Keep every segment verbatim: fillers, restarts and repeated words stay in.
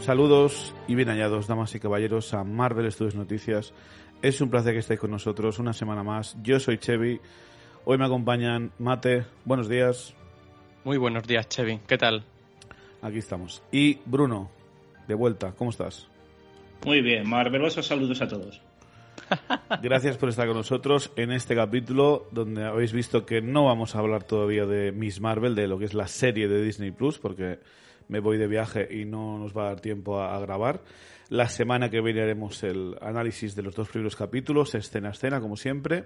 Saludos y bien hallados, damas y caballeros, a Marvel Studios Noticias. Es un placer que estéis con nosotros una semana más. Yo soy Chevy. Hoy me acompañan Mate. Buenos días. Muy buenos días, Chevy. ¿Qué tal? Aquí estamos. Y Bruno, de vuelta. ¿Cómo estás? Muy bien. Marvelosos saludos a todos. Gracias por estar con nosotros en este capítulo donde habéis visto que no vamos a hablar todavía de Miss Marvel, de lo que es la serie de Disney Plus, porque me voy de viaje y no nos va a dar tiempo a, a grabar. La semana que viene haremos el análisis de los dos primeros capítulos, escena a escena, como siempre.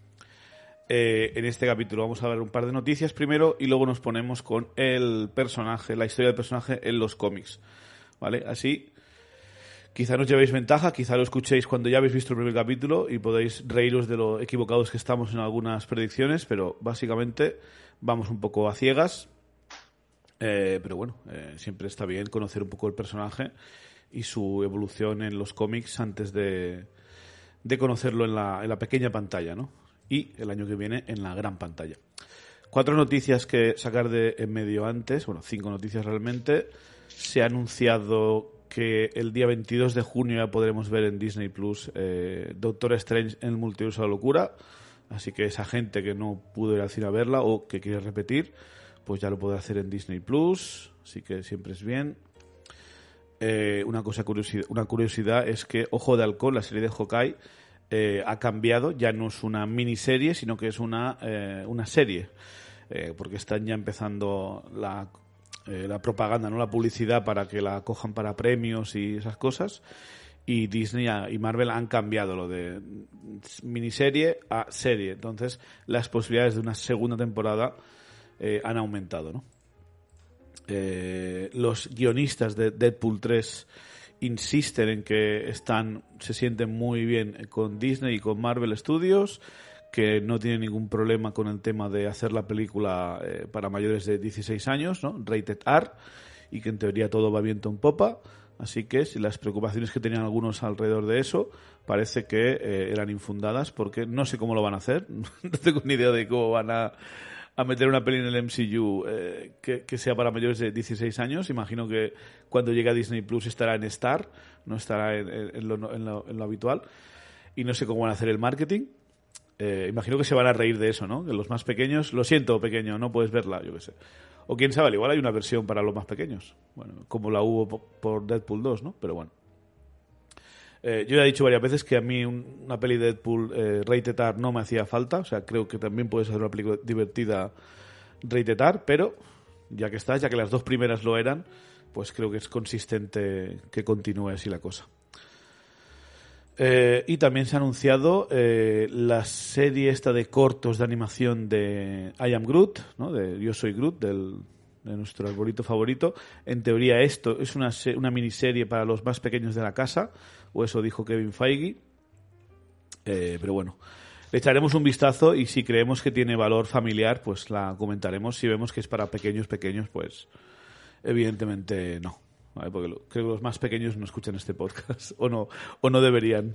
Eh, en este capítulo vamos a ver un par de noticias primero y luego nos ponemos con el personaje, la historia del personaje en los cómics, ¿vale? Así, quizá nos llevéis ventaja, quizá lo escuchéis cuando ya habéis visto el primer capítulo y podéis reíros de lo equivocados que estamos en algunas predicciones, pero básicamente vamos un poco a ciegas. Eh, pero bueno, eh, siempre está bien conocer un poco el personaje y su evolución en los cómics antes de, de conocerlo en la, en la pequeña pantalla, ¿no? Y el año que viene en la gran pantalla. Cuatro noticias que sacar de en medio antes, bueno, cinco noticias realmente. Se ha anunciado que el día veintidós de junio ya podremos ver en Disney Plus eh, Doctor Strange en el Multiverso de la Locura, así que esa gente que no pudo ir al cine a verla o que quiere repetir, pues ya lo podrá hacer en Disney Plus, así que siempre es bien. Eh, una cosa curiosidad, una curiosidad es que Ojo de Halcón, la serie de Hawkeye, eh, ha cambiado, ya no es una miniserie, sino que es una, eh, una serie, eh, porque están ya empezando la, eh, la propaganda, no la publicidad para que la cojan para premios y esas cosas, y Disney y Marvel han cambiado lo de miniserie a serie, entonces las posibilidades de una segunda temporada Eh, han aumentado, ¿no? Eh, los guionistas de Deadpool tres insisten en que están, se sienten muy bien con Disney y con Marvel Studios, que no tienen ningún problema con el tema de hacer la película eh, para mayores de dieciséis años, ¿no? Rated R, y que en teoría todo va viento en popa. Así que si las preocupaciones que tenían algunos alrededor de eso parece que eh, eran infundadas, porque no sé cómo lo van a hacer, no tengo ni idea de cómo van a a meter una peli en el M C U eh, que, que sea para mayores de dieciséis años. Imagino que cuando llegue a Disney Plus estará en Star, no estará en, en, en, lo, en, lo, en lo habitual. Y no sé cómo van a hacer el marketing. Eh, imagino que se van a reír de eso, ¿no? Que los más pequeños, lo siento, pequeño, no puedes verla, yo qué sé. O quién sabe, igual hay una versión para los más pequeños. Bueno, como la hubo por Deadpool dos, ¿no? Pero bueno. Eh, yo ya he dicho varias veces que a mí un, una peli de Deadpool eh, rated R no me hacía falta, o sea, creo que también puedes hacer una película divertida rated R, pero ya que estás, ya que las dos primeras lo eran, pues creo que es consistente que continúe así la cosa. Eh, y también se ha anunciado eh, la serie esta de cortos de animación de I Am Groot, ¿no? De Yo Soy Groot, del de nuestro arbolito favorito. En teoría esto es una, una miniserie para los más pequeños de la casa, o eso dijo Kevin Feige, eh, pero bueno, le echaremos un vistazo y si creemos que tiene valor familiar, pues la comentaremos. Si vemos que es para pequeños pequeños, pues evidentemente no, ¿vale? Porque lo, creo que los más pequeños no escuchan este podcast o no, o no deberían.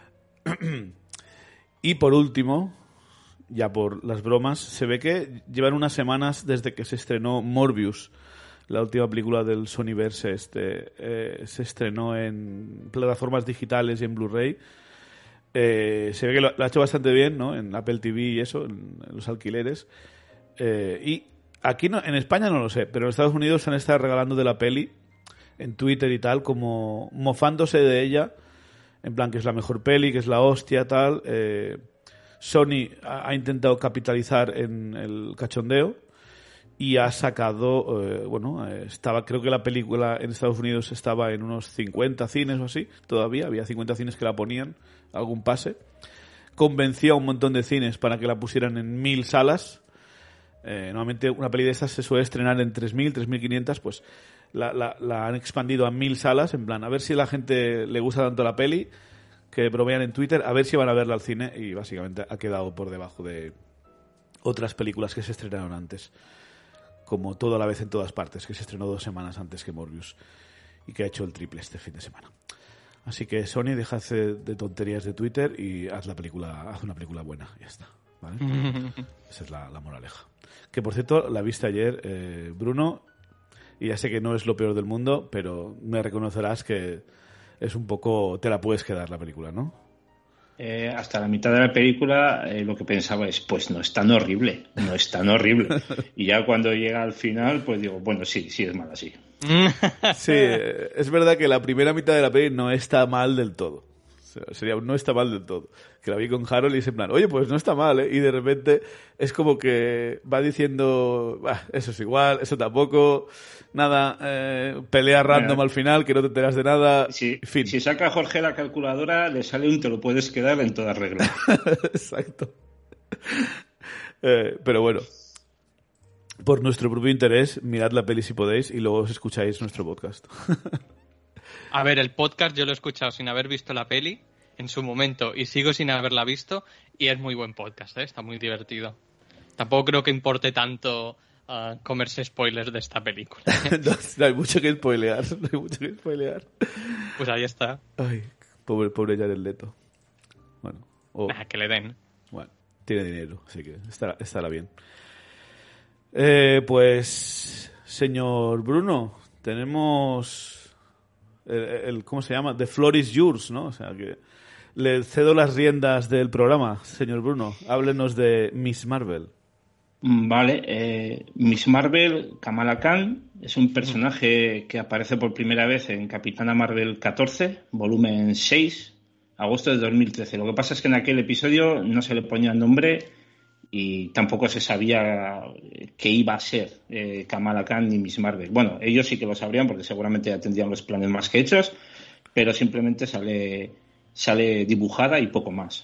Y por último, ya por las bromas, se ve que llevan unas semanas desde que se estrenó Morbius, la última película del Sonyverse. Este, eh, se estrenó en plataformas digitales y en Blu-ray. Eh, se ve que lo, lo ha hecho bastante bien, ¿no? En Apple T V y eso, en, en los alquileres. Eh, y aquí no, en España no lo sé, pero en Estados Unidos se han estado regalando de la peli en Twitter y tal, como mofándose de ella, en plan que es la mejor peli, que es la hostia, tal. Eh, Sony ha, ha intentado capitalizar en el cachondeo y ha sacado, eh, bueno, eh, estaba, creo que la película en Estados Unidos estaba en unos cincuenta cines o así, todavía, había cincuenta cines que la ponían, algún pase. Convenció a un montón de cines para que la pusieran en mil salas. Eh, normalmente una peli de estas se suele estrenar en tres mil, tres mil quinientas, pues la, la, la han expandido a mil salas, en plan, a ver si a la gente le gusta tanto la peli, que bromean en Twitter, a ver si van a verla al cine, y básicamente ha quedado por debajo de otras películas que se estrenaron antes, como Todo a la vez en todas partes, que se estrenó dos semanas antes que Morbius y que ha hecho el triple este fin de semana. Así que Sony, deja de tonterías de Twitter y haz la película, haz una película buena, ya está, ¿vale? Esa es la, la moraleja. Que por cierto, la viste ayer, eh, Bruno, Y ya sé que no es lo peor del mundo, pero me reconocerás que es un poco... Te la puedes quedar la película, ¿no? Eh, hasta la mitad de la película eh, lo que pensaba es, pues no es tan horrible, no es tan horrible. Y ya cuando llega al final, pues digo, bueno, sí, sí es mala, sí. Sí, es verdad que la primera mitad de la peli no está mal del todo. O sea, sería, no está mal del todo. Que la vi con Harold y es en plan, oye, pues no está mal, ¿eh? Y de repente es como que va diciendo, bah, eso es igual, eso tampoco, nada, eh, pelea random Mira, al final, que no te enteras de nada, si, fin. si saca Jorge la calculadora, le sale un te lo puedes quedar en toda regla. Exacto. Eh, pero bueno, por nuestro propio interés, mirad la peli si podéis y luego os escucháis nuestro podcast. A ver, el podcast yo lo he escuchado sin haber visto la peli en su momento y sigo sin haberla visto y es muy buen podcast, ¿eh? Está muy divertido. Tampoco creo que importe tanto uh, comerse spoilers de esta película. no, no hay mucho que spoilear, no hay mucho que spoilear. Pues ahí está. Ay, pobre, pobre Jared Leto. Bueno, o, Nah, que le den. bueno, tiene dinero, así que estará, estará bien. Eh, pues, señor Bruno, tenemos el, el, ¿cómo se llama? The floor is yours, ¿no? O sea, que le cedo las riendas del programa, señor Bruno. Háblenos de Miss Marvel. Vale, eh, Miss Marvel, Kamala Khan, es un personaje que aparece por primera vez en Capitana Marvel catorce, volumen seis, agosto de dos mil trece. Lo que pasa es que en aquel episodio no se le ponía el nombre y tampoco se sabía qué iba a ser eh, Kamala Khan ni Miss Marvel. Bueno, ellos sí que lo sabrían porque seguramente ya tendrían los planes más que hechos, pero simplemente sale, sale dibujada y poco más.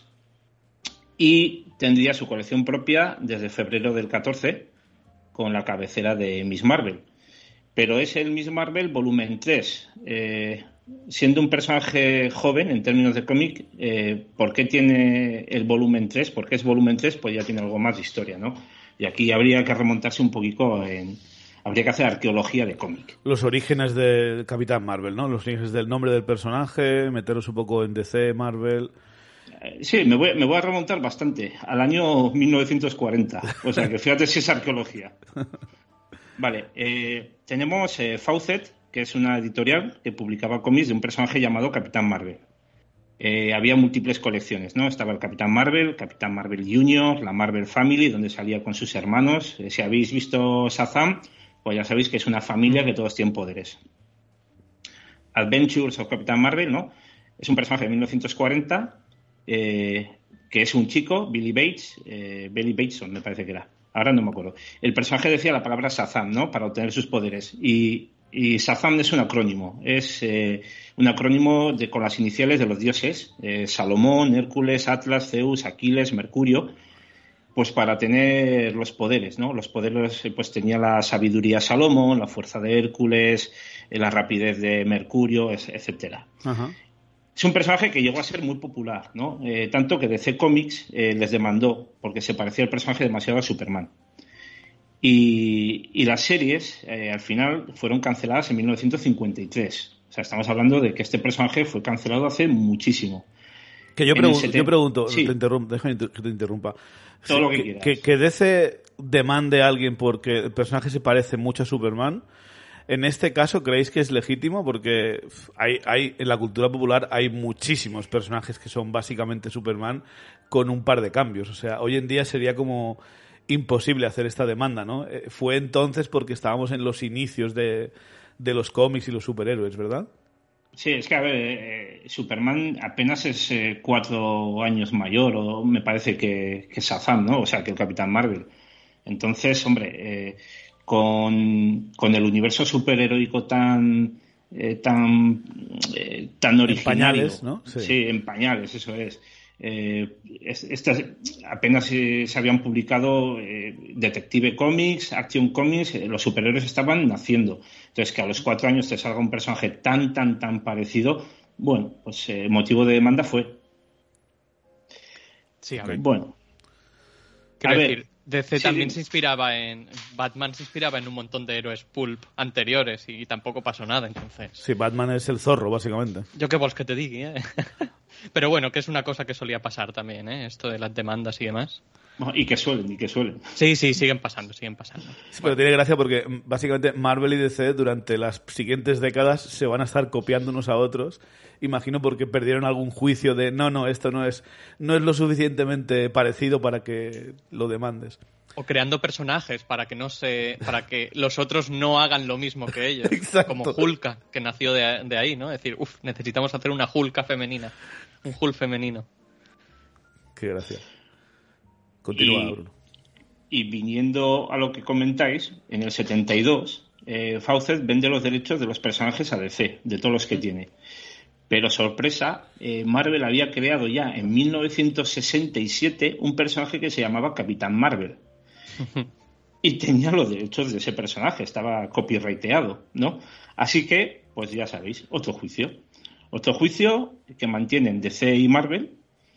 Y tendría su colección propia desde febrero del catorce con la cabecera de Miss Marvel. Pero es el Miss Marvel volumen tres. Eh, siendo un personaje joven en términos de cómic, eh, ¿por qué tiene el volumen tres? ¿Por qué es volumen tres? Pues ya tiene algo más de historia, ¿no? Y aquí habría que remontarse un poquito en... Habría que hacer arqueología de cómic. Los orígenes del Capitán Marvel, ¿no? Los orígenes del nombre del personaje, meteros un poco en D C, Marvel... Sí, me voy, me voy a remontar bastante, al año mil novecientos cuarenta. O sea, que fíjate si es arqueología. Vale, eh, tenemos eh, Fawcett, que es una editorial que publicaba cómics de un personaje llamado Capitán Marvel. Eh, había múltiples colecciones, ¿no? Estaba el Capitán Marvel, Capitán Marvel Junior, la Marvel Family, donde salía con sus hermanos. Eh, si habéis visto Shazam, pues ya sabéis que es una familia que todos tienen poderes. Adventures of Capitán Marvel, ¿no? Es un personaje de mil novecientos cuarenta... Eh, que es un chico, Billy Bates, eh, Billy Bateson me parece que era, ahora no me acuerdo. El personaje decía la palabra Shazam, ¿no? Para obtener sus poderes. Y, y Shazam es un acrónimo, es eh, un acrónimo de, con las iniciales de los dioses, eh, Salomón, Hércules, Atlas, Zeus, Aquiles, Mercurio, pues para tener los poderes, ¿no? Los poderes, pues tenía la sabiduría Salomón, la fuerza de Hércules, eh, la rapidez de Mercurio, etcétera. Ajá. Es un personaje que llegó a ser muy popular, ¿no? Eh, tanto que D C Comics eh, les demandó porque se parecía el personaje demasiado a Superman. Y, y las series, eh, al final, fueron canceladas en mil novecientos cincuenta y tres. O sea, estamos hablando de que este personaje fue cancelado hace muchísimo. Que yo, pregun- setenta... yo pregunto, sí. te interrumpo, déjame que te interrumpa. Todo sí, lo que, que quieras. Que, que D C demande a alguien porque el personaje se parece mucho a Superman... En este caso, ¿creéis que es legítimo? Porque hay, hay, en la cultura popular hay muchísimos personajes que son básicamente Superman con un par de cambios. O sea, hoy en día sería como imposible hacer esta demanda, ¿no? Eh, fue entonces porque estábamos en los inicios de, de los cómics y los superhéroes, ¿verdad? Sí, es que, a ver, eh, Superman apenas es eh, cuatro años mayor, o me parece que, que Shazam, ¿no? O sea, que el Capitán Marvel. Entonces, hombre... Eh, Con, con el universo superheroico tan eh, tan eh, tan originario, en pañales, ¿no? Sí. Sí, en pañales, eso es. Eh, estas apenas eh, se habían publicado eh, Detective Comics, Action Comics, eh, los superhéroes estaban naciendo. Entonces, que a los cuatro años te salga un personaje tan, tan, tan parecido, bueno, pues eh, motivo de demanda fue. Sí, a ver. Bueno. Quiero a decir, ver, D C sí, también se inspiraba en... Batman se inspiraba en un montón de héroes pulp anteriores y tampoco pasó nada, entonces... Sí, Batman es el zorro, básicamente. Yo qué vols que te diga, ¿eh? Pero bueno, que es una cosa que solía pasar también, ¿eh? Esto de las demandas y demás. Y que suelen, y que suelen. Sí, sí, siguen pasando, siguen pasando. Sí, pero tiene gracia porque básicamente Marvel y D C durante las siguientes décadas se van a estar copiando unos a otros. Imagino porque perdieron algún juicio de no, no, esto no es, no es lo suficientemente parecido para que lo demandes. O creando personajes para que no se, para que los otros no hagan lo mismo que ellos. Exacto. Como Hulka, que nació de, de ahí, ¿no? Es decir, uff, necesitamos hacer una Hulka femenina. Un Hulk femenino. Qué gracia. Continúa, y, Bruno. Y viniendo a lo que comentáis, en el setenta y dos, eh, Fawcett vende los derechos de los personajes a D C, de todos los que tiene. Pero sorpresa, eh, Marvel había creado ya en mil novecientos sesenta y siete un personaje que se llamaba Capitán Marvel. Y tenía los derechos de ese personaje, estaba copyrighteado, ¿no? Así que, pues ya sabéis, otro juicio. Otro juicio que mantienen D C y Marvel.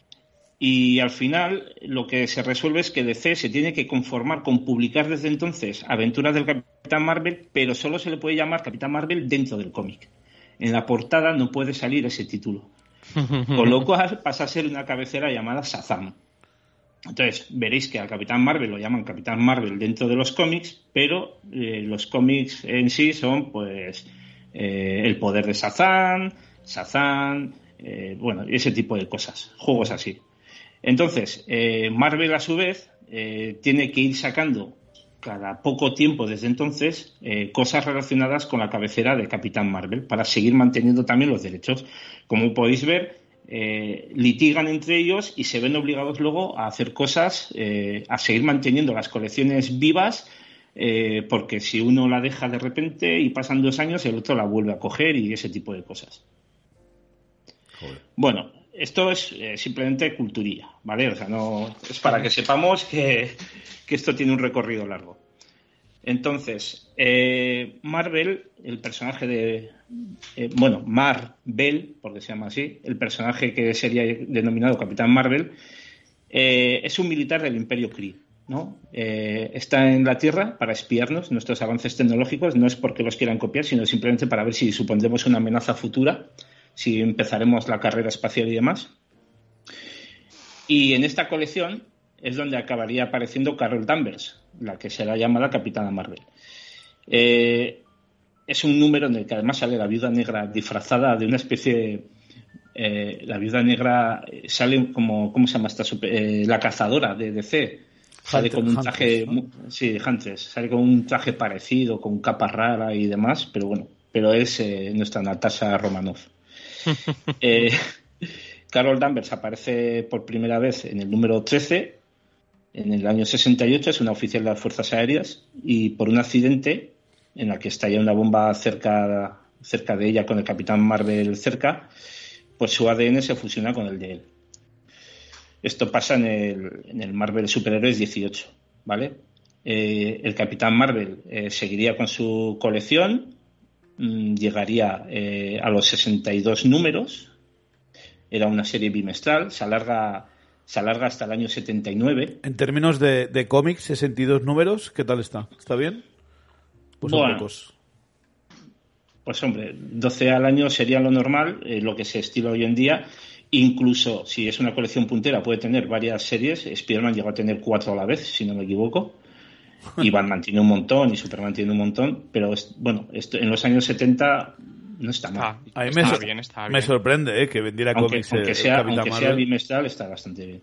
Y al final lo que se resuelve es que D C se tiene que conformar con publicar desde entonces aventuras del Capitán Marvel, pero solo se le puede llamar Capitán Marvel dentro del cómic. En la portada no puede salir ese título. Con lo cual pasa a ser una cabecera llamada Shazam. Entonces veréis que al Capitán Marvel lo llaman Capitán Marvel dentro de los cómics, pero eh, los cómics en sí son pues eh, el poder de Shazam, Shazam, eh, bueno, ese tipo de cosas, juegos así. Entonces, eh, Marvel a su vez eh, tiene que ir sacando cada poco tiempo desde entonces eh, cosas relacionadas con la cabecera de Capitán Marvel para seguir manteniendo también los derechos. Como podéis ver, eh, litigan entre ellos y se ven obligados luego a hacer cosas, eh, a seguir manteniendo las colecciones vivas, eh, porque si uno la deja de repente y pasan dos años, el otro la vuelve a coger y ese tipo de cosas. Joder. Bueno, esto es eh, simplemente culturilla, ¿vale? O sea, no es para que sepamos que, que esto tiene un recorrido largo. Entonces, eh, Marvel, el personaje de... Eh, bueno, Mar-Vel, porque se llama así, el personaje que sería denominado Capitán Marvel, eh, es un militar del Imperio Kree, ¿no? Eh, está en la Tierra para espiarnos nuestros avances tecnológicos, no es porque los quieran copiar, sino simplemente para ver si supondremos una amenaza futura, si empezaremos la carrera espacial y demás. Y en esta colección es donde acabaría apareciendo Carol Danvers, la que será llamada Capitana Marvel. Eh, es un número en el que además sale la Viuda Negra disfrazada de una especie de... Eh, la Viuda Negra sale como... ¿Cómo se llama esta? Super, eh, la cazadora de D C. Sale Hunter, con un traje... Hunter, ¿no? Sí, Huntress. Sale con un traje parecido, con capa rara y demás, pero bueno, pero es eh, nuestra Natasha Romanoff. eh, Carol Danvers aparece por primera vez en el número trece en el año sesenta y ocho, es una oficial de las Fuerzas Aéreas y por un accidente en la que estalla una bomba cerca, cerca de ella con el Capitán Marvel cerca, pues su A D N se fusiona con el de él. Esto pasa en el, en el Marvel Superhéroes dieciocho, ¿vale? Eh, el Capitán Marvel eh, seguiría con su colección, mmm, llegaría eh, a los sesenta y dos números, era una serie bimestral, se alarga... Se alarga hasta el año setenta y nueve. En términos de, de cómics, sesenta y dos números, ¿qué tal está? ¿Está bien? Pues bueno, pocos. Pues hombre, doce al año sería lo normal, eh, lo que se estila hoy en día. Incluso si es una colección puntera puede tener varias series. Spider-Man llegó a tener cuatro a la vez, si no me equivoco. Y Batman tiene un montón y Superman tiene un montón. Pero es, bueno, esto, en los años setenta... No está mal. Ah, a mí me, está so- bien, está me bien. sorprende eh, que vendiera aunque, cómics aunque el, sea, el Capitán aunque Marvel. sea bimestral, está bastante bien.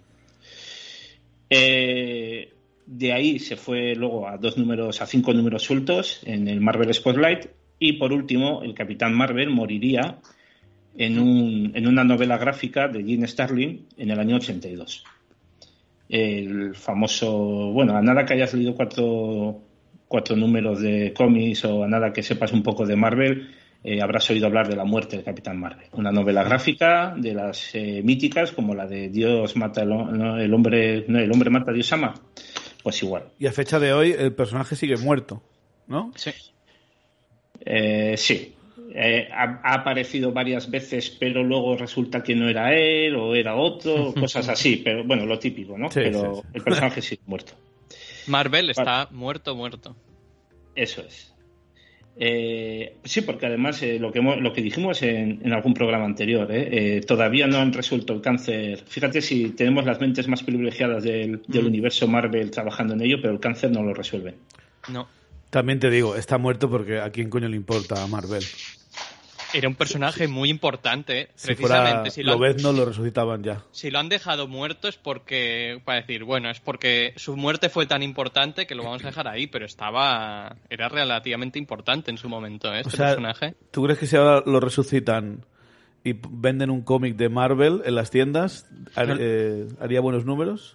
Eh, de ahí se fue luego a dos números, a cinco números sueltos en el Marvel Spotlight. Y por último, el Capitán Marvel moriría en, un, en una novela gráfica de Jim Starlin en el año ochenta y dos. El famoso, bueno, a nada que hayas leído cuatro, cuatro números de cómics o a nada que sepas un poco de Marvel, eh, habrás oído hablar de La muerte del Capitán Marvel. Una novela gráfica de las eh, míticas, como la de Dios mata el, no, el hombre, no, el hombre mata a Dios ama. Pues igual. Y a fecha de hoy el personaje sigue muerto, ¿no? Sí. Eh, sí. Eh, ha, ha aparecido varias veces, pero luego resulta que no era él o era otro, cosas así. Pero bueno, lo típico, ¿no? Sí, pero sí, sí. El personaje sigue muerto. Marvel está Vale. muerto, muerto. Eso es. Eh, sí, porque además eh, lo, que hemos, lo que dijimos en, en algún programa anterior, eh, eh, todavía no han resuelto el cáncer. Fíjate si tenemos las mentes más privilegiadas del, del mm. universo Marvel trabajando en ello, pero el cáncer no lo resuelven. No. También te digo, está muerto porque ¿a quién coño le importa a Marvel? Era un personaje sí, sí. muy importante. Si precisamente, si lo han, Lobezno lo resucitaban ya. Si lo han dejado muerto es porque, para decir, bueno, es porque su muerte fue tan importante que lo vamos a dejar ahí, pero estaba, era relativamente importante en su momento, ¿eh? Este o sea, personaje. ¿Tú crees que si ahora lo resucitan y venden un cómic de Marvel en las tiendas, har, eh, haría buenos números?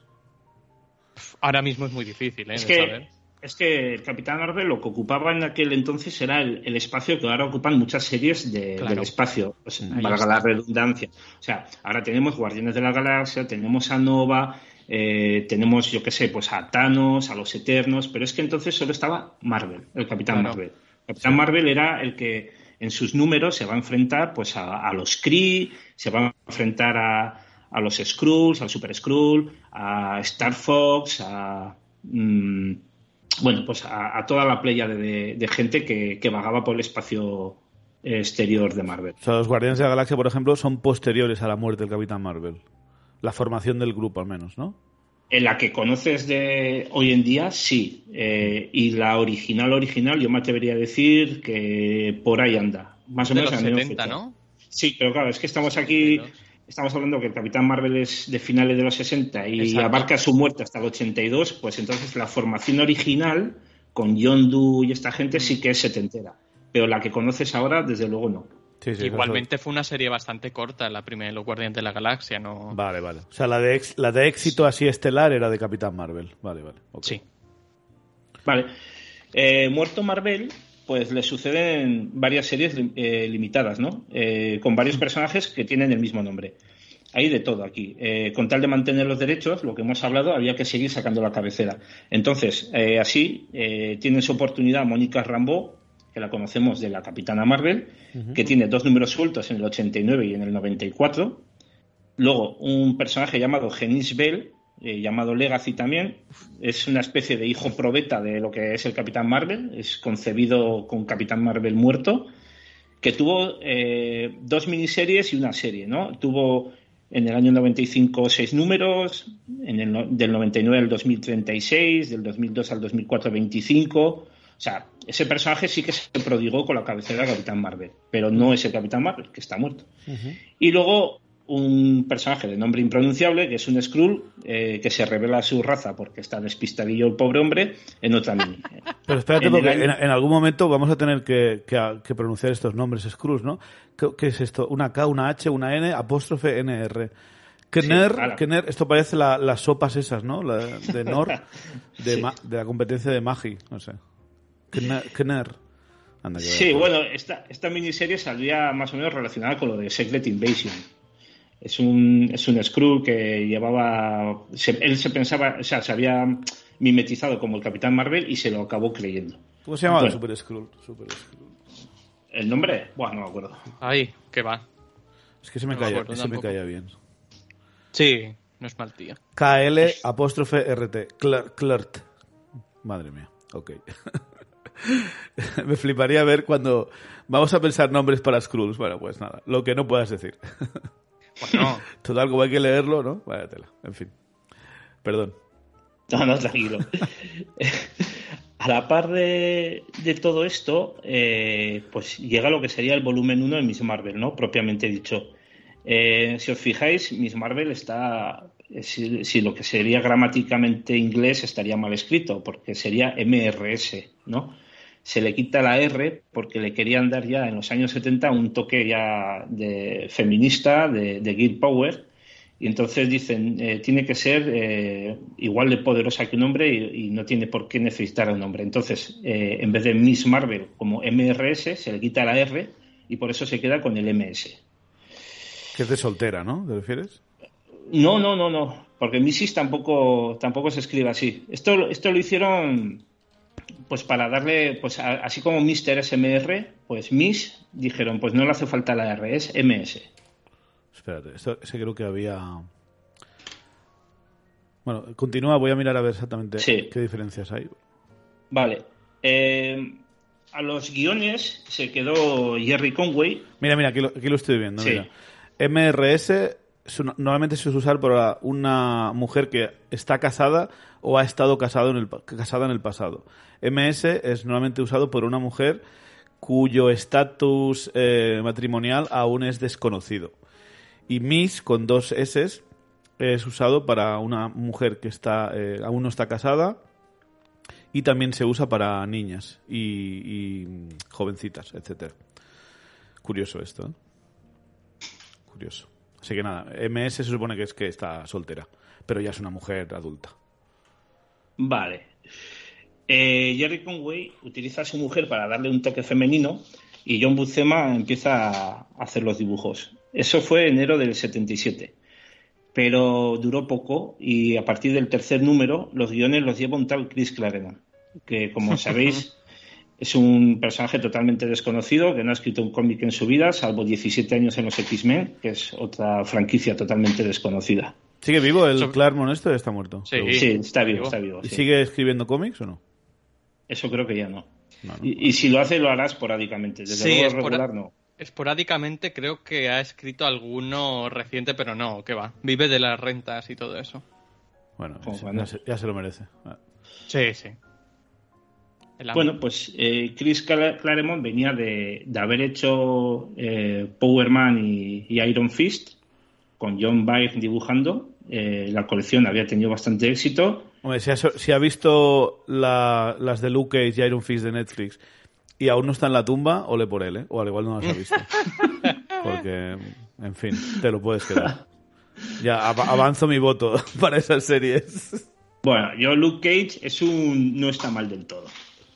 Ahora mismo es muy difícil, ¿eh? Es de que... saber. Es que el Capitán Marvel lo que ocupaba en aquel entonces era el, el espacio que ahora ocupan muchas series de, claro. del espacio, pues, valga la redundancia. O sea, ahora tenemos Guardianes de la Galaxia, tenemos a Nova, eh, tenemos, yo qué sé, pues a Thanos, a los Eternos, pero es que entonces solo estaba Marvel, el Capitán claro. Marvel. El Capitán sí. Marvel era el que en sus números se va a enfrentar pues a, a los Kree, se va a enfrentar a, a los Skrulls, al Super Skrull, a Star Fox, a... Mmm, Bueno, pues a, a toda la playa de, de, de gente que, que vagaba por el espacio exterior de Marvel. O sea, los Guardianes de la Galaxia, por ejemplo, son posteriores a la muerte del Capitán Marvel. La formación del grupo, al menos, ¿no? En la que conoces de hoy en día, sí. Eh, y la original, original, yo me atrevería a decir que por ahí anda. Más o de menos los a setenta, ¿no? Sí, pero claro, es que estamos aquí... Estamos hablando que el Capitán Marvel es de finales de los sesenta y Exacto. abarca su muerte hasta el ochenta y dos, pues entonces la formación original con Yondu y esta gente sí que es setentera, pero la que conoces ahora desde luego no. Sí, sí, Igualmente fue una serie bastante corta, la primera de los Guardianes de la Galaxia, ¿no? Vale, vale. O sea, la de, ex, la de éxito así estelar era de Capitán Marvel. Vale, vale. Okay. Sí. Vale. Eh, muerto Marvel, pues le suceden varias series eh, limitadas, ¿no? Eh, con varios personajes que tienen el mismo nombre. Hay de todo aquí. Eh, con tal de mantener los derechos, lo que hemos hablado, había que seguir sacando la cabecera. Entonces, eh, así, eh, tiene su oportunidad Mónica Rambeau, que la conocemos de la Capitana Marvel, uh-huh. que tiene dos números sueltos en el ochenta y nueve y en el noventa y cuatro. Luego, un personaje llamado Genis Bell, Eh, llamado Legacy también, es una especie de hijo probeta de lo que es el Capitán Marvel, es concebido con Capitán Marvel muerto, que tuvo eh, dos miniseries y una serie, ¿no? Tuvo en el año noventa y cinco seis números, en el, del noventa y nueve al dos mil treinta y seis, del dos mil dos al dos mil cuatro veinticinco, o sea, ese personaje sí que se prodigó con la cabecera de Capitán Marvel, pero no es el Capitán Marvel, que está muerto. Uh-huh. Y luego un personaje de nombre impronunciable, que es un Skrull, eh, que se revela su raza porque está despistadillo el pobre hombre en otra mini. Pero espérate, en porque año... en, en algún momento vamos a tener que, que, que pronunciar estos nombres Skrulls, ¿no? ¿Qué, ¿Qué es esto? Una K, una H, una N, apóstrofe N R. Kner, sí, claro. Kner, esto parece la, las sopas esas, ¿no? La, de Nor, de, sí. ma, de la competencia de Magi, no sé. Kner. Kner. Anda, sí, bueno, esta, esta miniserie saldría más o menos relacionada con lo de Secret Invasion. Es un, es un Skrull que llevaba... Se, él se pensaba... O sea, se había mimetizado como el Capitán Marvel y se lo acabó creyendo. ¿Cómo se llamaba el Super Skrull? Super Skrull? ¿El nombre? Bueno, no me acuerdo. Ahí, ¿qué va? Es que se me, no caía, me, acuerdo, ese me caía bien. Sí, no es mal tío. K L apóstrofe R T. Klurt. Madre mía. Ok. Me fliparía ver cuando... Vamos a pensar nombres para Skrulls. Bueno, pues nada. Lo que no puedas decir. Bueno. Total, como hay que leerlo, ¿no? Vaya tela. En fin. Perdón. No, no, tranquilo. A la par de, de todo esto, eh, pues llega lo que sería el volumen uno de Miss Marvel, ¿no? Propiamente dicho. Eh, si os fijáis, Miss Marvel está... Si, si lo que sería gramáticamente inglés estaría mal escrito, porque sería M R S, ¿no? Se le quita la R porque le querían dar ya en los años setenta un toque ya de feminista, de, de girl power, y entonces dicen, eh, tiene que ser eh, igual de poderosa que un hombre y, y no tiene por qué necesitar a un hombre. Entonces, eh, en vez de Miss Marvel como M R S, se le quita la R y por eso se queda con el M S. Que es de soltera, ¿no? ¿Te refieres? No, no, no, no, porque Missis tampoco, tampoco se escribe así. Esto, esto lo hicieron... Pues para darle, pues a, así como mister S M R, pues Miss, dijeron, pues no le hace falta la R, es M S. Espérate, esto, ese creo que había... Bueno, continúa, voy a mirar a ver exactamente sí. qué diferencias hay. Vale. Eh, a los guiones se quedó Jerry Conway. Mira, mira, aquí lo, aquí lo estoy viendo. Sí. Mira. M R S su- normalmente se suele usar para una mujer que está casada o ha estado casado en el, pa- casada en el pasado. M S es normalmente usado por una mujer cuyo estatus eh, matrimonial aún es desconocido. Y Miss, con dos S, es usado para una mujer que está eh, aún no está casada, y también se usa para niñas y, y jovencitas, etcétera. Curioso esto, ¿eh? Curioso. Así que nada, M S se supone que es que está soltera, pero ya es una mujer adulta. Vale. Eh, Jerry Conway utiliza a su mujer para darle un toque femenino y John Buscema empieza a hacer los dibujos. Eso fue enero del setenta y siete. Pero duró poco y a partir del tercer número los guiones los lleva un tal Chris Claremont, que como sabéis es un personaje totalmente desconocido, que no ha escrito un cómic en su vida, salvo diecisiete años en los X-Men, que es otra franquicia totalmente desconocida. ¿Sigue vivo el So- Claremont este o está muerto? Sí. Sí, está vivo, está vivo. ¿Y sí. sigue escribiendo cómics o no? Eso creo que ya no. No, no. Y, y si lo hace, lo hará esporádicamente. Desde Sí, luego espora- regular no. Esporádicamente creo que ha escrito alguno reciente, pero no, que va. Vive de las rentas y todo eso. Bueno, Como ya, cuando- se, ya se lo merece. Ah. Sí, sí. El amo. Bueno, pues eh, Chris Cla- Claremont venía de, de haber hecho eh, Power Man y, y Iron Fist, con John Byrne dibujando. Eh, la colección había tenido bastante éxito. Hombre, si ha, si ha visto la- las de Luke Cage y Iron Fist de Netflix y aún no está en la tumba, ole por él, ¿eh? O al igual no las ha visto. Porque, en fin, te lo puedes quedar. Ya, av- avanzo mi voto para esas series. Bueno, yo Luke Cage es un no está mal del todo.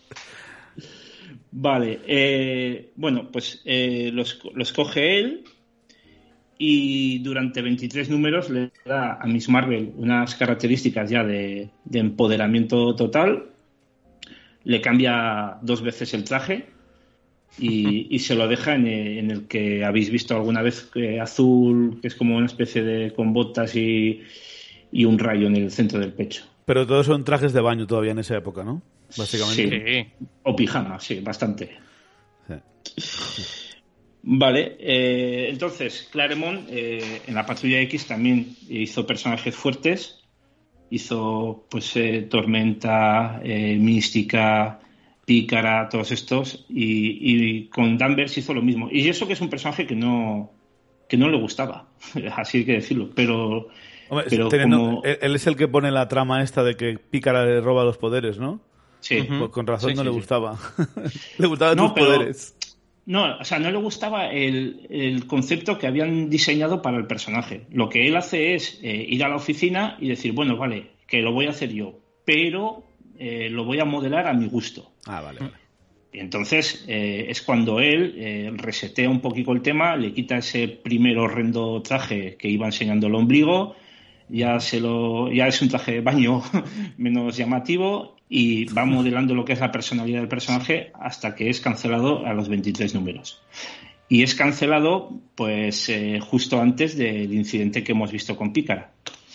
Vale, eh, bueno, pues eh, los, los coge él y durante veintitrés números le da a Miss Marvel unas características ya de, de empoderamiento total, le cambia dos veces el traje y, y se lo deja en el, en el que habéis visto alguna vez, eh, azul, que es como una especie de con botas y, y un rayo en el centro del pecho. Pero todos son trajes de baño todavía en esa época, ¿no? Básicamente. Sí. O pijama, sí, bastante. Sí. Vale, eh, entonces Claremont eh, en la Patrulla X también hizo personajes fuertes, hizo pues eh, Tormenta, eh, Mística, Pícara, todos estos, y, y con Danvers hizo lo mismo. Y eso que es un personaje que no que no le gustaba, así hay que decirlo, pero, Hombre, pero teniendo- como... él, él es el que pone la trama esta de que Pícara le roba los poderes, ¿no? Sí. Ujú. Pues con razón Sí, no sí, le sí. gustaba. Le gustaban No, tus pero- poderes. No, o sea, no le gustaba el, el concepto que habían diseñado para el personaje. Lo que él hace es eh, ir a la oficina y decir, bueno, vale, que lo voy a hacer yo, pero eh, lo voy a modelar a mi gusto. Ah, vale, vale. Y entonces eh, es cuando él eh, resetea un poquito el tema, le quita ese primer horrendo traje que iba enseñando el ombligo, ya se lo, ya es un traje de baño menos llamativo y va modelando lo que es la personalidad del personaje hasta que es cancelado a los veintitrés números. Y es cancelado pues eh, justo antes del incidente que hemos visto con Pícara.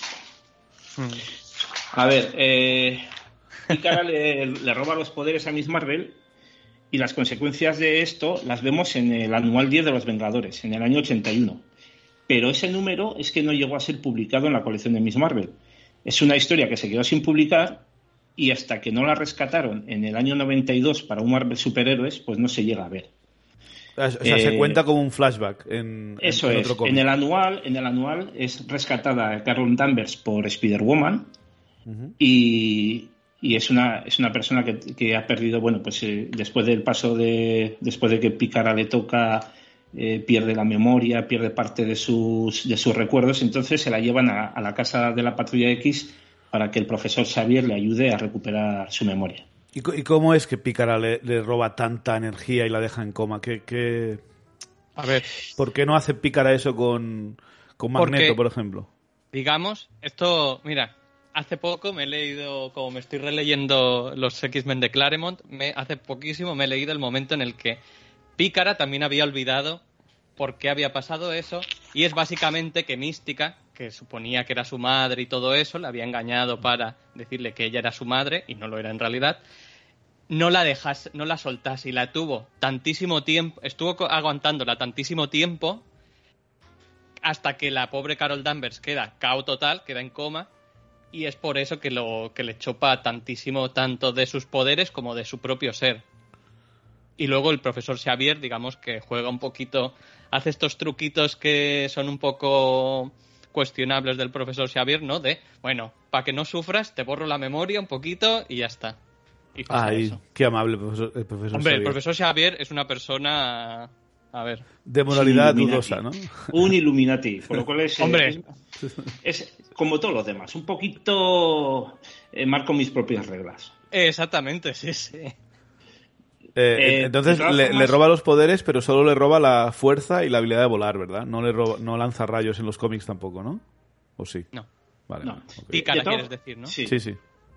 A ver, eh, Pícara le, le roba los poderes a Miss Marvel y las consecuencias de esto las vemos en el anual diez de los Vengadores, en el año ochenta y uno. Pero ese número es que no llegó a ser publicado en la colección de Miss Marvel. Es una historia que se quedó sin publicar y hasta que no la rescataron en el año noventa y dos para un Marvel Superhéroes, pues no se llega a ver. O sea, se Eh, cuenta como un flashback en, Eso en es. otro cómic. En el anual, en el anual es rescatada Carol Danvers por Spider-Woman Ujú. y, y es una es una persona que, que ha perdido, bueno, pues eh, después del paso de después de que Pícara le toca, eh, pierde la memoria, pierde parte de sus de sus recuerdos, entonces se la llevan a, a la casa de la Patrulla X para que el profesor Xavier le ayude a recuperar su memoria. ¿Y, co- y cómo es que Pícara le, le roba tanta energía y la deja en coma? ¿Qué, qué... A ver, ¿Por qué no hace Pícara eso con, con Magneto, Porque- por ejemplo? digamos, esto, mira, hace poco me he leído, como me estoy releyendo los X-Men de Claremont, me, hace poquísimo me he leído el momento en el que Pícara también había olvidado por qué había pasado eso, y es básicamente que Mística, que suponía que era su madre y todo eso, le había engañado para decirle que ella era su madre, y no lo era en realidad, no la dejas, no la soltas y la tuvo tantísimo tiempo, estuvo aguantándola tantísimo tiempo hasta que la pobre Carol Danvers queda K O total, queda en coma, y es por eso que lo que le chopa tantísimo tanto de sus poderes como de su propio ser. Y luego el profesor Xavier, digamos que juega un poquito, hace estos truquitos que son un poco cuestionables del profesor Xavier, ¿no? De, bueno, para que no sufras, te borro la memoria un poquito y ya está. Y pasa Ay, eso. qué amable el profesor, el profesor Hombre, Xavier. el profesor Xavier es una persona, a ver, De moralidad un dudosa, ¿no? Un Illuminati, por lo cual es, Hombre. es, es como todos los demás, un poquito eh, marco mis propias reglas. exactamente, sí, sí. Eh, Eh, entonces de todas le, formas- le roba los poderes, pero solo le roba la fuerza y la habilidad de volar, ¿verdad? No le roba, no lanza rayos en los cómics tampoco, ¿no? ¿O sí? No. Vale. No. vale, ok. Pícara, De todo- quieres decir, ¿no? Sí. Sí, sí.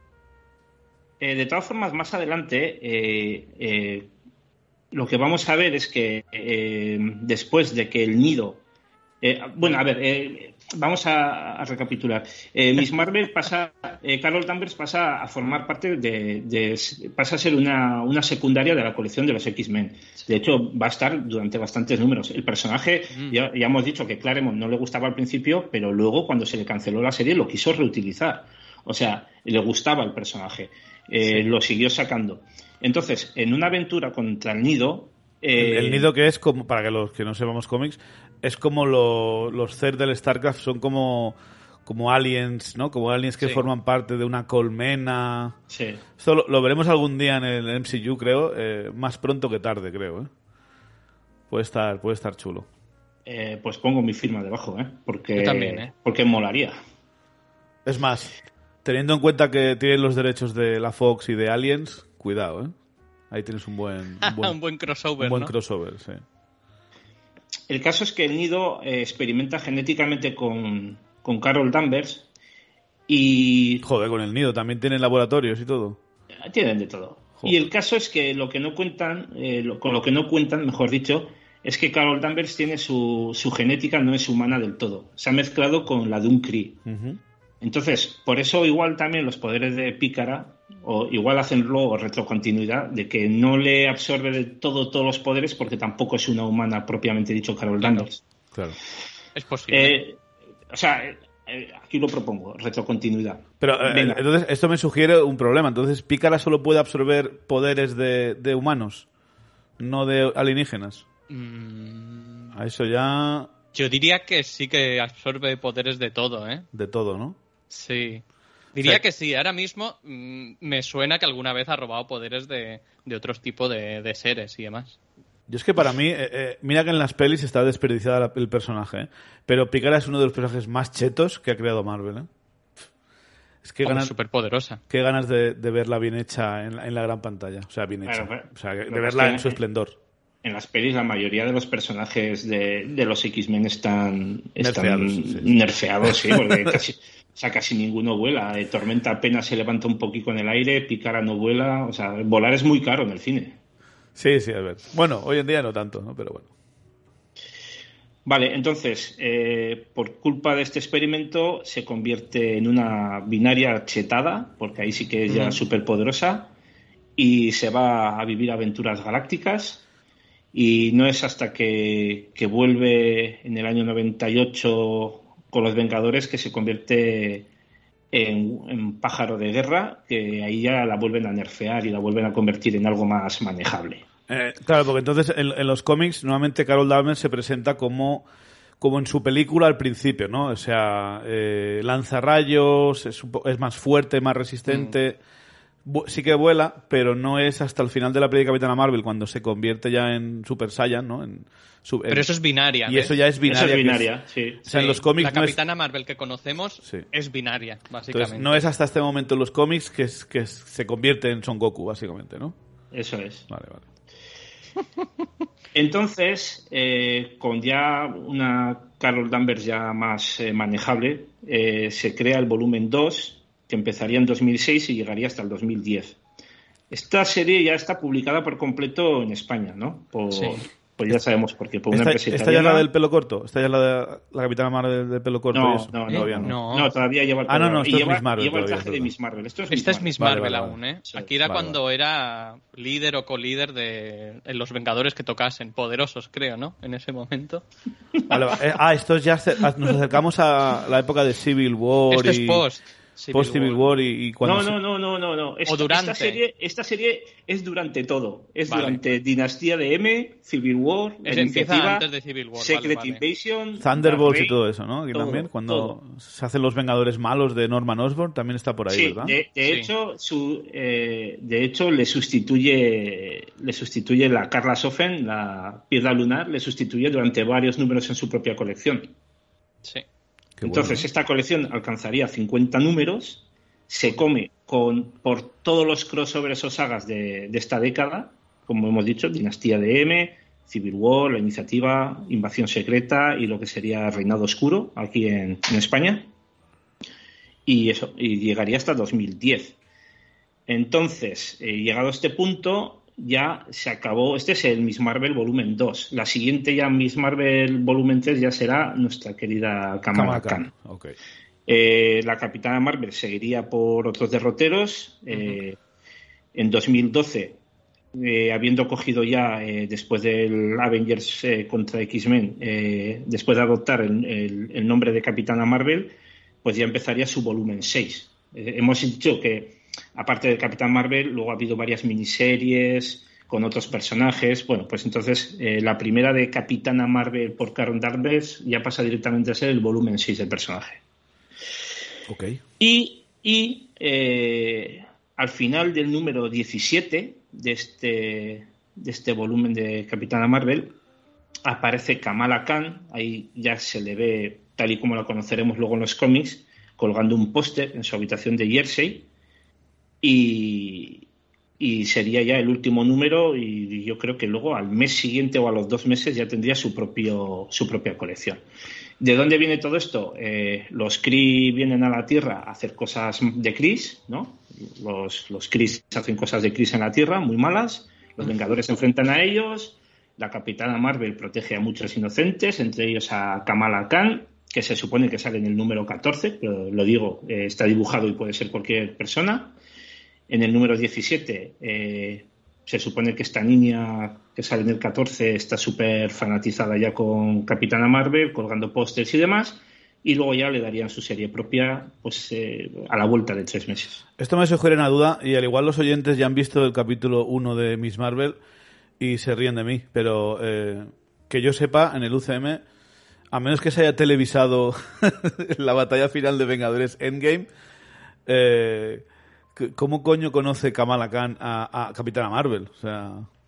Eh, de todas formas, más adelante, eh, eh, lo que vamos a ver es que eh, después de que el nido... eh, bueno, a ver, eh, vamos a, a recapitular. Eh, Miss Marvel pasa... eh, Carol Danvers pasa a formar parte de... de- pasa a ser una, una secundaria de la colección de los X-Men. De hecho, va a estar durante bastantes números. El personaje, Mm. ya, ya hemos dicho que Claremont no le gustaba al principio, pero luego, cuando se le canceló la serie, lo quiso reutilizar. O sea, le gustaba el personaje. Eh, Sí. Lo siguió sacando. Entonces, en una aventura contra el nido... eh, El, el nido que es como, para que los que no sepamos cómics, es como lo- los Zerg del StarCraft, son como, como aliens, ¿no? Como aliens que Sí. forman parte de una colmena. Sí. Esto lo, lo veremos algún día en el M C U, creo, eh, más pronto que tarde, creo, ¿eh? Puede estar, puede estar chulo. Eh, pues pongo mi firma debajo, ¿eh? Porque, Yo también, ¿eh? porque molaría. Es más, teniendo en cuenta que tienen los derechos de la Fox y de Aliens, cuidado, ¿eh? Ahí tienes un buen, un buen, un buen crossover, un buen ¿no? crossover, sí. El caso es que el nido eh, experimenta genéticamente con, con Carol Danvers y Joder, con el nido también tienen laboratorios y todo. tienen de todo. Joder. Y el caso es que lo que no cuentan, eh, lo- con lo que no cuentan, mejor dicho, es que Carol Danvers tiene su, su genética, no es humana del todo. Se ha mezclado con la de un Kree. Ujú. Entonces, por eso igual también los poderes de Pícara, o igual hacen luego retrocontinuidad, de que no le absorbe de todo todos los poderes porque tampoco es una humana propiamente dicho Carol Claro. Danvers. Claro. Es posible. Eh, o sea, eh, eh, aquí lo propongo, retrocontinuidad. Pero eh, Venga. entonces esto me sugiere un problema. Entonces Pícara solo puede absorber poderes de, de humanos, no de alienígenas. Mm, A eso ya yo diría que sí que absorbe poderes de todo, ¿eh? de todo, ¿no? Sí. Diría Sí. que sí. Ahora mismo mm, me suena que alguna vez ha robado poderes de, de otros tipos de, de seres y demás. Yo es que para mí, eh, eh, mira que en las pelis está desperdiciada la- el personaje, ¿eh? Pero Pícara es uno de los personajes más chetos que ha creado Marvel, ¿eh? Es que Como ganas, súper poderosa. qué ganas de, de verla bien hecha en la, en la gran pantalla. O sea, bien hecha. Claro, O sea, de lo que verla es que- en su esplendor. En las pelis la mayoría de los personajes de, de los X-Men están, están Nerfeados, sí. nerfeados, sí, porque casi, o sea, casi ninguno vuela. Eh, Tormenta apenas se levanta un poquito en el aire, Pícara no vuela. O sea, volar es muy caro en el cine. Sí, sí, a ver. Bueno, hoy en día no tanto, ¿no? Pero bueno. Vale, entonces, eh, por culpa de este experimento se convierte en una binaria chetada, porque ahí sí que es ya súper poderosa, y se va a vivir aventuras galácticas. Y no es hasta que, que vuelve en el año noventa y ocho con los Vengadores que se convierte en, en pájaro de guerra, que ahí ya la vuelven a nerfear y la vuelven a convertir en algo más manejable. Eh, claro, porque entonces en, en los cómics normalmente Carol Danvers se presenta como, como en su película al principio, ¿no? O sea, eh, lanza rayos, es, un po- es más fuerte, más resistente. Bu- Sí que vuela, pero no es hasta el final de la peli de Capitana Marvel cuando se convierte ya en Super Saiyan, ¿no? En, su- en- Pero eso es binaria. Y ¿ves? eso ya es binaria. Eso es que binaria, sí. O sea, en Sí, los cómics la no es- Capitana Marvel que conocemos Sí. es binaria, básicamente. Entonces, no es hasta este momento en los cómics que, es- que es- se convierte en Son Goku, básicamente, ¿no? Eso es. Vale, vale. Entonces, eh, con ya una Carol Danvers ya más eh, manejable, eh, se crea el volumen dos, que empezaría en dos mil seis y llegaría hasta el dos mil diez. Esta serie ya está publicada por completo en España, ¿no? Por, Sí. Pues ya sabemos por qué. Por una ¿Esta, empresa ¿Esta italiana... ya es la del pelo corto? ¿Esta ya es la de la Capitana Marvel del pelo corto? No, y eso? no, no, Todavía no, no. no. No, todavía lleva el Ah, no, no, y esto es lleva, Miss Marvel lleva el todavía, traje de perdón. Miss Marvel. Esto es Esta Miss es Miss Vale, Marvel vale, aún, vale. ¿eh? Sí, Aquí era vale, cuando era líder o co-líder de en los Vengadores que tocasen. Poderosos, creo, ¿no? En ese momento. Vale, vale. Eh, ah, esto ya se- ah, nos acercamos a la época de Civil War Esto es y... post. Post Civil War y, y cuando No, se- no, no, no, no, no. Esta, O durante. Esta serie, esta serie es durante todo. Es Vale. durante Dinastía de M, Civil War, Es- la empieza iniciativa, antes de Civil War, Secret vale, vale. Invasion, Thunderbolts Dark y todo Reign, eso, ¿no? Aquí todo, también, cuando todo. se hacen los Vengadores malos de Norman Osborn, también está por ahí, Sí, ¿verdad? de, de Sí. hecho, su, eh, de hecho le sustituye, le sustituye la Carla Sofen, la Piedra Lunar, le sustituye durante varios números en su propia colección. Sí. Qué Entonces, bueno, ¿no? esta colección alcanzaría cincuenta números, se come con por todos los crossovers o sagas de, de esta década, como hemos dicho, Dinastía de M, Civil War, La Iniciativa, Invasión Secreta y lo que sería Reinado Oscuro aquí en, en España. Y eso, y llegaría hasta dos mil diez. Entonces, eh, llegado a este punto, ya se acabó. Este es el Miss Marvel volumen dos. La siguiente ya Miss Marvel volumen tres ya será nuestra querida Kamala Kamala Khan. Khan. Ok. Eh, la Capitana Marvel seguiría por otros derroteros. Eh, en dos mil doce, eh, habiendo cogido ya, eh, después del Avengers eh, contra X-Men, eh, después de adoptar el, el- el nombre de Capitana Marvel, pues ya empezaría su volumen seis. Eh, hemos dicho que, aparte de Capitán Marvel, luego ha habido varias miniseries con otros personajes. Bueno, pues entonces eh, la primera de Capitana Marvel por Carol Danvers ya pasa directamente a ser el volumen seis del personaje. Ok. Y, y eh, al final del número diecisiete de este, de este volumen de Capitana Marvel aparece Kamala Khan. Ahí ya se le ve, tal y como la conoceremos luego en los cómics, colgando un póster en su habitación de Jersey. Y, y sería ya el último número, y yo creo que luego al mes siguiente o a los dos meses ya tendría su, propio, su propia colección. ¿De dónde viene todo esto? Eh, los Kree vienen a la Tierra a hacer cosas de Kree, ¿no? Los, los Kree hacen cosas de Kree en la Tierra, muy malas. Los Vengadores se enfrentan a ellos. La Capitana Marvel protege a muchos inocentes, entre ellos a Kamala Khan, que se supone que sale en el número catorce, pero lo digo, eh, está dibujado y puede ser cualquier persona. En el número diecisiete eh, se supone que esta niña que sale en el catorce está súper fanatizada ya con Capitana Marvel, colgando pósters y demás, y luego ya le darían su serie propia pues eh, a la vuelta de tres meses. Esto me sugiere una duda, y al igual los oyentes ya han visto el capítulo uno de Miss Marvel y se ríen de mí, pero eh, que yo sepa, en el U C M, a menos que se haya televisado la batalla final de Vengadores Endgame, eh, ¿cómo coño conoce Kamala Khan a, a Capitana Marvel? O sea,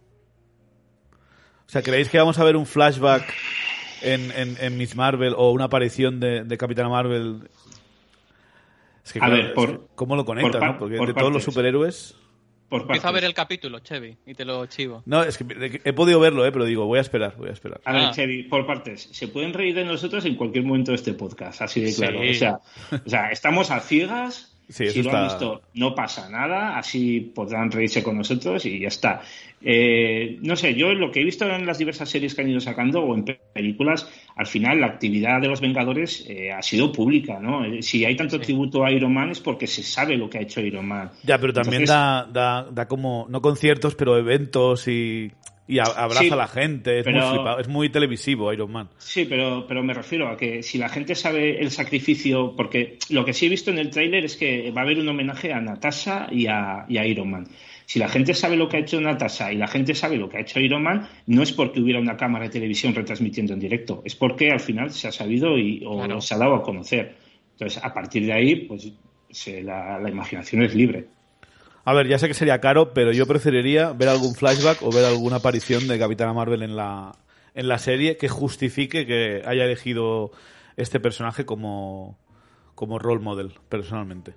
o sea, ¿creéis que vamos a ver un flashback en, en, en Miss Marvel o una aparición de, de Capitana Marvel? Es que, A claro, ver, por- es que ¿cómo lo conectas, por par- no? Porque por de todos los partes. superhéroes... Por Empieza a partes. ver el capítulo, Chevy, y te lo chivo. No, es que he podido verlo, eh, pero digo, voy a esperar, voy a esperar. A ver, Ah. Chevy, por partes. Se pueden reír de nosotros en cualquier momento de este podcast, así de claro. Sí. O sea, o sea, estamos a ciegas. Sí, eso si lo han está- visto, no pasa nada. Así podrán reírse con nosotros y ya está. Eh, no sé, yo lo que he visto en las diversas series que han ido sacando o en pe- películas, al final la actividad de los Vengadores eh, ha sido pública, ¿no? Eh, Si hay tanto Sí. tributo a Iron Man es porque se sabe lo que ha hecho Iron Man. Ya, pero también Entonces, da, da, da como, no conciertos, pero eventos y, y a- abraza Sí, a la gente. Es, pero- muy flipado, es muy televisivo Iron Man. Sí, pero, pero me refiero a que si la gente sabe el sacrificio, porque lo que sí he visto en el tráiler es que va a haber un homenaje a Natasha y a, y a Iron Man. Si la gente sabe lo que ha hecho Natasha y la gente sabe lo que ha hecho Iron Man, no es porque hubiera una cámara de televisión retransmitiendo en directo, es porque al final se ha sabido y, o Claro. se ha dado a conocer. Entonces, a partir de ahí, pues se- la, la imaginación es libre. A ver, ya sé que sería caro, pero yo preferiría ver algún flashback o ver alguna aparición de Capitana Marvel en la, en la serie que justifique que haya elegido este personaje como, como role model, personalmente.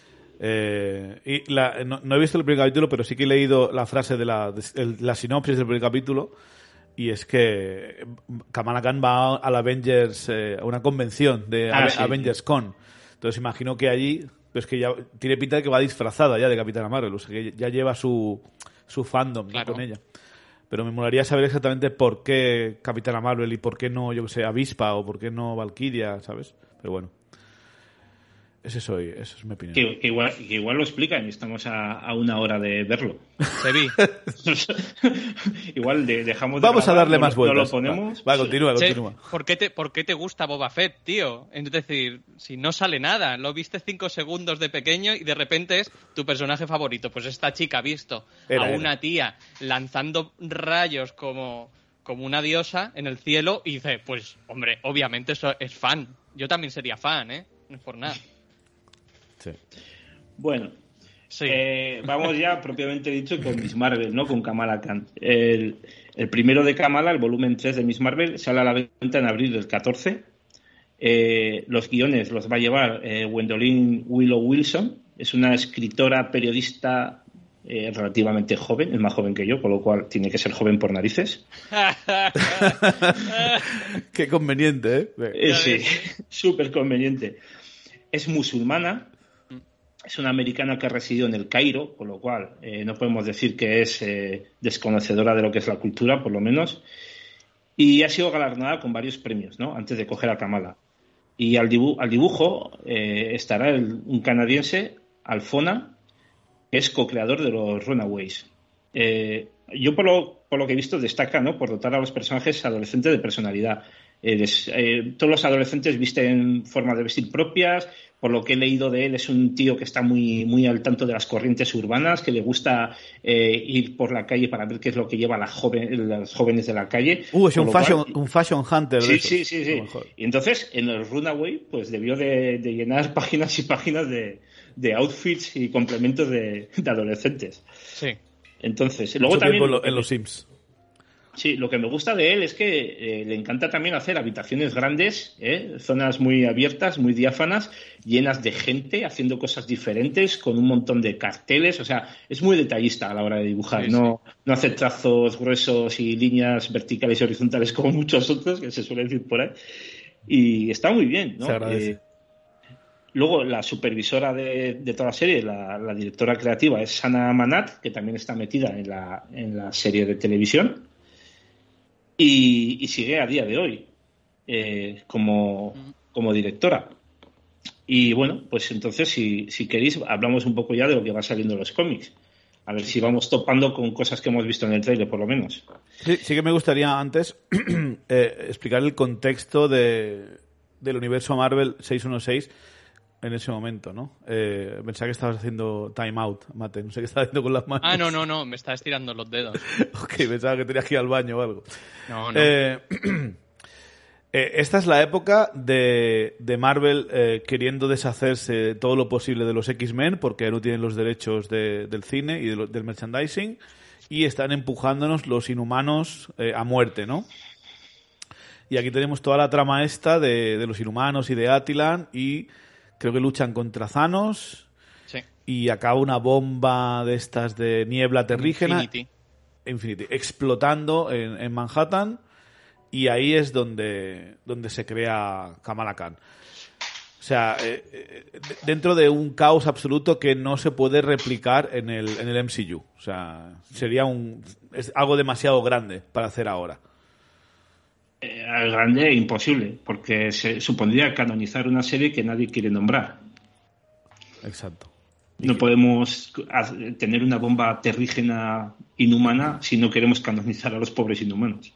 Eh, y la, no, no he visto el primer capítulo, pero sí que he leído la frase de la, de el- la sinopsis del primer capítulo, y es que Kamala Khan va a la Avengers, eh, a una convención de Ah, Ave- sí, Avengers Con. Entonces imagino que allí, pues que ya tiene pinta de que va disfrazada ya de Capitana Marvel, o sea que ya lleva su, su fandom, ¿no? Claro. Con ella. pero me molaría saber exactamente por qué Capitana Marvel y por qué no, yo que sé, Avispa o por qué no Valkyria, ¿sabes? Pero bueno. Ese soy, eso es mi opinión. Que, que, igual, que igual lo explican y estamos a, a una hora de verlo. Se vi. Igual de, dejamos de Vamos grabar, a darle no, más vueltas. No lo ponemos. Va, va continúa, Sí, continúa. ¿por qué, te, ¿Por qué te gusta Boba Fett, tío? Es decir, si no sale nada, lo viste cinco segundos de pequeño y de repente es tu personaje favorito. Pues esta chica ha visto Era, a era. una tía lanzando rayos como, como una diosa en el cielo y dice, pues, hombre, obviamente eso es fan. Yo también sería fan, ¿eh? No es por nada. Sí. Bueno, Sí. eh, vamos ya propiamente dicho con Miss Marvel, ¿no? Con Kamala Khan. El, el primero de Kamala, el volumen tres de Miss Marvel, sale a la venta en abril del catorce. Eh, los guiones los va a llevar eh, Gwendolyn Willow Wilson. Es una escritora, periodista eh, relativamente joven, es más joven que yo, con lo cual tiene que ser joven por narices. Qué conveniente, ¿eh? Eh, sí, súper conveniente. Es musulmana. Es una americana que ha residido en el Cairo, con lo cual eh, no podemos decir que es eh, desconocedora de lo que es la cultura, por lo menos. Y ha sido galardonada con varios premios, ¿no? Antes de coger a Kamala. Y al, dibu- al dibujo eh, estará el- un canadiense, Alfona, que es co-creador de los Runaways. Eh, yo, por lo, por lo que he visto, destaca, ¿no? Por dotar a los personajes adolescentes de personalidad. Eh, des- eh, todos los adolescentes visten formas de vestir propias. Por lo que he leído de él, es un tío que está muy, muy al tanto de las corrientes urbanas, que le gusta eh, ir por la calle para ver qué es lo que lleva la joven, las jóvenes de la calle. Uh, es un Con lo fashion, cual- un fashion hunter. de Sí, esos, sí, sí, a sí. lo mejor. Y entonces, en el Runaway, pues debió de, de llenar páginas y páginas de, de outfits y complementos de, de adolescentes. Sí. Entonces, luego Mucho también... tiempo en, lo lo- que en me- los Sims. Sí, lo que me gusta de él es que eh, le encanta también hacer habitaciones grandes, ¿eh? Zonas muy abiertas, muy diáfanas, llenas de gente, haciendo cosas diferentes, con un montón de carteles. O sea, es muy detallista a la hora de dibujar. Sí, no, no hace trazos gruesos y líneas verticales y horizontales como muchos otros, que se suele decir por ahí. Y está muy bien, ¿no? Se agradece. Eh, Luego, la supervisora de, de toda la serie, la, la directora creativa, es Sana Manat, que también está metida en la, en la serie de televisión. Y, y sigue a día de hoy eh, como, como directora. Y bueno, pues entonces, si, si queréis, hablamos un poco ya de lo que va saliendo en los cómics. A ver si vamos topando con cosas que hemos visto en el trailer, por lo menos. Sí, sí que me gustaría antes eh, explicar el contexto de, del universo Marvel seiscientos dieciséis en ese momento, ¿no? Eh, pensaba que estabas haciendo time out, Mate. No sé qué estás haciendo con las manos. Ah, no, no, no, me está estirando los dedos. Ok, pensaba que tenías que ir al baño o algo. No, no. Eh, eh, esta es la época de, de Marvel eh, queriendo deshacerse todo lo posible de los X-Men porque no tienen los derechos de- del cine y de lo- del merchandising y están empujándonos los Inhumanos eh, a muerte, ¿no? Y aquí tenemos toda la trama esta de, de los Inhumanos y de Attilan y creo que luchan contra Thanos Sí. y acaba una bomba de estas de niebla terrígena. Infinity. Infinity, explotando en, en Manhattan y ahí es donde, donde se crea Kamala Khan. O sea, eh, eh, dentro de un caos absoluto que no se puede replicar en el, en el M C U. O sea, sería un es algo demasiado grande para hacer ahora. Eh, al grande e imposible, porque se supondría canonizar una serie que nadie quiere nombrar. Exacto. No podemos ha- tener una bomba terrígena inhumana si no queremos canonizar a los pobres inhumanos.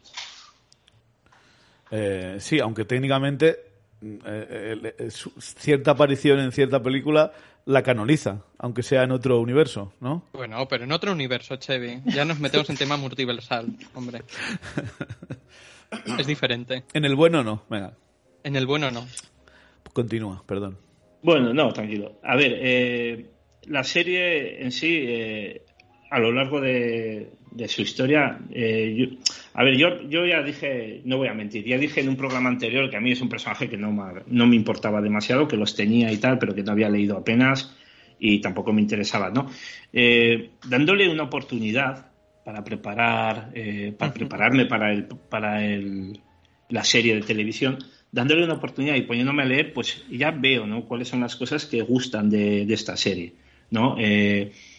Eh, sí, aunque técnicamente eh, eh, eh, su- cierta aparición en cierta película la canoniza, aunque sea en otro universo, ¿no? Bueno, pero en otro universo, Chevy. Ya nos metemos en tema multiversal, hombre. Es diferente. En el bueno no. Venga, En el bueno no. continúa, perdón. Bueno, no, tranquilo. A ver, eh, la serie en sí, eh, a lo largo de, de su historia, eh, yo- a ver, yo, yo ya dije, no voy a mentir, ya dije en un programa anterior que a mí es un personaje que no me, no me importaba demasiado, que los tenía y tal, pero que no había leído apenas y tampoco me interesaba, ¿no? Eh, dándole una oportunidad para preparar, eh, para prepararme para el, para el, la serie de televisión, dándole una oportunidad y poniéndome a leer, pues ya veo, ¿no? Cuáles son las cosas que gustan de, de esta serie, ¿no? Eh,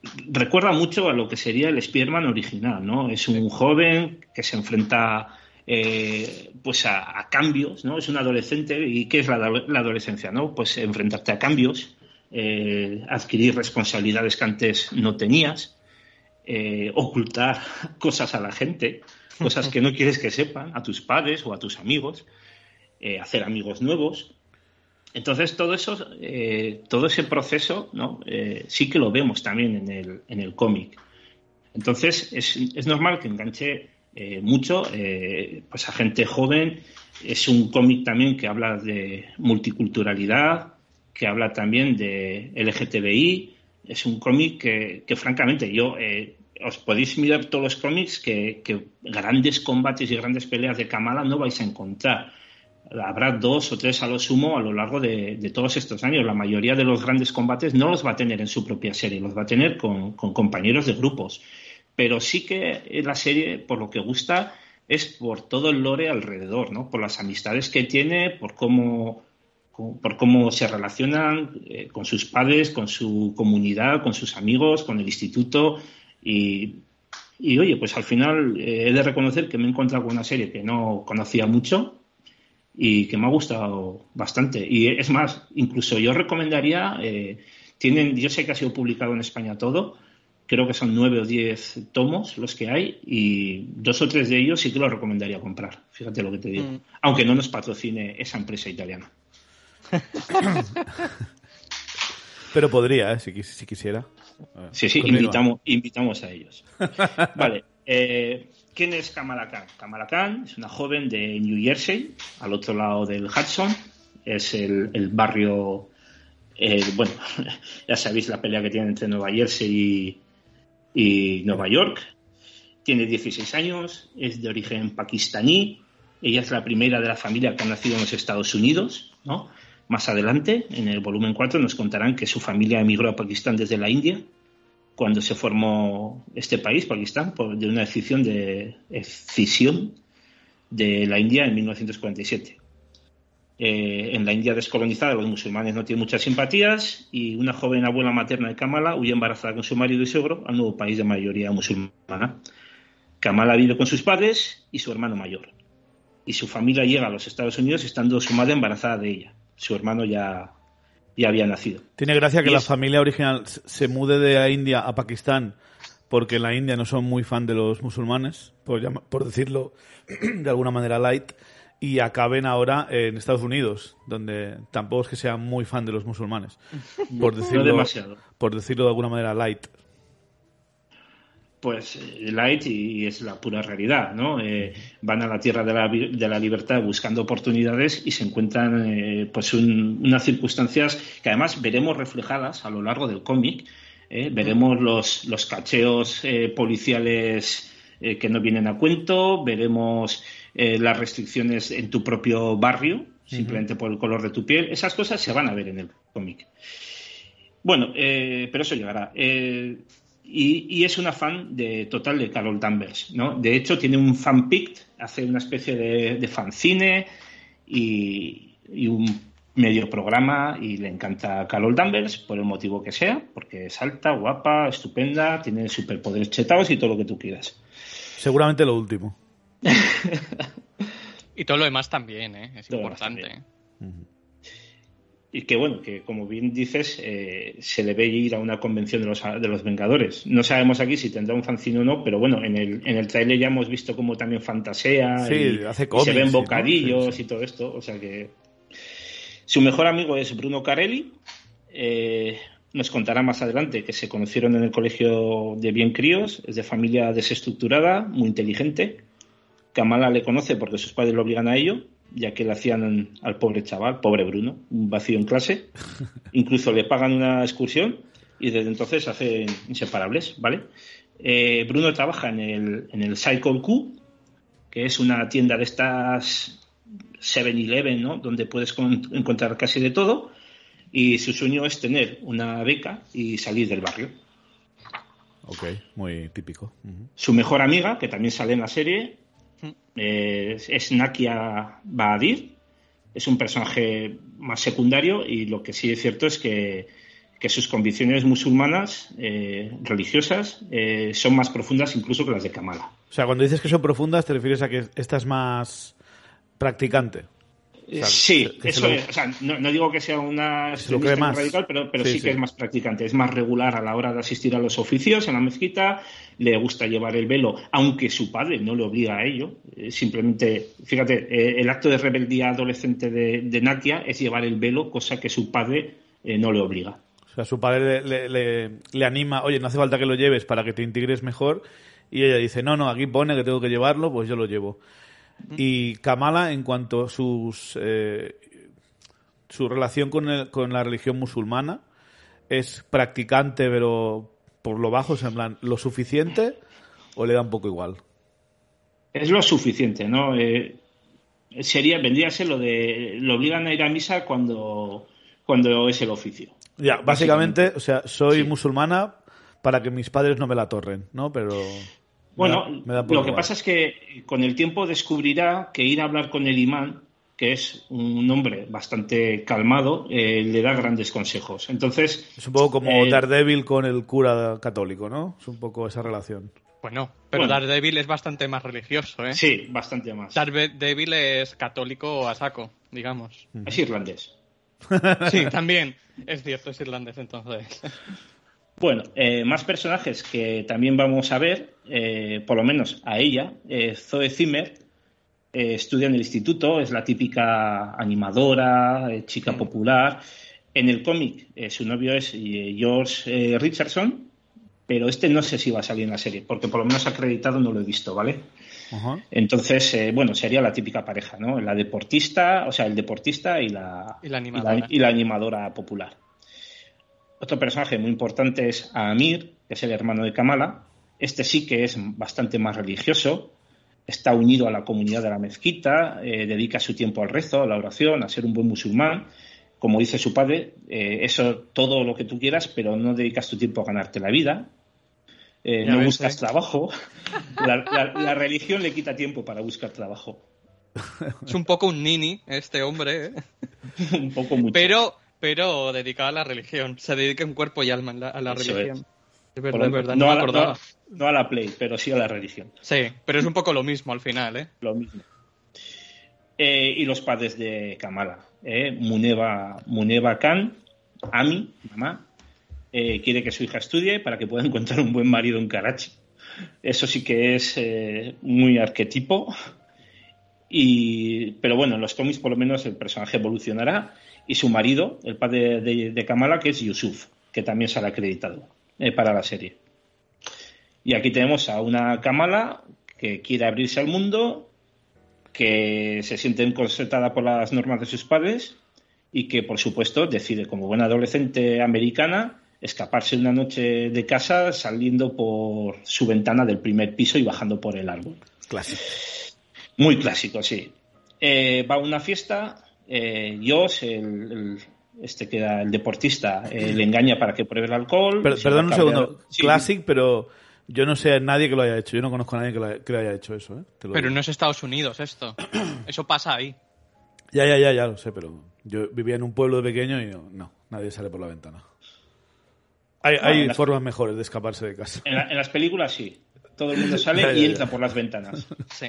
recuerda mucho a lo que sería el Spider-Man original, ¿no? Es un joven que se enfrenta eh, pues a, a cambios, ¿no? Es un adolescente. ¿Y qué es la, la adolescencia, no? Pues enfrentarte a cambios, eh, adquirir responsabilidades que antes no tenías, eh, ocultar cosas a la gente, cosas que no quieres que sepan, a tus padres o a tus amigos, eh, hacer amigos nuevos. Entonces, todo eso, eh, todo ese proceso, ¿no? Eh, sí que lo vemos también en el, en el cómic. Entonces, es, es normal que enganche eh, mucho eh, pues a gente joven. Es un cómic también que habla de multiculturalidad, que habla también de L G T B I. Es un cómic que, que francamente, yo eh, os podéis mirar todos los cómics que, que grandes combates y grandes peleas de Kamala no vais a encontrar. Habrá dos o tres a lo sumo a lo largo de, de todos estos años. La mayoría de los grandes combates no los va a tener en su propia serie, los va a tener con, con compañeros de grupos. Pero sí que la serie, por lo que gusta, es por todo el lore alrededor, ¿no? Por las amistades que tiene, por cómo, por cómo se relacionan eh, con sus padres, con su comunidad, con sus amigos, con el instituto. Y, y oye, pues al final eh, he de reconocer que me he encontrado con una serie que no conocía mucho y que me ha gustado bastante. Y es más, incluso yo recomendaría, eh, tienen, yo sé que ha sido publicado en España todo, creo que son nueve o diez tomos los que hay, y dos o tres de ellos sí que los recomendaría comprar, fíjate lo que te digo, mm. aunque no nos patrocine esa empresa italiana. Pero podría, ¿eh? si, si quisiera. Sí, sí, invitamos, invitamos a ellos. Vale, eh, ¿quién es Kamala Khan? Kamala Khan es una joven de New Jersey, al otro lado del Hudson. Es el, el barrio, eh, bueno, ya sabéis la pelea que tiene entre Nueva Jersey y, y Nueva York. Tiene dieciséis años, es de origen pakistaní. Ella es la primera de la familia que ha nacido en los Estados Unidos, ¿no? Más adelante, en el volumen cuatro, nos contarán que su familia emigró a Pakistán desde la India cuando se formó este país, Pakistán, por, de una decisión de escisión de la India en mil novecientos cuarenta y siete. Eh, en la India descolonizada los musulmanes no tienen muchas simpatías y una joven abuela materna de Kamala huye embarazada con su marido y suegro al nuevo país de mayoría musulmana. Kamala vive con sus padres y su hermano mayor. Y su familia llega a los Estados Unidos estando su madre embarazada de ella. Su hermano ya, ya había nacido. Tiene gracia que y la es... familia original se mude de la India a Pakistán porque en la India no son muy fan de los musulmanes, por, llam- por decirlo de alguna manera light, y acaben ahora en Estados Unidos, donde tampoco es que sean muy fan de los musulmanes, por decirlo, no demasiado. Por decirlo de alguna manera light. Pues light y, y es la pura realidad, ¿no? Eh, van a la tierra de la, de la libertad buscando oportunidades y se encuentran eh, pues un, unas circunstancias que además veremos reflejadas a lo largo del cómic. ¿eh? Veremos los, los cacheos eh, policiales eh, que no vienen a cuento, veremos eh, las restricciones en tu propio barrio, simplemente uh-huh. por el color de tu piel. Esas cosas se van a ver en el cómic. Bueno, eh, pero eso llegará. Eh, Y, y es una fan de total de Carol Danvers, ¿no? De hecho, tiene un fanpic, hace una especie de, de fanzine y, y un medio programa y le encanta Carol Danvers por el motivo que sea, porque es alta, guapa, estupenda, tiene superpoderes chetados y todo lo que tú quieras. Seguramente lo último. Y todo lo demás también, ¿eh? Es todo importante. ¿eh? Uh-huh. Y que, bueno, que como bien dices, eh, se le ve ir a una convención de los, de los Vengadores. No sabemos aquí si tendrá un fanzine o no, pero bueno, en el, en el tráiler ya hemos visto cómo también fantasea sí, y, hace cómics, y se ven bocadillos sí, ¿no? sí, sí. y todo esto. O sea que su mejor amigo es Bruno Carelli. Eh, nos contará más adelante que se conocieron en el colegio de bien críos. Es de familia desestructurada, muy inteligente. Kamala le conoce porque sus padres lo obligan a ello, ya que le hacían al pobre chaval, pobre Bruno, un vacío en clase. Incluso le pagan una excursión y desde entonces se hacen inseparables, ¿vale? Eh, Bruno trabaja en el, en el Cycle Q, que es una tienda de estas seven eleven, ¿no? Donde puedes con, encontrar casi de todo, y su sueño es tener una beca y salir del barrio. Ok, muy típico. Uh-huh. Su mejor amiga, que también sale en la serie, Eh, es Nakia Bahadir. Es un personaje más secundario y lo que sí es cierto es que que sus convicciones musulmanas, eh, religiosas, eh, son más profundas incluso que las de Kamala. O sea, cuando dices que son profundas, ¿te refieres a que esta es más practicante? O sea, sí, que eso lo... es. O sea, no, no digo que sea una extremista más radical, pero, pero sí, sí, sí que es más practicante. Es más regular a la hora de asistir a los oficios en la mezquita. Le gusta llevar el velo, aunque su padre no le obliga a ello. Eh, simplemente, fíjate, eh, el acto de rebeldía adolescente de, de Nakia es llevar el velo, cosa que su padre eh, no le obliga. O sea, su padre le, le, le anima, oye, no hace falta que lo lleves para que te integres mejor. Y ella dice, no, no, aquí pone que tengo que llevarlo, pues yo lo llevo. Y Kamala, en cuanto a sus eh, su relación con, el, con la religión musulmana, ¿es practicante pero por lo bajo, o sea, en plan, lo suficiente o le da un poco igual? Es lo suficiente, ¿no? Eh, sería, vendría a ser lo de, lo obligan a ir a misa cuando, cuando es el oficio. Ya, básicamente, básicamente o sea, soy sí. musulmana para que mis padres no me la torren, ¿no? Pero... Bueno, me da, me da lo que igual. pasa es que con el tiempo descubrirá que ir a hablar con el imán, que es un hombre bastante calmado, eh, le da grandes consejos. Entonces es un poco como eh, Daredevil con el cura católico, ¿no? Es un poco esa relación. Bueno, pero bueno, Daredevil es bastante más religioso, ¿eh? Sí, bastante más. Daredevil es católico a saco, digamos. Es irlandés. Sí, también. Es cierto, es irlandés entonces. Bueno, eh, más personajes que también vamos a ver, eh, por lo menos a ella, eh, Zoe Zimmer, eh, estudia en el instituto, es la típica animadora, eh, chica mm. popular. En el cómic, eh, su novio es eh, George eh, Richardson, pero este no sé si va a salir en la serie, porque por lo menos acreditado no lo he visto, ¿vale? Uh-huh. Entonces, eh, bueno, sería la típica pareja, ¿no? La deportista, o sea, el deportista y la, y la animadora, y la, y la animadora popular. Otro personaje muy importante es Amir, que es el hermano de Kamala. Este sí que es bastante más religioso, está unido a la comunidad de la mezquita, eh, dedica su tiempo al rezo, a la oración, a ser un buen musulmán. Como dice su padre, eh, eso todo lo que tú quieras, pero no dedicas tu tiempo a ganarte la vida. Eh, no ves, buscas eh. trabajo. La, la, la religión le quita tiempo para buscar trabajo. Es un poco un nini este hombre, ¿eh? Un poco mucho. Pero... pero dedicado a la religión. Se dedica en cuerpo y alma a la Eso religión. Es, es verdad, lo, es verdad, no, no me me acordaba. No, no a la Play, pero sí a la religión. Sí, pero es un poco lo mismo al final, ¿eh? Lo mismo. Eh, y los padres de Kamala. Eh, Muneba, Muneba Khan, Ami, mamá, eh, quiere que su hija estudie para que pueda encontrar un buen marido en Karachi. Eso sí que es eh, muy arquetipo. Y, pero bueno, en los cómics por lo menos el personaje evolucionará. Y su marido, el padre de, de Kamala, que es Yusuf, que también se ha acreditado eh, para la serie. Y aquí tenemos a una Kamala que quiere abrirse al mundo, que se siente encorsetada por las normas de sus padres y que, por supuesto, decide, como buena adolescente americana, escaparse una noche de casa saliendo por su ventana del primer piso y bajando por el árbol. Clásico. Muy clásico, sí. Eh, va a una fiesta... Eh, Josh, el, el, este que era el deportista, eh, le engaña para que pruebe el alcohol. Pero, perdón un segundo, sí. Classic, pero yo no sé a nadie que lo haya hecho. Yo no conozco a nadie que lo haya, que lo haya hecho eso. ¿eh? Te lo pero digo. No es Estados Unidos esto. Eso pasa ahí. Ya, ya, ya, ya lo sé, pero yo vivía en un pueblo pequeño y no, no nadie sale por la ventana. Hay, ah, hay formas las... mejores de escaparse de casa. En, la, en las películas sí. Todo el mundo sale ya, ya, y entra ya. por las ventanas. Sí.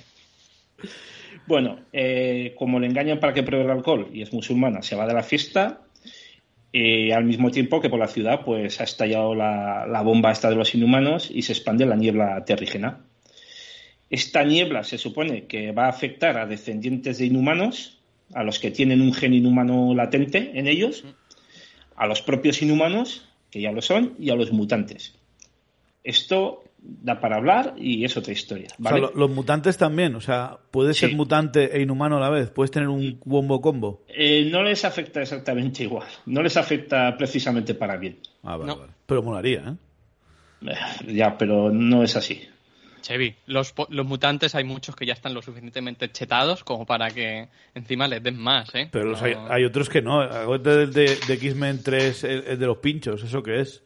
Bueno, eh, como le engañan para que pruebe el alcohol y es musulmana, se va de la fiesta y al mismo tiempo que por la ciudad pues ha estallado la, la bomba esta de los inhumanos y se expande la niebla terrígena. Esta niebla se supone que va a afectar a descendientes de inhumanos, a los que tienen un gen inhumano latente en ellos, a los propios inhumanos, que ya lo son, y a los mutantes. Esto da para hablar y es otra historia, ¿vale? O sea, lo, los mutantes también, o sea, ¿puedes sí. ser mutante e inhumano a la vez? ¿Puedes tener un combo combo? Eh, no les afecta exactamente igual, no les afecta precisamente para bien. Ah, vale, no. vale. Pero molaría, ¿eh? ¿eh? Ya, pero no es así. Chevy, los, los mutantes hay muchos que ya están lo suficientemente chetados como para que encima les den más, ¿eh? Pero los no... hay, hay otros que no. De, de, de X-Men tres, el, el de los pinchos, ¿eso qué es?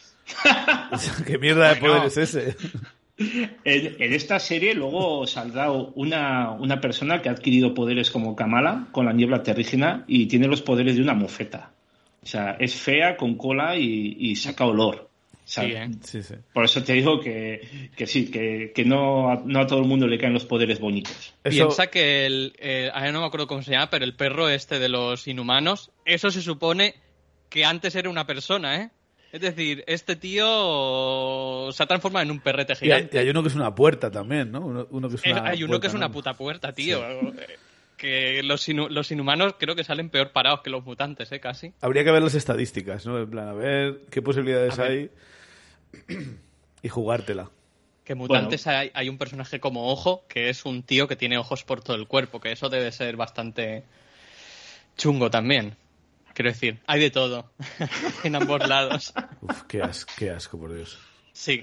¿Qué mierda de poder no. es ese? En, en esta serie luego saldrá una, una persona que ha adquirido poderes como Kamala con la niebla terrígena y tiene los poderes de una mofeta. O sea, es fea, con cola y, y saca olor. O sea, Sí, ¿eh? Sí, sí. por eso te digo que, que sí, que, que no, a, no a todo el mundo le caen los poderes bonitos. Eso- Piensa que el, eh, ahora no me acuerdo cómo se llama, pero el perro este de los inhumanos, eso se supone que antes era una persona, ¿eh? Es decir, este tío se ha transformado en un perrete Y hay, gigante. y hay uno que es una puerta también, ¿no? Uno, uno que es Eh, una Hay uno puerta, que es una ¿no? puta puerta, tío. Eh, Que los, inu- los inhumanos creo que salen peor parados que los mutantes, ¿eh? Casi. Habría que ver las estadísticas, ¿no? En plan, a ver qué posibilidades A ver. hay y jugártela. Que mutantes hay, hay un personaje como Ojo, que es un tío que tiene ojos por todo el cuerpo, que eso debe ser bastante chungo también. Quiero decir, hay de todo en ambos lados. Uf, qué, as- qué asco, por Dios. Sí.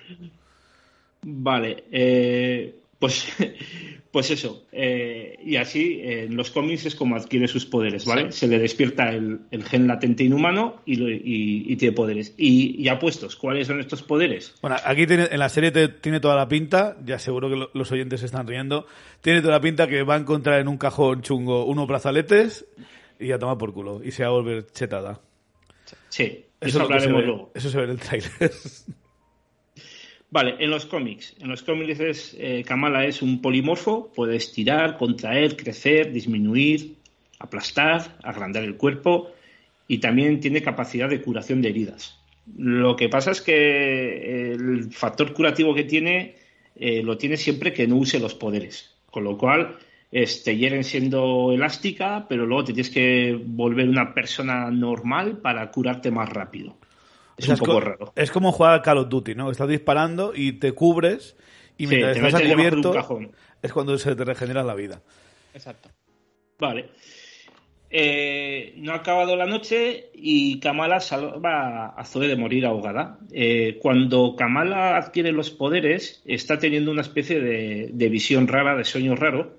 Vale, eh, pues, pues eso. eh, y así, eh, en los cómics es como adquiere sus poderes, ¿vale? Sí. Se le despierta el, el gen latente inhumano y, lo- y- y tiene poderes. Y ya puestos, ¿cuáles son estos poderes? Bueno, aquí tiene, en la serie te- tiene toda la pinta, ya seguro que lo- los oyentes se están riendo, tiene toda la pinta que va a encontrar en un cajón chungo unos brazaletes y a tomar por culo, y se va a volver chetada. Sí, eso, es lo que se hablaremos ve, luego. eso se ve en el tráiler. Vale, en los cómics. En los cómics es, eh, Kamala es un polimorfo, puede estirar, contraer, crecer, disminuir, aplastar, agrandar el cuerpo y también tiene capacidad de curación de heridas. Lo que pasa es que el factor curativo que tiene eh, lo tiene siempre que no use los poderes, con lo cual es, te hieren siendo elástica, pero luego te tienes que volver una persona normal para curarte más rápido. Es O sea, un poco co- raro. es como jugar al Call of Duty, ¿no? Estás disparando y te cubres y Sí, mientras te estás metes a debajo de un cubierto cajón. es cuando se te regenera la vida. Exacto. Vale. Eh, no ha acabado la noche y Kamala salva a Zoe de morir ahogada. Eh, cuando Kamala adquiere los poderes, está teniendo una especie de, de visión rara, de sueño raro,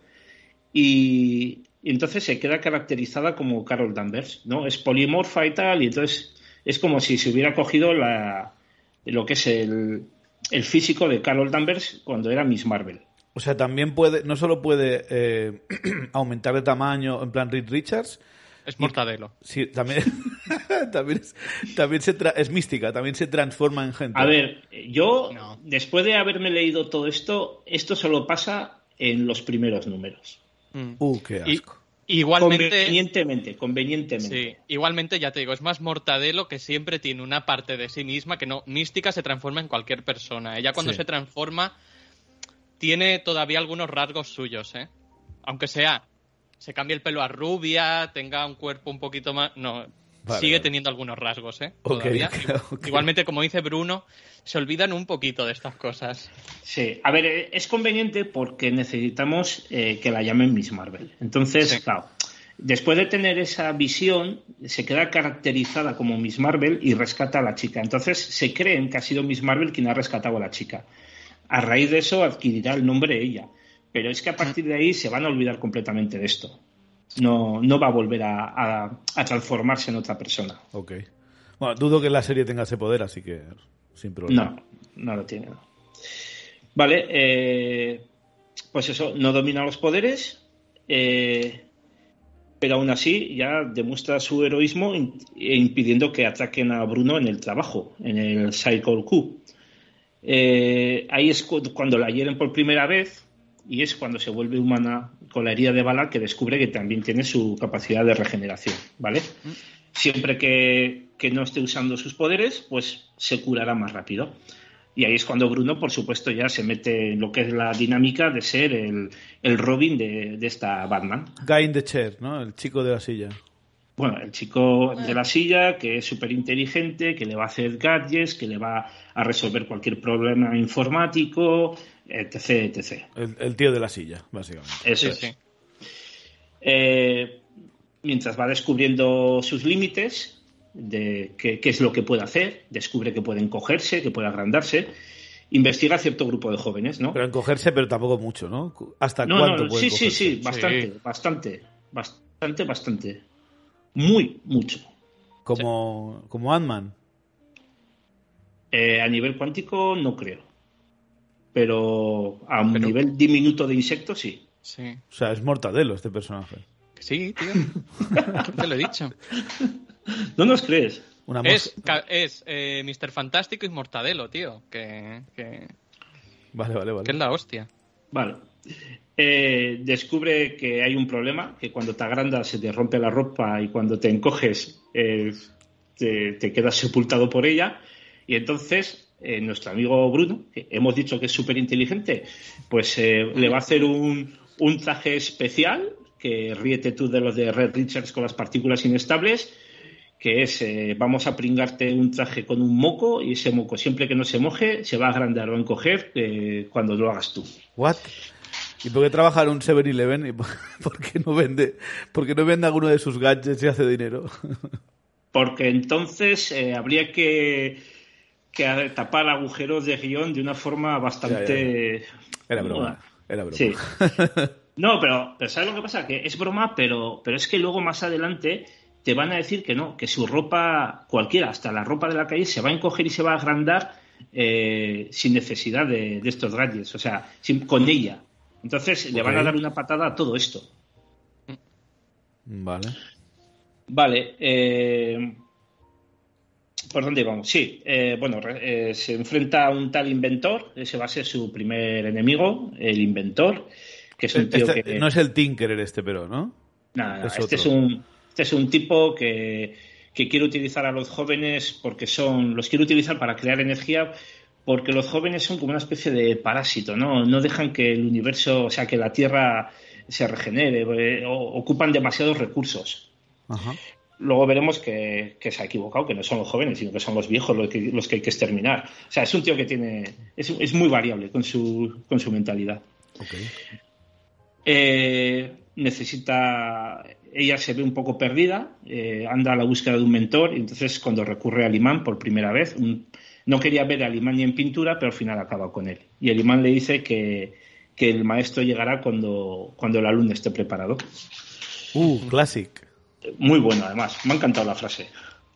y, y entonces se queda caracterizada como Carol Danvers, ¿no? Es polimorfa y tal, y entonces es como si se hubiera cogido la, lo que es el, el físico de Carol Danvers cuando era Miss Marvel. O sea, también puede, no solo puede eh, aumentar de tamaño en plan Reed Richards, Es Mortadelo. sí, también, también, es, también se tra- es mística, también se transforma en gente. A ver, yo, No. después de haberme leído todo esto, esto solo pasa en los primeros números. Mm. Uh, qué Y- asco. igualmente, Convenientemente, convenientemente. sí, igualmente ya te digo, es más Mortadelo, que siempre tiene una parte de sí misma que no. Mística se transforma en cualquier persona. Ella cuando Sí. se transforma tiene todavía algunos rasgos suyos, ¿eh? Aunque sea, se cambie el pelo a rubia, tenga un cuerpo un poquito más... No, Vale, sigue vale. teniendo algunos rasgos, ¿eh? Ok, Todavía. ok. Igualmente, como dice Bruno, se olvidan un poquito de estas cosas. Sí, a ver, eh, es conveniente porque necesitamos eh, que la llamen Miss Marvel. Entonces, Sí. claro, después de tener esa visión, se queda caracterizada como Miss Marvel y rescata a la chica. Entonces, se creen que ha sido Miss Marvel quien ha rescatado a la chica. A raíz de eso, adquirirá el nombre ella. Pero es que a partir de ahí se van a olvidar completamente de esto. No, no va a volver a, a- a transformarse en otra persona. Ok. Bueno, dudo que la serie tenga ese poder, así que sin problema. No, no lo tiene. No. Vale, eh, pues eso, no domina los poderes, eh, pero aún así ya demuestra su heroísmo in- impidiendo que ataquen a Bruno en el trabajo, en el Cycle Q. Eh, ahí es cu- cuando la hieren por primera vez y es cuando se vuelve humana con la herida de bala que descubre que también tiene su capacidad de regeneración, ¿vale? Siempre que, que no esté usando sus poderes, pues se curará más rápido. Y ahí es cuando Bruno, por supuesto, ya se mete en lo que es la dinámica de ser el, el Robin de, de esta Batman. Guy in the chair, ¿no? El chico de la silla. Bueno, el chico de la silla, que es súper inteligente, que le va a hacer gadgets, que le va a resolver cualquier problema informático, etc, etcétera. El, el tío de la silla, básicamente. Eso Sí, es. sí. Eh, mientras va descubriendo sus límites de qué, qué es lo que puede hacer, descubre que puede encogerse, que puede agrandarse, investiga cierto grupo de jóvenes, ¿no? Pero encogerse, pero tampoco mucho, ¿no? ¿Hasta No, cuánto no, puede sí, sí, encogerse? sí, bastante, Sí. bastante, bastante, bastante. Muy, mucho. Como, como Ant-Man. Eh, a nivel cuántico no creo. Pero a un Pero- nivel diminuto de insectos sí. Sí. O sea, es Mortadelo este personaje. Sí, tío. Te lo he dicho. ¿No nos crees? Una es es eh, míster Fantástico y Mortadelo, tío. Que, que, Vale, vale, vale. que es la hostia. Vale. Eh, descubre que hay un problema, que cuando te agrandas se te rompe la ropa y cuando te encoges eh, te, te quedas sepultado por ella. Y entonces eh, nuestro amigo Bruno, que hemos dicho que es súper inteligente, pues eh, le va a hacer un, un traje especial, que ríete tú de los de Red Richards con las partículas inestables, que es, eh, vamos a pringarte un traje con un moco y ese moco, siempre que no se moje, se va a agrandar o a encoger eh, cuando lo hagas tú. ¿What? ¿Y por qué trabaja en un seven eleven? ¿Por qué no vende, por qué no vende alguno de sus gadgets y hace dinero? Porque entonces eh, habría que, que tapar agujeros de guión de una forma bastante... Ya, ya, ya. Era broma, era broma. Sí. No, pero, pero ¿sabes lo que pasa? Que es broma, pero, pero es que luego más adelante te van a decir que no, que su ropa, cualquiera, hasta la ropa de la calle, se va a encoger y se va a agrandar eh, sin necesidad de, de estos gadgets, o sea, sin, con ella. Entonces okay. le van a dar una patada a todo esto. Vale. Vale. Eh, ¿Por dónde vamos? Sí. Eh, bueno, eh, se enfrenta a un tal Inventor. Ese va a ser su primer enemigo, el Inventor, que es un tío este, que... No es el Tinkerer este, pero, ¿no? Nada, no, este, es un, este es un tipo que, que quiere utilizar a los jóvenes porque son... Los quiere utilizar para crear energía... Porque los jóvenes son como una especie de parásito, ¿no? No dejan que el universo, o sea, que la Tierra se regenere, eh, o, ocupan demasiados recursos. Ajá. Luego veremos que, que se ha equivocado, que no son los jóvenes, sino que son los viejos los que, los que hay que exterminar. O sea, es un tío que tiene... Es, es muy variable con su, con su mentalidad. Okay. Eh, necesita... Ella se ve un poco perdida, eh, anda a la búsqueda de un mentor, y entonces cuando recurre al imán por primera vez... Un, No quería ver al imán ni en pintura, pero al final acaba con él. Y el imán le dice que, que el maestro llegará cuando, cuando el alumno esté preparado. Uh, classic. Muy bueno, además. Me ha encantado la frase.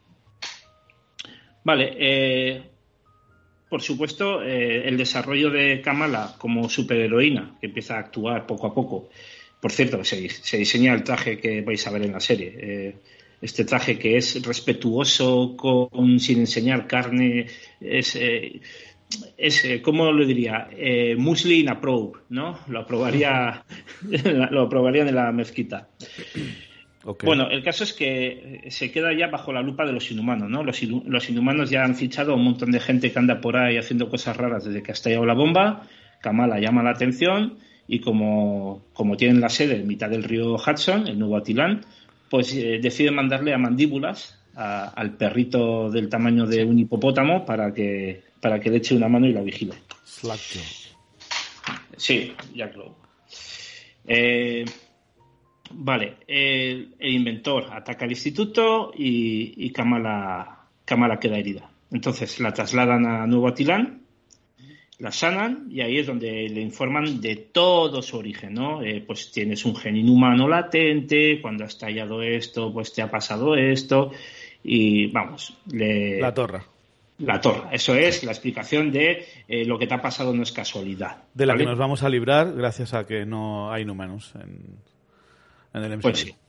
Vale. Eh, por supuesto, eh, el desarrollo de Kamala como superheroína, que empieza a actuar poco a poco. Por cierto, se, se diseña el traje que vais a ver en la serie. Eh, Este traje que es respetuoso, con, sin enseñar carne, es, eh, es eh, ¿cómo lo diría? Eh, Muslim approve, ¿no? Lo aprobaría, lo aprobarían en la mezquita. Okay. Bueno, el caso es que se queda ya bajo la lupa de los inhumanos, ¿no? Los, los inhumanos ya han fichado a un montón de gente que anda por ahí haciendo cosas raras desde que ha estallado la bomba. Kamala llama la atención y como, como tienen la sede en mitad del río Hudson, el nuevo Atilán, pues eh, decide mandarle a Mandíbulas, a, al perrito del tamaño de un hipopótamo, para que para que le eche una mano y la vigile. Slackjaw. Sí, Jacklow. Eh, vale, el, el inventor ataca al instituto y, y Kamala, Kamala queda herida. Entonces la trasladan a Nuevo Atilán, la sanan y ahí es donde le informan de todo su origen, ¿no? Eh, pues tienes un gen inhumano latente, cuando ha estallado esto, pues te ha pasado esto y vamos, le... La torra. La torra, eso es la explicación de eh, lo que te ha pasado no es casualidad. De la ¿vale? que nos vamos a librar gracias a que no hay inhumanos en, en el M C U. Pues sí.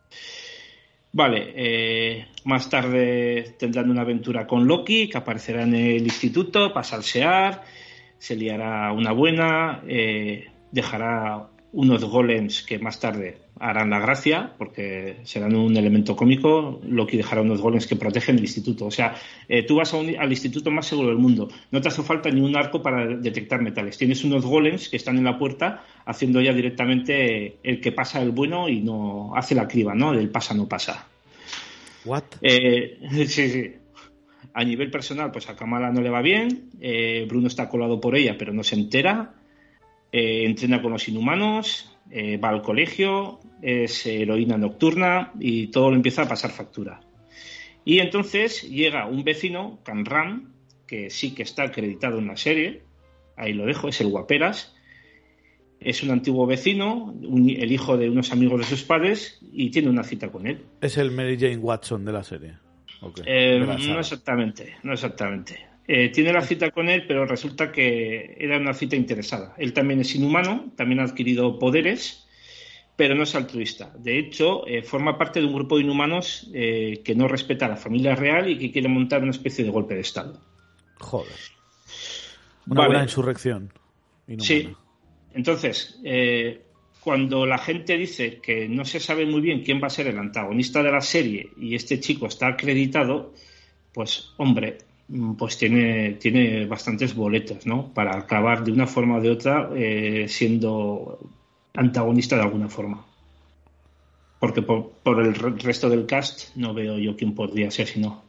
Vale, eh, más tarde tendrán una aventura con Loki, que aparecerá en el instituto para salsear. Se liará una buena, eh, dejará unos golems que más tarde harán la gracia, porque serán un elemento cómico. Loki dejará unos golems que protegen el instituto. O sea, eh, tú vas a un, al instituto más seguro del mundo. No te hace falta ni un arco para detectar metales. Tienes unos golems que están en la puerta haciendo ya directamente el que pasa el bueno y no hace la criba, ¿no? Del pasa no pasa. ¿What? Eh, sí, sí. A nivel personal, pues a Kamala no le va bien. Eh, Bruno está colado por ella, pero no se entera. Eh, entrena con los inhumanos, eh, va al colegio, es heroína nocturna y todo le empieza a pasar factura. Y entonces llega un vecino, Camran, que sí que está acreditado en la serie. Ahí lo dejo, es el Guaperas. Es un antiguo vecino, un, el hijo de unos amigos de sus padres, y tiene una cita con él. Es el Mary Jane Watson de la serie. Okay. Eh, no exactamente, no exactamente. Eh, tiene la cita con él, pero resulta que era una cita interesada. Él también es inhumano, también ha adquirido poderes, pero no es altruista. De hecho, eh, forma parte de un grupo de inhumanos eh, que no respeta a la familia real y que quiere montar una especie de golpe de Estado. Joder. Una Vale. buena insurrección inhumana. Sí. Entonces, eh, cuando la gente dice que no se sabe muy bien quién va a ser el antagonista de la serie y este chico está acreditado, pues, hombre, pues tiene, tiene bastantes boletas, ¿no? Para acabar de una forma o de otra eh, siendo antagonista de alguna forma. Porque por, por el resto del cast no veo yo quién podría ser si no.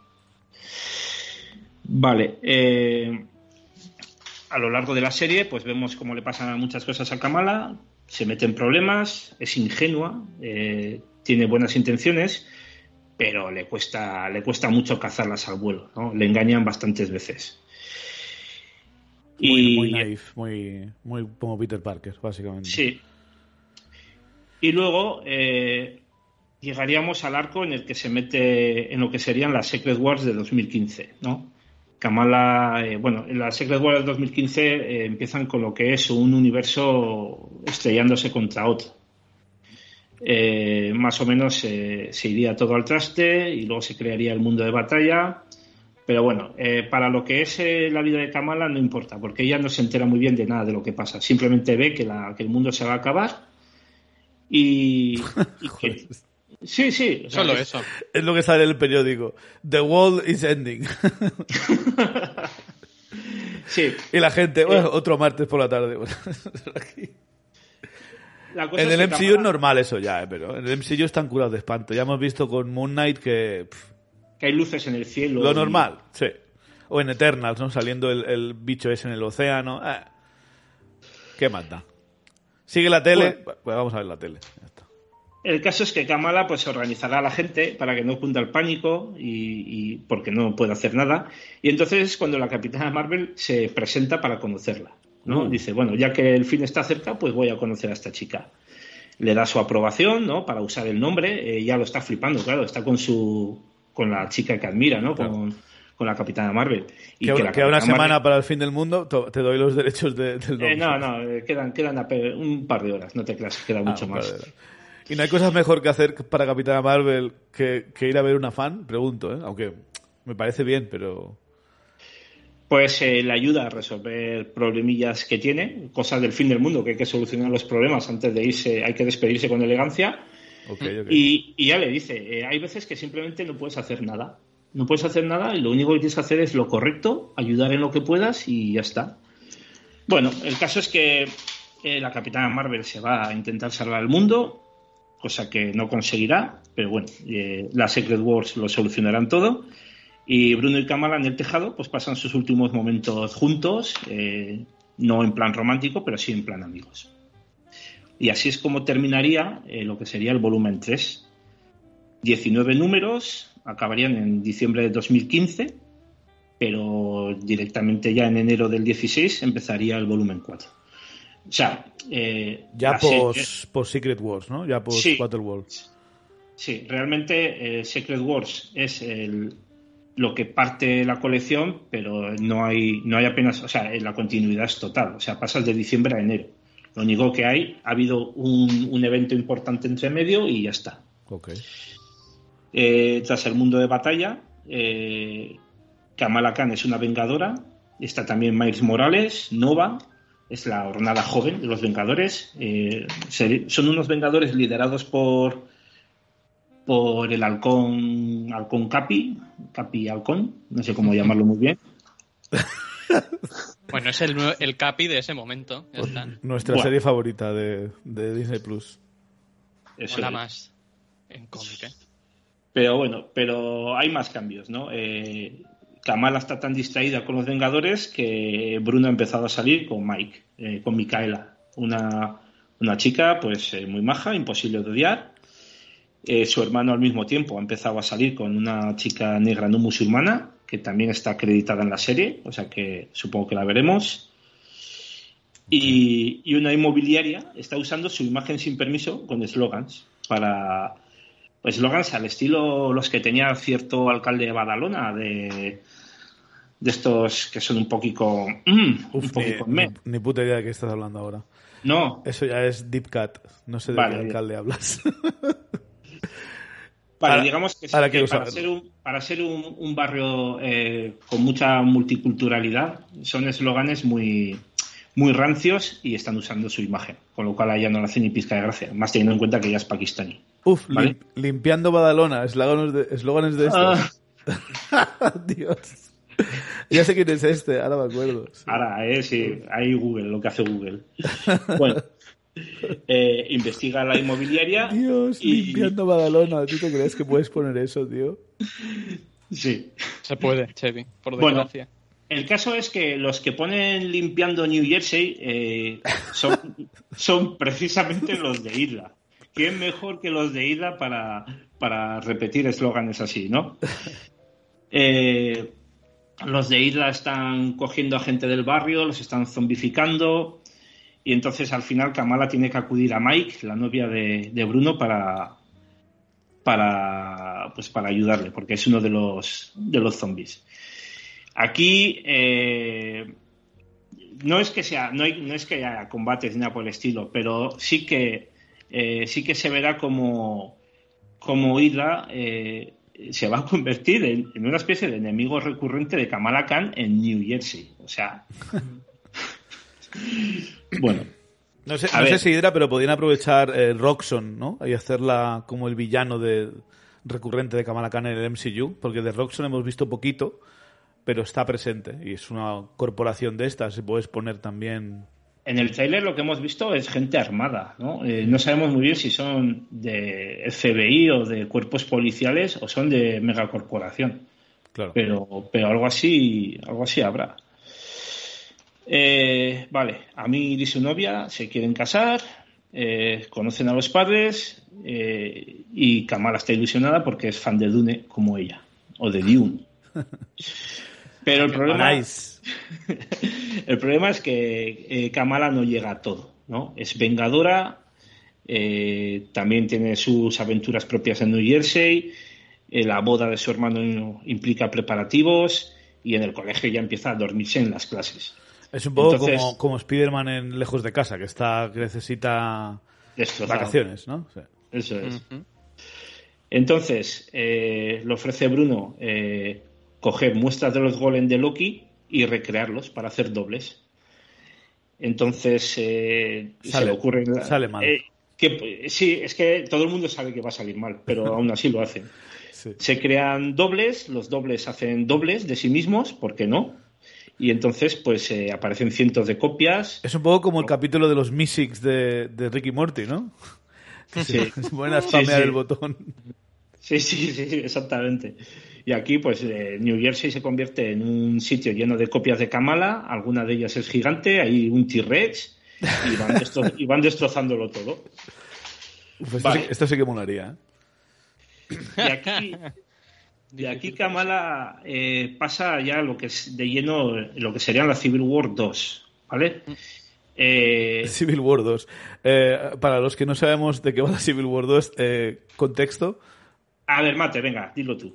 Vale. Eh, a lo largo de la serie pues vemos cómo le pasan muchas cosas a Kamala, se mete en problemas, es ingenua, eh, tiene buenas intenciones, pero le cuesta, le cuesta mucho cazarlas al vuelo, ¿no? Le engañan bastantes veces. Muy, y, muy naif, muy, muy como Peter Parker, básicamente. Sí. Y luego eh, llegaríamos al arco en el que se mete en lo que serían las Secret Wars de dos mil quince, ¿no? Kamala, eh, bueno, en las Secret Wars de dos mil quince eh, empiezan con lo que es un universo estrellándose contra otro. Eh, más o menos eh, se iría todo al traste y luego se crearía el mundo de batalla. Pero bueno, eh, para lo que es eh, la vida de Kamala no importa, porque ella no se entera muy bien de nada de lo que pasa. Simplemente ve que, la, que el mundo se va a acabar y, y que... Sí, sí. O sea, Solo es, eso. Es lo que sale en el periódico. The world is ending. Sí. Y la gente, bueno, Eh, otro martes por la tarde. Bueno, aquí. La cosa En es el que M C U Kamala- es normal eso ya, eh, pero en el M C U están curados de espanto. Ya hemos visto con Moon Knight que... pff, que hay luces en el cielo. lo y- normal, sí. O en Eternals, ¿no? Saliendo el, el bicho ese en el océano. Eh. ¿Qué más da? Sigue la tele. Bueno. Pues vamos a ver la tele. Ya está. El caso es que Kamala pues organizará a la gente para que no cunda el pánico y, y porque no puede hacer nada. Y entonces es cuando la Capitana Marvel se presenta para conocerla, ¿no? Uh. Dice, bueno, ya que el fin está cerca, pues voy a conocer a esta chica. Le da su aprobación, ¿no? Para usar el nombre. Eh, ya lo está flipando, claro. Está con su con la chica que admira, ¿no? Claro. Con, con la Capitana Marvel. Y Que, que la que a una Capitana semana Marvel- para el fin del mundo to- te doy los derechos de- del nombre. Eh, no, no, eh, quedan, quedan ape- un par de horas, no te creas, queda Ah, mucho un más. par de horas. Y no hay cosas mejor que hacer para Capitana Marvel que, que ir a ver una fan, pregunto, ¿eh? Aunque me parece bien, pero... Pues eh, le ayuda a resolver problemillas que tiene, cosas del fin del mundo, que hay que solucionar los problemas antes de irse, hay que despedirse con elegancia. Ok, ok. Y, y ya le dice, eh, hay veces que simplemente no puedes hacer nada. No puedes hacer nada y lo único que tienes que hacer es lo correcto, ayudar en lo que puedas y ya está. Bueno, el caso es que eh, la Capitana Marvel se va a intentar salvar el mundo, cosa que no conseguirá, pero bueno, eh, las Secret Wars lo solucionarán todo. Y Bruno y Kamala en el tejado pues pasan sus últimos momentos juntos, eh, no en plan romántico, pero sí en plan amigos. Y así es como terminaría eh, lo que sería el volumen tres. diecinueve números, acabarían en diciembre de dos mil quince, pero directamente ya en enero del dieciséis empezaría el volumen cuatro. O sea, eh, Ya la serie- post, post Secret Wars, ¿no? Ya post Sí. Battleworld. Sí, realmente eh, Secret Wars es el, lo que parte la colección, pero no hay, no hay apenas, o sea, la continuidad es total, o sea, pasas de diciembre a enero. Lo único que hay, ha habido un, un evento importante entre medio y ya está. Ok. Eh, tras el mundo de batalla, eh, Kamala Khan es una vengadora, está también Miles Morales, Nova, es la hornada joven de los Vengadores. Eh, se- son unos Vengadores liderados por por el halcón halcón Capi, Capi halcón, no sé cómo llamarlo muy bien. Bueno, es el, nue- el Capi de ese momento. Ya está. Nuestra Bueno. serie favorita de, de Disney Plus. Eso Mola es. más en cómic, ¿eh? Pero bueno, pero hay más cambios, ¿no? Eh, Kamala está tan distraída con los Vengadores que Bruno ha empezado a salir con Mike, eh, con Micaela, una, una chica pues eh, muy maja, imposible de odiar. Eh, su hermano al mismo tiempo ha empezado a salir con una chica negra no musulmana que también está acreditada en la serie, o sea que supongo que la veremos. Y, y una inmobiliaria está usando su imagen sin permiso con eslogans para eslogans al estilo los que tenía cierto alcalde de Badalona de de estos que son un poquito... Mm, Uf, un poquito ni, meh. ni, ni puta idea de qué estás hablando ahora. No. Eso ya es Deep Cut. No sé de Vale, qué bien. alcalde hablas. Vale, Ahora- digamos que, sí, ahora que quiero para, saberlo. ser un, para ser un, un barrio eh, con mucha multiculturalidad son eslóganes muy, muy rancios y están usando su imagen, con lo cual a ella no le hace ni pizca de gracia, más teniendo en cuenta que ella es pakistaní. Uf, ¿Vale? lim- limpiando Badalona, eslóganes de, eslóganes de estos. Ah, Dios. Ya sé quién es este, ahora me acuerdo. Sí. ahora, eh, sí, hay Google, lo que hace Google. Bueno, eh, investiga la inmobiliaria. Dios, y, limpiando Badalona. ¿Tú te crees que puedes poner eso, tío? Sí. Se puede, Chevy, por Bueno, desgracia. el caso es que los que ponen limpiando New Jersey eh, son, son precisamente los de Isla. ¿Quién mejor que los de Isla para, para repetir eslóganes así, no? Eh, los de Isla están cogiendo a gente del barrio, los están zombificando y entonces al final Kamala tiene que acudir a Mike, la novia de, de Bruno, para, para, pues para ayudarle, porque es uno de los, de los zombies. Aquí eh, no es que sea, no, hay, no es que haya combates ni nada por el estilo, pero sí que eh, sí que se verá como, como Hydra eh, se va a convertir en, en una especie de enemigo recurrente de Kamala Khan en New Jersey. O sea, bueno. No sé, A no sé ver. si Hydra, pero podían aprovechar eh, Roxxon, ¿no? Y hacerla como el villano de, recurrente de Kamala Khan en el M C U, porque de Roxxon hemos visto poquito, pero está presente y es una corporación de estas. Se puedes poner también. En el tráiler lo que hemos visto es gente armada, ¿no? Eh, no sabemos muy bien si son de F B I o de cuerpos policiales o son de megacorporación. Claro. Pero, pero algo así, algo así habrá. Eh, vale, Amir y su novia se quieren casar, eh, conocen a los padres eh, y Kamala está ilusionada porque es fan de Dune como ella, o de Dune. Pero el problema, Nice. el problema es que eh, Kamala no llega a todo, ¿no? Es vengadora, eh, también tiene sus aventuras propias en New Jersey, eh, la boda de su hermano implica preparativos y en el colegio ya empieza a dormirse en las clases. Es un poco Entonces- como, como Spider-Man en Lejos de Casa, que está que necesita Destrozado. vacaciones, ¿no? Sí. Eso es. Ujú. Entonces, eh, le ofrece Bruno eh, coger muestras de los golem de Loki y recrearlos para hacer dobles. Entonces, eh, se Sale- le ocurre... sale mal. eh, que, sí, es que todo el mundo sabe que va a salir mal, pero aún así lo hacen. Sí. Se crean dobles, los dobles hacen dobles de sí mismos, ¿por qué no? Y entonces, pues eh, aparecen cientos de copias. Es un poco como el capítulo de los Mystics de, de Ricky Morty, ¿no? Sí. Se ponen a spamear Sí, sí. el botón. Sí, sí, sí, exactamente. Y aquí, pues, eh, New Jersey se convierte en un sitio lleno de copias de Kamala, alguna de ellas es gigante, hay un T-Rex y van, destro- y van destrozándolo todo. Uf, esto, Vale. sí, esto sí que molaría. ¿eh? Y aquí, de aquí Kamala eh, pasa ya lo que es de lleno lo que serían la Civil War dos, ¿vale? Eh, Civil War dos. Eh, para los que no sabemos de qué va la Civil War dos, eh, contexto. a ver, Mate, venga, dilo tú.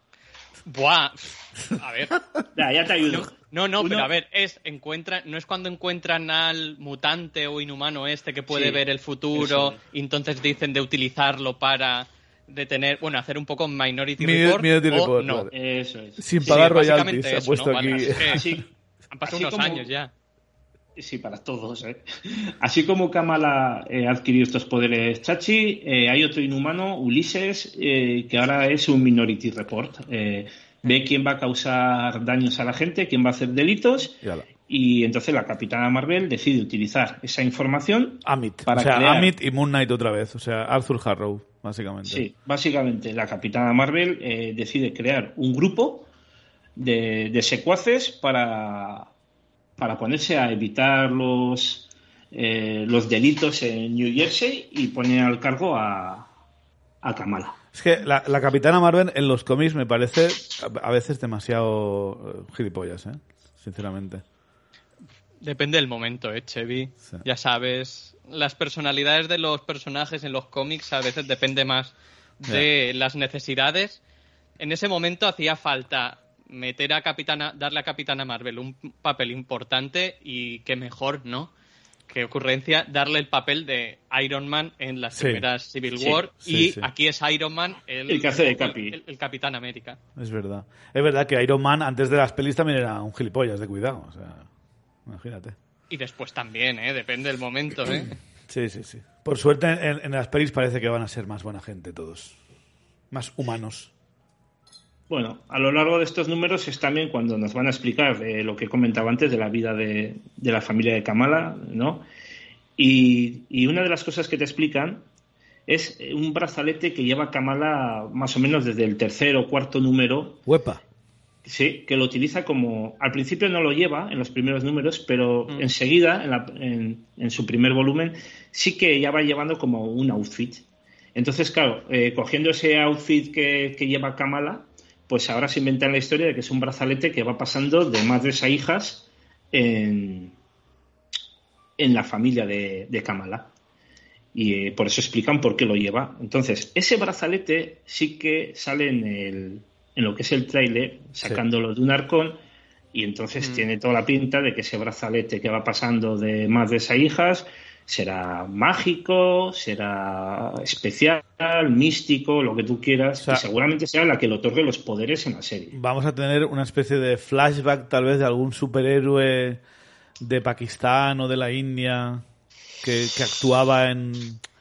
Buah. A ver. Ya, ya te ayudo. No, no, no, Uno- pero a ver, es encuentran, no es cuando encuentran al mutante o inhumano este que puede Sí, ver el futuro eso es. y entonces dicen de utilizarlo para detener, bueno, hacer un poco Minority Mi- Report Minority o Report, no. claro. Eso es. Sin Sí, pagar básicamente royalties, ha eso, puesto ¿no? aquí. Vale, es que Así, han pasado así unos como- años ya. Sí, para todos, ¿eh? Así como Kamala eh, ha adquirido estos poderes Chachi, eh, hay otro inhumano, Ulises, eh, que ahora es un Minority Report. Eh, ve quién va a causar daños a la gente, quién va a hacer delitos, Y ala. y entonces la Capitana Marvel decide utilizar esa información. Amit. Para o sea, crear- Amit y Moon Knight otra vez. O sea, Arthur Harrow, básicamente. Sí, básicamente la Capitana Marvel eh, decide crear un grupo de, de secuaces para, para ponerse a evitar los, eh, los delitos en New Jersey y poner al cargo a, a Kamala. Es que la, la Capitana Marvel en los cómics me parece a a veces demasiado eh, gilipollas, ¿eh? Sinceramente. Depende del momento, ¿eh, Chevy? Sí. Ya sabes, las personalidades de los personajes en los cómics a veces depende más de las necesidades. En ese momento hacía falta meter a Capitana, darle a Capitana Marvel un papel importante y que mejor, ¿no? Qué ocurrencia, darle el papel de Iron Man en las sí, primeras Civil sí, War sí, y sí. aquí es Iron Man el, el que hace de Capi. el, el Capitán América. Es verdad. Es verdad que Iron Man antes de las pelis también era un gilipollas de cuidado. O sea, imagínate. Y después también, ¿eh? Depende del momento, ¿eh? Sí, sí, sí. Por suerte en, en las pelis parece que van a ser más buena gente todos. Más humanos. Bueno, a lo largo de estos números es también cuando nos van a explicar eh, lo que comentaba antes de la vida de, de la familia de Kamala, ¿no? Y, y una de las cosas que te explican es un brazalete que lleva Kamala más o menos desde el tercer o cuarto número. ¡Huepa! Sí, que lo utiliza como... Al principio no lo lleva en los primeros números, pero mm. enseguida, en, la, en, en su primer volumen, sí que ya va llevando como un outfit. Entonces, claro, eh, cogiendo ese outfit que, que lleva Kamala, pues ahora se inventan la historia de que es un brazalete que va pasando de madres a hijas en, en la familia de, de Kamala. Y eh, por eso explican por qué lo lleva. Entonces, ese brazalete sí que sale en, el, en lo que es el tráiler, sacándolo sí. de un arcón, y entonces mm. tiene toda la pinta de que ese brazalete que va pasando de madres a hijas será mágico, será especial, místico, lo que tú quieras, o sea, y seguramente será la que le otorgue los poderes en la serie. Vamos a tener una especie de flashback tal vez de algún superhéroe de Pakistán o de la India que, que actuaba en,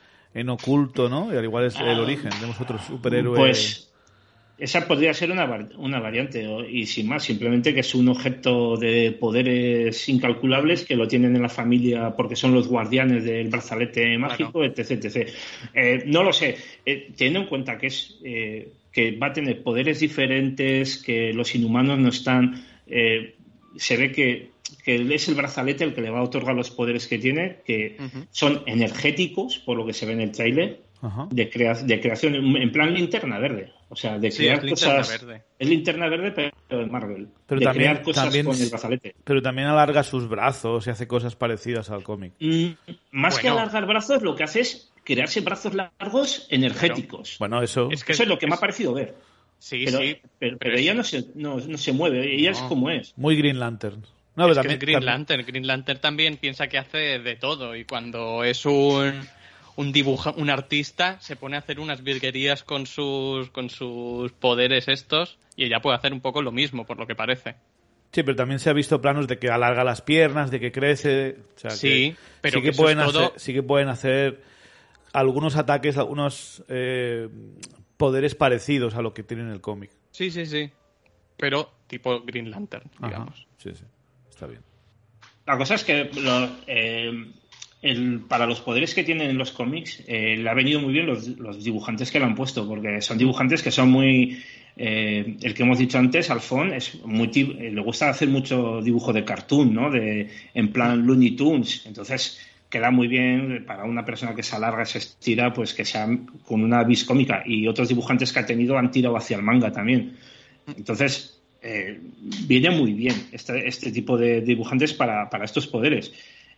en oculto, ¿no? Y al igual es el ah, origen, tenemos otro superhéroe... Pues esa podría ser una, una variante, y sin más, simplemente que es un objeto de poderes incalculables que lo tienen en la familia porque son los guardianes del brazalete mágico, claro. etc, etcétera. Eh, no lo sé, eh, teniendo en cuenta que es eh, que va a tener poderes diferentes, que los inhumanos no están... Eh, se ve que, que es el brazalete el que le va a otorgar los poderes que tiene, que uh-huh. son energéticos, por lo que se ve en el tráiler, uh-huh. de, crea- de creación, en plan linterna verde. O sea, de sí, crear es cosas... Verde. Es linterna verde, pero de Marvel. Pero de también, crear cosas también, con el brazalete. Pero también alarga sus brazos y hace cosas parecidas al cómic. Mm, más bueno. que alargar brazos, lo que hace es crearse brazos largos energéticos. Claro. Bueno, eso... Es que eso es lo que es... me ha parecido ver. Sí, pero, sí. Pero, pero ella no se, no, no se mueve, ella no. es como es. Muy Green Lantern. No, es pero también, que Green también... Lantern. Green Lantern también piensa que hace de todo y cuando es un... un dibuja, un artista se pone a hacer unas virguerías con sus con sus poderes estos y ella puede hacer un poco lo mismo, por lo que parece. Sí, pero también se ha visto planos de que alarga las piernas, de que crece... O sea, sí, que pero sí que, que pueden es todo... hacer, sí que pueden hacer algunos ataques, algunos eh, poderes parecidos a lo que tiene en el cómic. Sí, sí, sí. Pero tipo Green Lantern, digamos. Ajá. Sí, sí. Está bien. La cosa es que... Lo, eh... El, para los poderes que tienen en los cómics eh, le ha venido muy bien los, los dibujantes que le han puesto, porque son dibujantes que son muy eh, el que hemos dicho antes, Alfón, es muy eh, le gusta hacer mucho dibujo de cartoon, ¿no? De, en plan Looney Tunes, entonces queda muy bien para una persona que se alarga, se estira, pues que sea con una vis cómica, y otros dibujantes que ha tenido han tirado hacia el manga también, entonces eh, viene muy bien este, este tipo de dibujantes para, para estos poderes.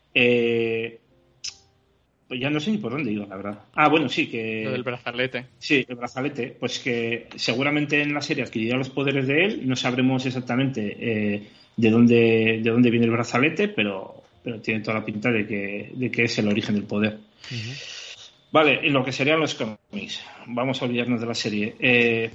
eh Pues ya no sé ni por dónde iba, la verdad. Ah, bueno, sí, que... Lo del brazalete. Sí, el brazalete. Pues que seguramente en la serie adquirirá los poderes de él. No sabremos exactamente eh, de dónde de dónde viene el brazalete, pero, pero tiene toda la pinta de que, de que es el origen del poder. Uh-huh. Vale, en lo que serían los cómics. Vamos a olvidarnos de la serie. Eh,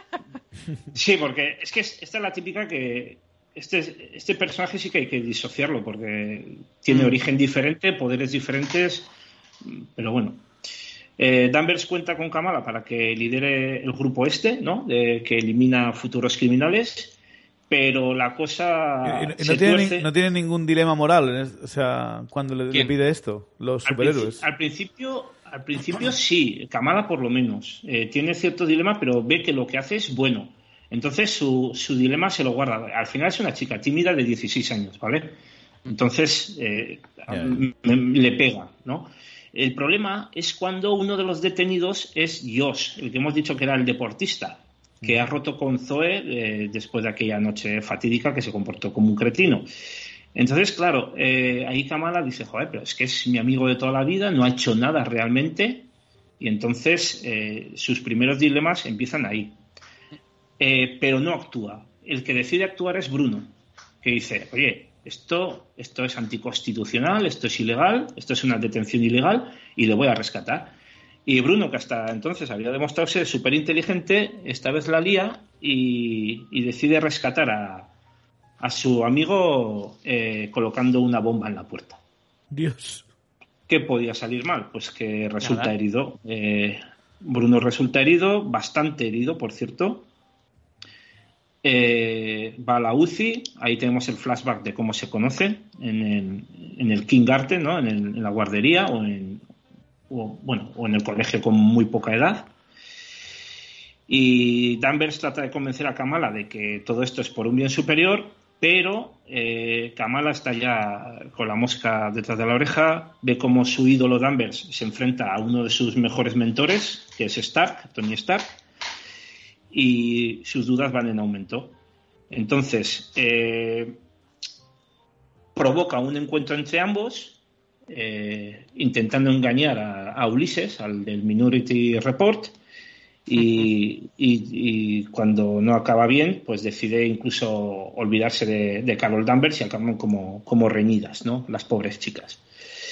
sí, porque es que esta es la típica que... Este, este personaje sí que hay que disociarlo, porque tiene uh-huh. origen diferente, poderes diferentes... Pero bueno, eh, Danvers cuenta con Kamala para que lidere el grupo este, ¿no? De, que elimina futuros criminales, pero la cosa y, y, y se no, tiene tuerce. Ni, no tiene ningún dilema moral, o sea, cuando le, le pide esto, los al superhéroes. Principi- al principio, al principio sí, Kamala por lo menos eh, tiene cierto dilema, pero ve que lo que hace es bueno. Entonces su, su dilema se lo guarda. Al final es una chica tímida de dieciséis años, ¿vale? Entonces eh, yeah. m- m- le pega, ¿no? El problema es cuando uno de los detenidos es Josh, el que hemos dicho que era el deportista, que ha roto con Zoe eh, después de aquella noche fatídica que se comportó como un cretino. Entonces, claro, eh, ahí Kamala dice, joder, pero es que es mi amigo de toda la vida, no ha hecho nada realmente, y entonces eh, sus primeros dilemas empiezan ahí. Eh, pero no actúa. el que decide actuar es Bruno, que dice, oye, esto, esto es anticonstitucional, esto es ilegal, esto es una detención ilegal y le voy a rescatar. Y Bruno, que hasta entonces había demostrado ser súper inteligente, esta vez la lía y, y decide rescatar a, a su amigo eh, colocando una bomba en la puerta. Dios. ¿Qué podía salir mal? Pues que resulta Nada. herido. Eh, Bruno resulta herido, bastante herido, por cierto. Eh, va a la U C I, ahí tenemos el flashback de cómo se conoce en el, en el kindergarten, ¿no? en, el, en la guardería o en, o, bueno, o en el colegio con muy poca edad. Y Danvers trata de convencer a Kamala de que todo esto es por un bien superior, pero eh, Kamala está ya con la mosca detrás de la oreja, ve cómo su ídolo Danvers se enfrenta a uno de sus mejores mentores, que es Stark, Tony Stark, y sus dudas van en aumento. Entonces, eh, provoca un encuentro entre ambos, eh, intentando engañar a, a Ulises, al del Minority Report, y, y, y cuando no acaba bien, pues decide incluso olvidarse de, de Carol Danvers y acaban como, como reñidas, ¿no? Las pobres chicas.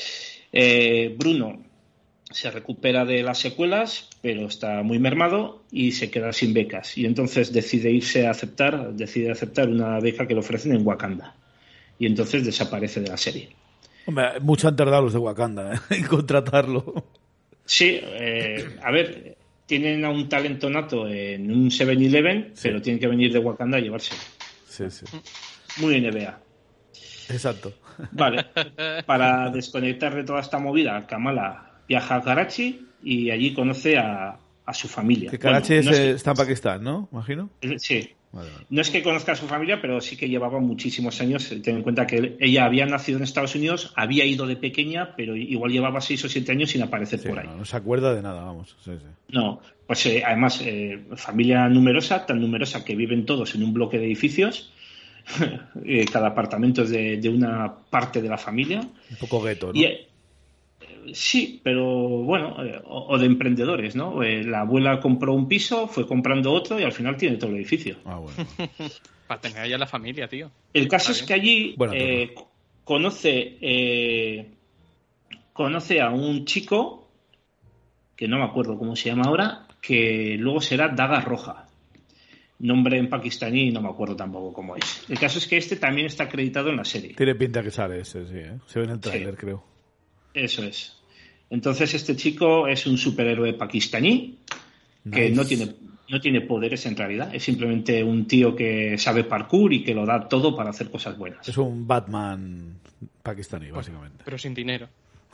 Eh, Bruno se recupera de las secuelas, pero está muy mermado y se queda sin becas. Y entonces decide irse a aceptar, decide aceptar una beca que le ofrecen en Wakanda. Y entonces desaparece de la serie. Hombre, mucho han tardado los de Wakanda, ¿eh? en contratarlo. Sí, eh, a ver, tienen a un talento nato en un seven eleven, sí. Pero tienen que venir de Wakanda a llevárselo. Sí, sí. Muy N B A. Exacto. Vale, para desconectar de toda esta movida, Kamala viaja a Karachi y allí conoce a, a su familia. Que Karachi bueno, no es, es que, está en Pakistán, ¿no? Imagino. Sí. Vale, vale. No es que conozca a su familia, pero sí que llevaba muchísimos años. Ten en cuenta que ella había nacido en Estados Unidos, había ido de pequeña, pero igual llevaba seis o siete años sin aparecer Sí, por ahí. No, no se acuerda de nada, vamos. Sí, sí. No, pues eh, además, eh, familia numerosa, tan numerosa que viven todos en un bloque de edificios. eh, cada apartamento es de, de una parte de la familia. Un poco gueto, ¿no? Y, eh, sí, pero bueno, eh, o, o de emprendedores, ¿no? Eh, la abuela compró un piso, fue comprando otro y al final tiene todo el edificio. Ah, bueno. Para tener allá la familia, tío. El caso Está es bien. que allí Bueno, eh, conoce, eh, conoce a un chico, que no me acuerdo cómo se llama ahora, que luego será Daga Roja. Nombre en pakistaní, no me acuerdo tampoco cómo es. El caso es que este también está acreditado en la serie. Tiene pinta que sale ese, sí, ¿eh? Se ve en el tráiler, Sí. creo. Eso es. Entonces este chico es un superhéroe pakistaní que Nice. no tiene, no tiene poderes en realidad. Es simplemente un tío que sabe parkour y que lo da todo para hacer cosas buenas. Es un Batman pakistaní, básicamente. Pero sin dinero.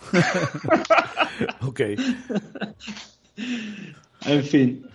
Ok. En fin.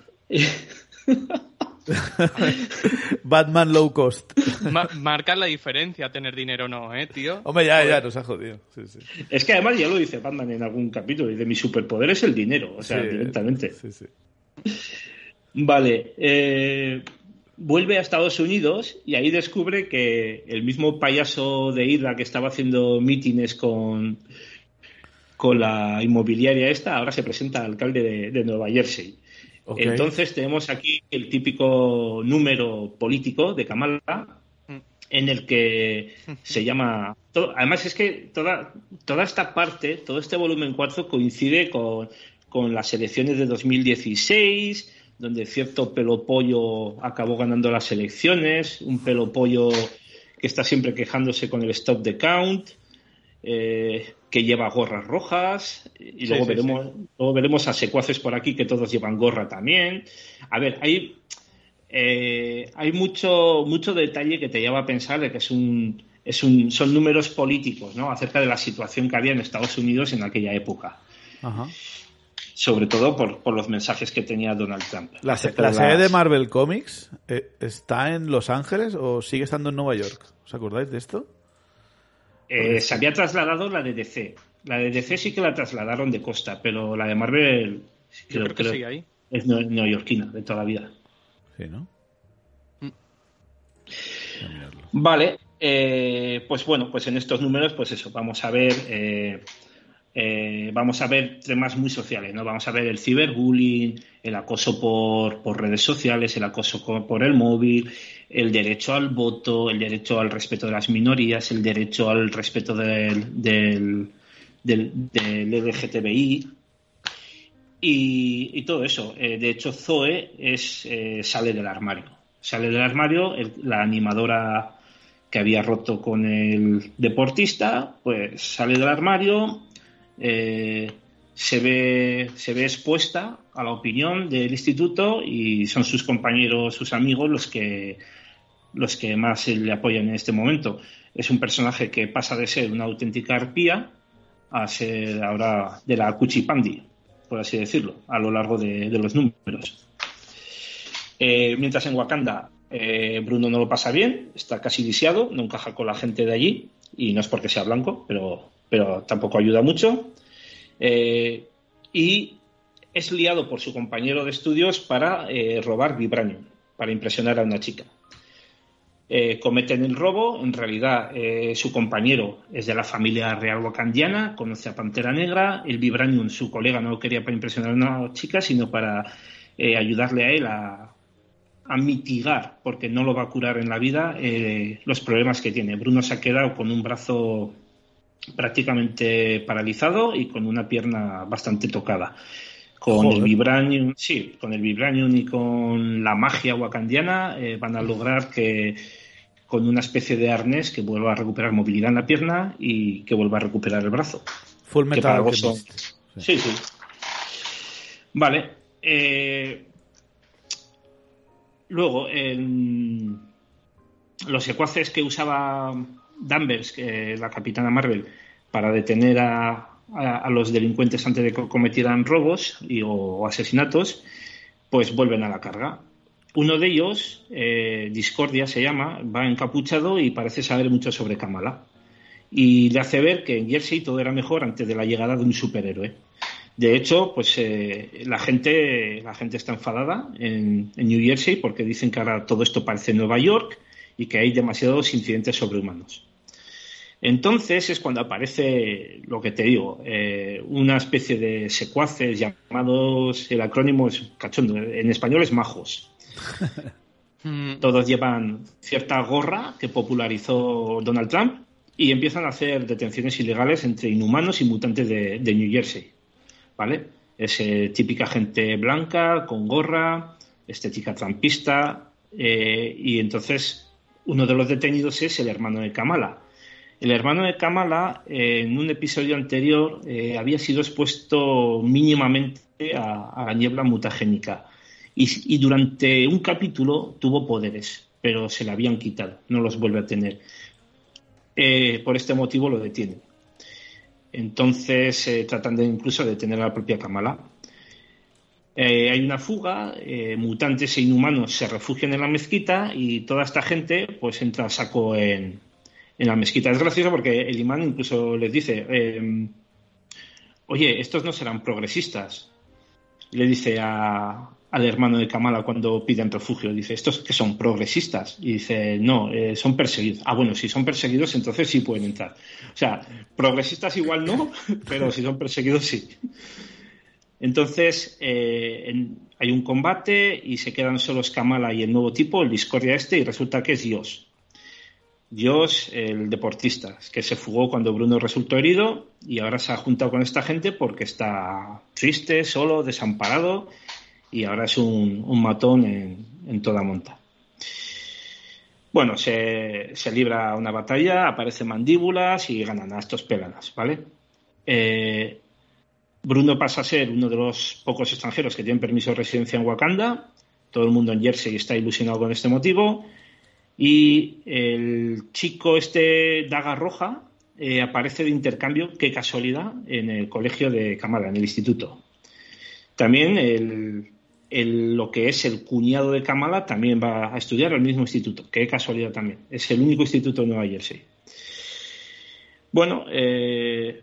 Batman low cost. Ma- marca la diferencia tener dinero o no, ¿eh, tío? Hombre, ya, Joder. ya, nos ha jodido. Sí, sí. Es que además ya lo dice Batman en algún capítulo. Dice, mi superpoder es el dinero. O sea, Sí, directamente. Sí, sí. Vale. Eh, vuelve a Estados Unidos y ahí descubre que el mismo payaso de Hydra que estaba haciendo mítines con, con la inmobiliaria esta, ahora se presenta alcalde de, de Nueva Jersey. Okay. Entonces tenemos aquí el típico número político de Kamala en el que se llama... Todo, además es que toda, toda esta parte, todo este volumen cuatro coincide con, con las elecciones de dos mil dieciséis, donde cierto pelopollo acabó ganando las elecciones, un pelopollo que está siempre quejándose con el stop the count, eh, que lleva gorras rojas, y luego, Sí, sí, veremos, sí. luego veremos a secuaces por aquí que todos llevan gorra también. A ver, hay, eh, hay mucho, mucho detalle que te lleva a pensar de que es un, es un, son números políticos, ¿no? Acerca de la situación que había en Estados Unidos en aquella época. Ajá. Sobre todo por, por los mensajes que tenía Donald Trump. ¿La, se- acerca la de sede las- de Marvel Comics eh, está en Los Ángeles o sigue estando en Nueva York? ¿Os acordáis de esto? Eh, se había trasladado la de D C. La de D C sí que la trasladaron de costa, pero la de Marvel Yo creo que sigue ahí. es neo- neoyorquina de toda la vida. Sí, ¿no? Mm. Voy a mirarlo. Vale, eh, pues bueno, pues en estos números, pues eso, vamos a ver eh, eh, vamos a ver temas muy sociales, ¿no? Vamos a ver el ciberbullying, el acoso por, por redes sociales, el acoso por el móvil, el derecho al voto, el derecho al respeto de las minorías, el derecho al respeto del, del, del, del L G T B I y, y todo eso. Eh, de hecho, Zoe es, eh, sale del armario. Sale del armario, el, la animadora que había roto con el deportista, pues sale del armario, eh, se ve, se ve expuesta a la opinión del instituto y son sus compañeros, sus amigos los que, los que más le apoyan en este momento. Es un personaje que pasa de ser una auténtica arpía a ser ahora de la cuchipandi, por así decirlo, a lo largo de, de los números. Eh, mientras en Wakanda eh, Bruno no lo pasa bien, está casi lisiado, no encaja con la gente de allí y no es porque sea blanco, pero, pero tampoco ayuda mucho. Eh, y es liado por su compañero de estudios para eh, robar vibranium, para impresionar a una chica. Eh, cometen el robo, en realidad eh, su compañero es de la familia real wakandiana, conoce a Pantera Negra, el vibranium su colega no lo quería para impresionar a una chica, sino para eh, ayudarle a él a, a mitigar, porque no lo va a curar en la vida, eh, los problemas que tiene. Bruno se ha quedado con un brazo prácticamente paralizado y con una pierna bastante tocada. Con Joder. el vibranium, sí, con el vibranium y con la magia wakandiana eh, van a lograr que con una especie de arnés que vuelva a recuperar movilidad en la pierna y que vuelva a recuperar el brazo. Full Metal son... Sí, sí. Vale. Eh... Luego, en... los secuaces que usaba Danvers, que es la Capitana Marvel, para detener a A, a los delincuentes antes de que cometieran robos y, o, o asesinatos, pues vuelven a la carga. Uno de ellos, eh, Discordia se llama, va encapuchado y parece saber mucho sobre Kamala. Y le hace ver que en Jersey todo era mejor antes de la llegada de un superhéroe. De hecho, pues eh, la gente la gente está enfadada en, en New Jersey porque dicen que ahora todo esto parece Nueva York y que hay demasiados incidentes sobrehumanos. Entonces es cuando aparece, lo que te digo, eh, una especie de secuaces llamados, el acrónimo es cachondo, en español es majos. Todos llevan cierta gorra que popularizó Donald Trump y empiezan a hacer detenciones ilegales entre inhumanos y mutantes de, de New Jersey, ¿vale? Es eh, típica gente blanca, con gorra, estética trumpista, eh, y entonces uno de los detenidos es el hermano de Kamala. El hermano de Kamala, eh, en un episodio anterior, eh, había sido expuesto mínimamente a, a la niebla mutagénica y, y durante un capítulo tuvo poderes, pero se le habían quitado, no los vuelve a tener. Eh, por este motivo lo detienen. Entonces eh, tratan de incluso detener a la propia Kamala. Eh, hay una fuga, eh, mutantes e inhumanos se refugian en la mezquita y toda esta gente pues entra a saco en... en la mezquita. Es gracioso porque el imán incluso les dice, eh, oye, estos no serán progresistas. Le dice a, al hermano de Kamala cuando piden refugio, dice, ¿estos que son progresistas? Y dice, no, eh, son perseguidos. Ah, bueno, si son perseguidos, entonces sí pueden entrar. O sea, progresistas igual no, pero si son perseguidos sí. Entonces, eh, en, hay un combate y se quedan solos Kamala y el nuevo tipo, el Discordia este, y resulta que es Dios. Dios, el deportista, que se fugó cuando Bruno resultó herido y ahora se ha juntado con esta gente porque está triste, solo, desamparado y ahora es un, un matón en, en toda monta. Bueno, se, se libra una batalla, aparecen mandíbulas y ganan a estos pélanas, ¿vale? Eh, Bruno pasa a ser uno de los pocos extranjeros que tienen permiso de residencia en Wakanda. Todo el mundo en Jersey está ilusionado con este motivo. Y el chico este Daga Roja eh, aparece de intercambio, qué casualidad, en el colegio de Kamala, en el instituto. También el, el, lo que es el cuñado de Kamala también va a estudiar al mismo instituto, qué casualidad también. Es el único instituto de Nueva Jersey. Bueno, eh,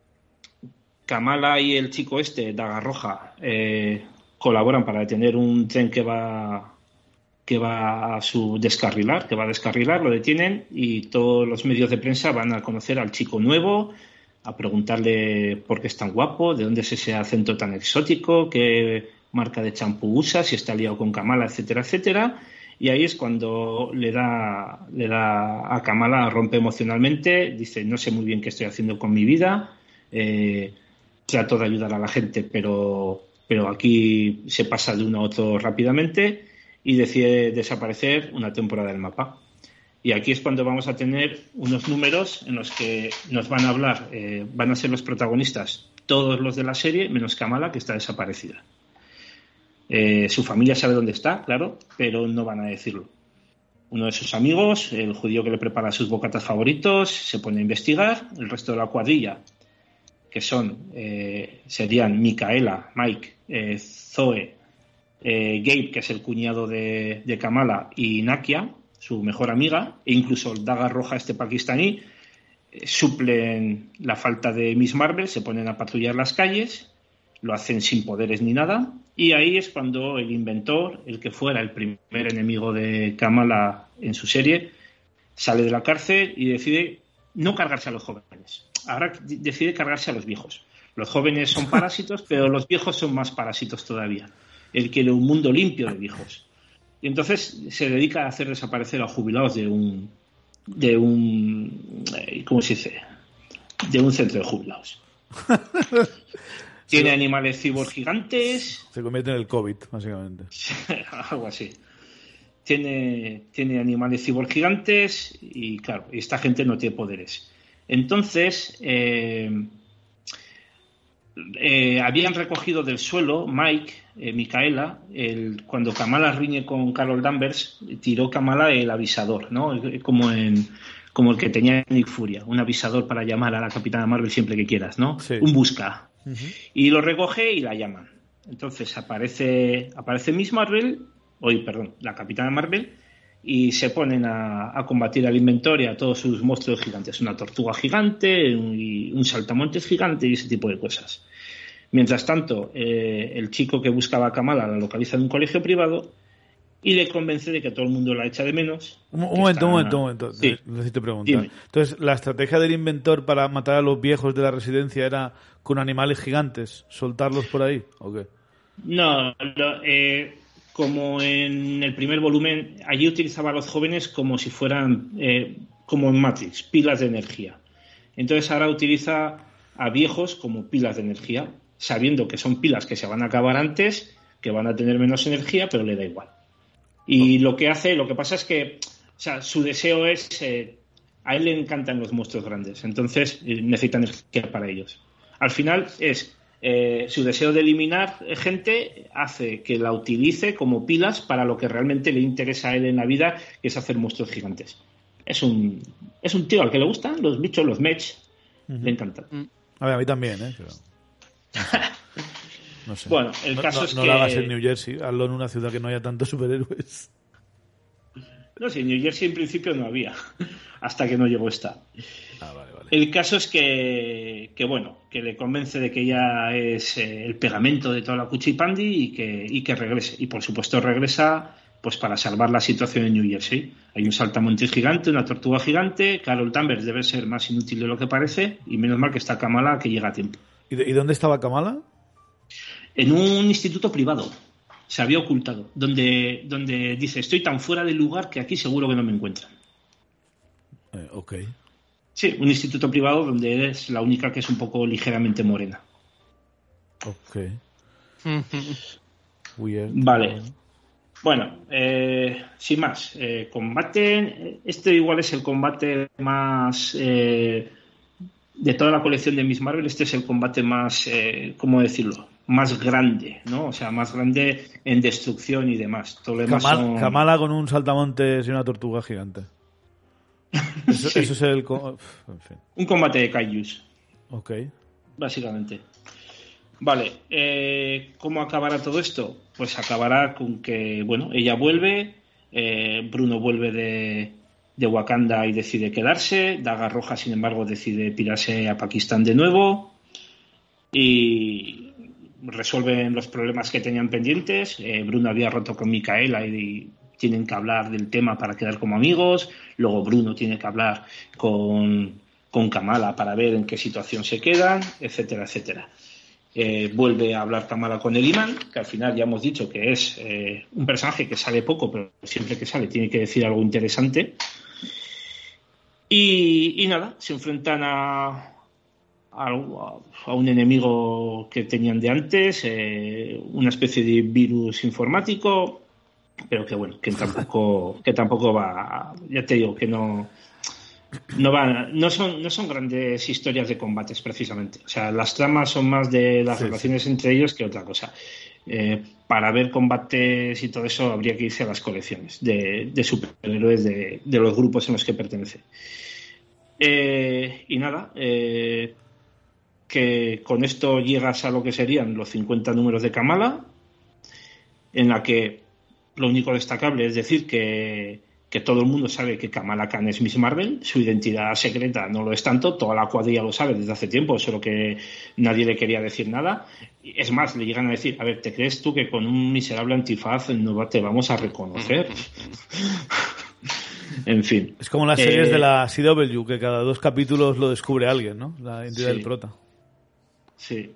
Kamala y el chico este, Daga Roja, eh, colaboran para detener un tren que va... que va a su descarrilar, que va a descarrilar, lo detienen y todos los medios de prensa van a conocer al chico nuevo, a preguntarle por qué es tan guapo, de dónde es ese acento tan exótico, qué marca de champú usa, si está liado con Kamala, etcétera, etcétera. Y ahí es cuando le da, le da a Kamala, rompe emocionalmente, dice, no sé muy bien qué estoy haciendo con mi vida, eh, trato de ayudar a la gente, pero, pero aquí se pasa de uno a otro rápidamente y decide desaparecer una temporada del mapa. Y aquí es cuando vamos a tener unos números en los que nos van a hablar, eh, van a ser los protagonistas todos los de la serie, menos Kamala, que está desaparecida. Eh, su familia sabe dónde está, claro, pero no van a decirlo. Uno de sus amigos, el judío que le prepara sus bocatas favoritos, se pone a investigar. El resto de la cuadrilla, que son eh, serían Micaela, Mike, eh, Zoe, eh, Gabe, que es el cuñado de, de Kamala, y Nakia, su mejor amiga, e incluso el Daga Roja, este pakistaní, eh, suplen la falta de Miss Marvel, se ponen a patrullar las calles, lo hacen sin poderes ni nada, y ahí es cuando el inventor, el que fuera el primer enemigo de Kamala en su serie, sale de la cárcel y decide no cargarse a los jóvenes. Ahora decide cargarse a los viejos. Los jóvenes son parásitos, pero los viejos son más parásitos todavía. Él quiere un mundo limpio de viejos. Y entonces se dedica a hacer desaparecer a jubilados de un de un ¿cómo se dice? De un centro de jubilados. Tiene animales cyborg gigantes. Se convierte en el COVID, básicamente. Algo así. Tiene, tiene animales cyborg gigantes y, claro, esta gente no tiene poderes. Entonces, eh, eh, habían recogido del suelo Mike, eh, Micaela, el, cuando Kamala riñe con Carol Danvers, tiró Kamala el avisador, ¿no? Como en como el que tenía Nick Furia, un avisador para llamar a la Capitana Marvel siempre que quieras, ¿no? Sí. Un busca. Uh-huh. Y lo recoge y la llaman. Entonces aparece aparece Miss Marvel, hoy, perdón, la Capitana Marvel, y se ponen a, a combatir al inventor y a todos sus monstruos gigantes, una tortuga gigante, un, un saltamontes gigante y ese tipo de cosas. Mientras tanto, eh, el chico que buscaba a Kamala la localiza en un colegio privado y le convence de que todo el mundo la echa de menos. Un, un momento, está... un momento, un momento. Sí. Necesito preguntar. Dime. Entonces, ¿la estrategia del inventor para matar a los viejos de la residencia era con animales gigantes? ¿Soltarlos por ahí? ¿O qué? No, lo, eh, como en el primer volumen, allí utilizaba a los jóvenes como si fueran, eh, como en Matrix, pilas de energía. Entonces ahora utiliza a viejos como pilas de energía, sabiendo que son pilas que se van a acabar antes, que van a tener menos energía, pero le da igual. Y lo que hace, lo que pasa es que, o sea, su deseo es, eh, a él le encantan los monstruos grandes, entonces eh, necesita energía para ellos. Al final es, eh, su deseo de eliminar gente hace que la utilice como pilas para lo que realmente le interesa a él en la vida, que es hacer monstruos gigantes. Es un, es un tío al que le gustan los bichos, los mechs, uh-huh. Le encantan. A ver, a mí también, ¿eh? Pero... No sé. Bueno, el caso no, es no que... No lo hagas en New Jersey, hazlo en una ciudad que no haya tantos superhéroes. No, sí, en New Jersey en principio no había, hasta que no llegó esta. Ah, vale, vale. El caso es que, que, bueno, que le convence de que ella es eh, el pegamento de toda la cuchipandi y que, y que regrese. Y por supuesto regresa pues para salvar la situación en New Jersey. Hay un saltamontes gigante, una tortuga gigante, Carol Danvers debe ser más inútil de lo que parece y menos mal que está Kamala, que llega a tiempo. ¿Y, de, ¿y dónde estaba Kamala? En un instituto privado, se había ocultado, donde, donde dice, estoy tan fuera del lugar que aquí seguro que no me encuentran. Eh, ok. Sí, un instituto privado donde eres la única que es un poco ligeramente morena. Ok. Weird. Vale. Bueno, eh, sin más, eh, combate, este igual es el combate más... Eh, de toda la colección de Miss Marvel, este es el combate más, eh, ¿cómo decirlo?, más grande, ¿no? O sea, más grande en destrucción y demás. Todo lo demás Kamala, son... Kamala con un saltamontes y una tortuga gigante. Eso, sí. Eso es el... En fin. Un combate de kaijus. Ok. Básicamente. Vale, eh, ¿cómo acabará todo esto? Pues acabará con que, bueno, ella vuelve, eh, Bruno vuelve de, de Wakanda y decide quedarse, Daga Roja, sin embargo, decide pirarse a Pakistán de nuevo y resuelven los problemas que tenían pendientes. eh, Bruno había roto con Micaela y, y tienen que hablar del tema para quedar como amigos. Luego Bruno tiene que hablar con, con Kamala para ver en qué situación se quedan, etcétera, etcétera. Eh, vuelve a hablar Kamala con el imán, que al final ya hemos dicho que es eh, un personaje que sale poco, pero siempre que sale tiene que decir algo interesante. Y, y nada, se enfrentan a, a, a un enemigo que tenían de antes, eh, una especie de virus informático, pero que bueno, que tampoco, que tampoco va, ya te digo, que no... No van, no son, no son grandes historias de combates precisamente. O sea, las tramas son más de las sí, relaciones sí. entre ellos que otra cosa. Eh, para ver combates y todo eso habría que irse a las colecciones de, de superhéroes de, de los grupos en los que pertenece. Eh, y nada, eh, que con esto llegas a lo que serían los cincuenta números de Kamala, en la que lo único destacable es decir que que todo el mundo sabe que Kamala Khan es Miss Marvel, su identidad secreta no lo es tanto, toda la cuadrilla lo sabe desde hace tiempo, solo que nadie le quería decir nada. Es más, le llegan a decir, a ver, ¿te crees tú que con un miserable antifaz no te vamos a reconocer? En fin. Es como las series eh, de la C W, que cada dos capítulos lo descubre alguien, ¿no? La identidad sí, del prota. Sí.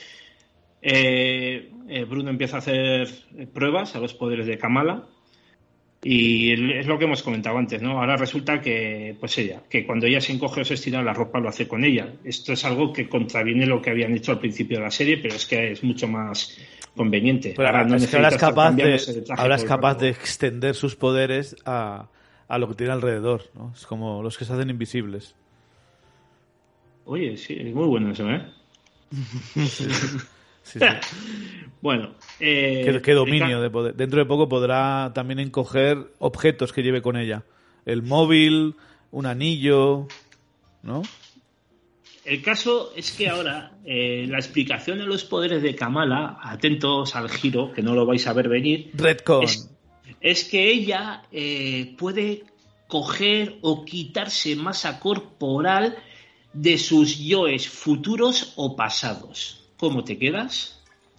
Eh, eh, Bruno empieza a hacer pruebas a los poderes de Kamala. Y es lo que hemos comentado antes, ¿no? Ahora resulta que, pues ella, que cuando ella se encoge o se estira la ropa lo hace con ella. Esto es algo que contraviene lo que habían hecho al principio de la serie, pero es que es mucho más conveniente. Pero ahora no es que ahora es capaz, de, ahora es capaz de extender sus poderes a, a lo que tiene alrededor, ¿no? Es como los que se hacen invisibles. Oye, sí, es muy bueno eso, ¿eh? Sí, sí, sí. Bueno, eh, qué, qué dominio de poder. Dentro de poco podrá también encoger objetos que lleve con ella. El móvil, un anillo, ¿no? El caso es que ahora eh, la explicación de los poderes de Kamala, atentos al giro, que no lo vais a ver venir, Redcon. Es, es que ella eh, puede coger o quitarse masa corporal de sus yoes futuros o pasados. ¿Cómo te quedas?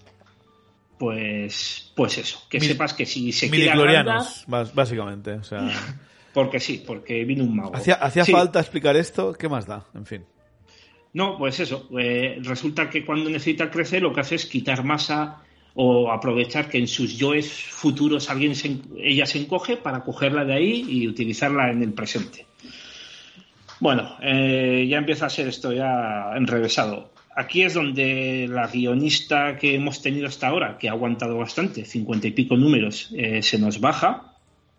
Pues, pues eso, que Mil, sepas que si se quiere agrandar... básicamente, o sea... Porque sí, porque vino un mago. ¿Hacía, hacía sí. falta explicar esto? ¿Qué más da? En fin. No, pues eso, eh, resulta que cuando necesita crecer lo que hace es quitar masa o aprovechar que en sus yoes futuros alguien se, ella se encoge para cogerla de ahí y utilizarla en el presente. Bueno, eh, ya empieza a ser esto ya enrevesado. Aquí es donde la guionista que hemos tenido hasta ahora, que ha aguantado bastante, cincuenta y pico números, eh, se nos baja,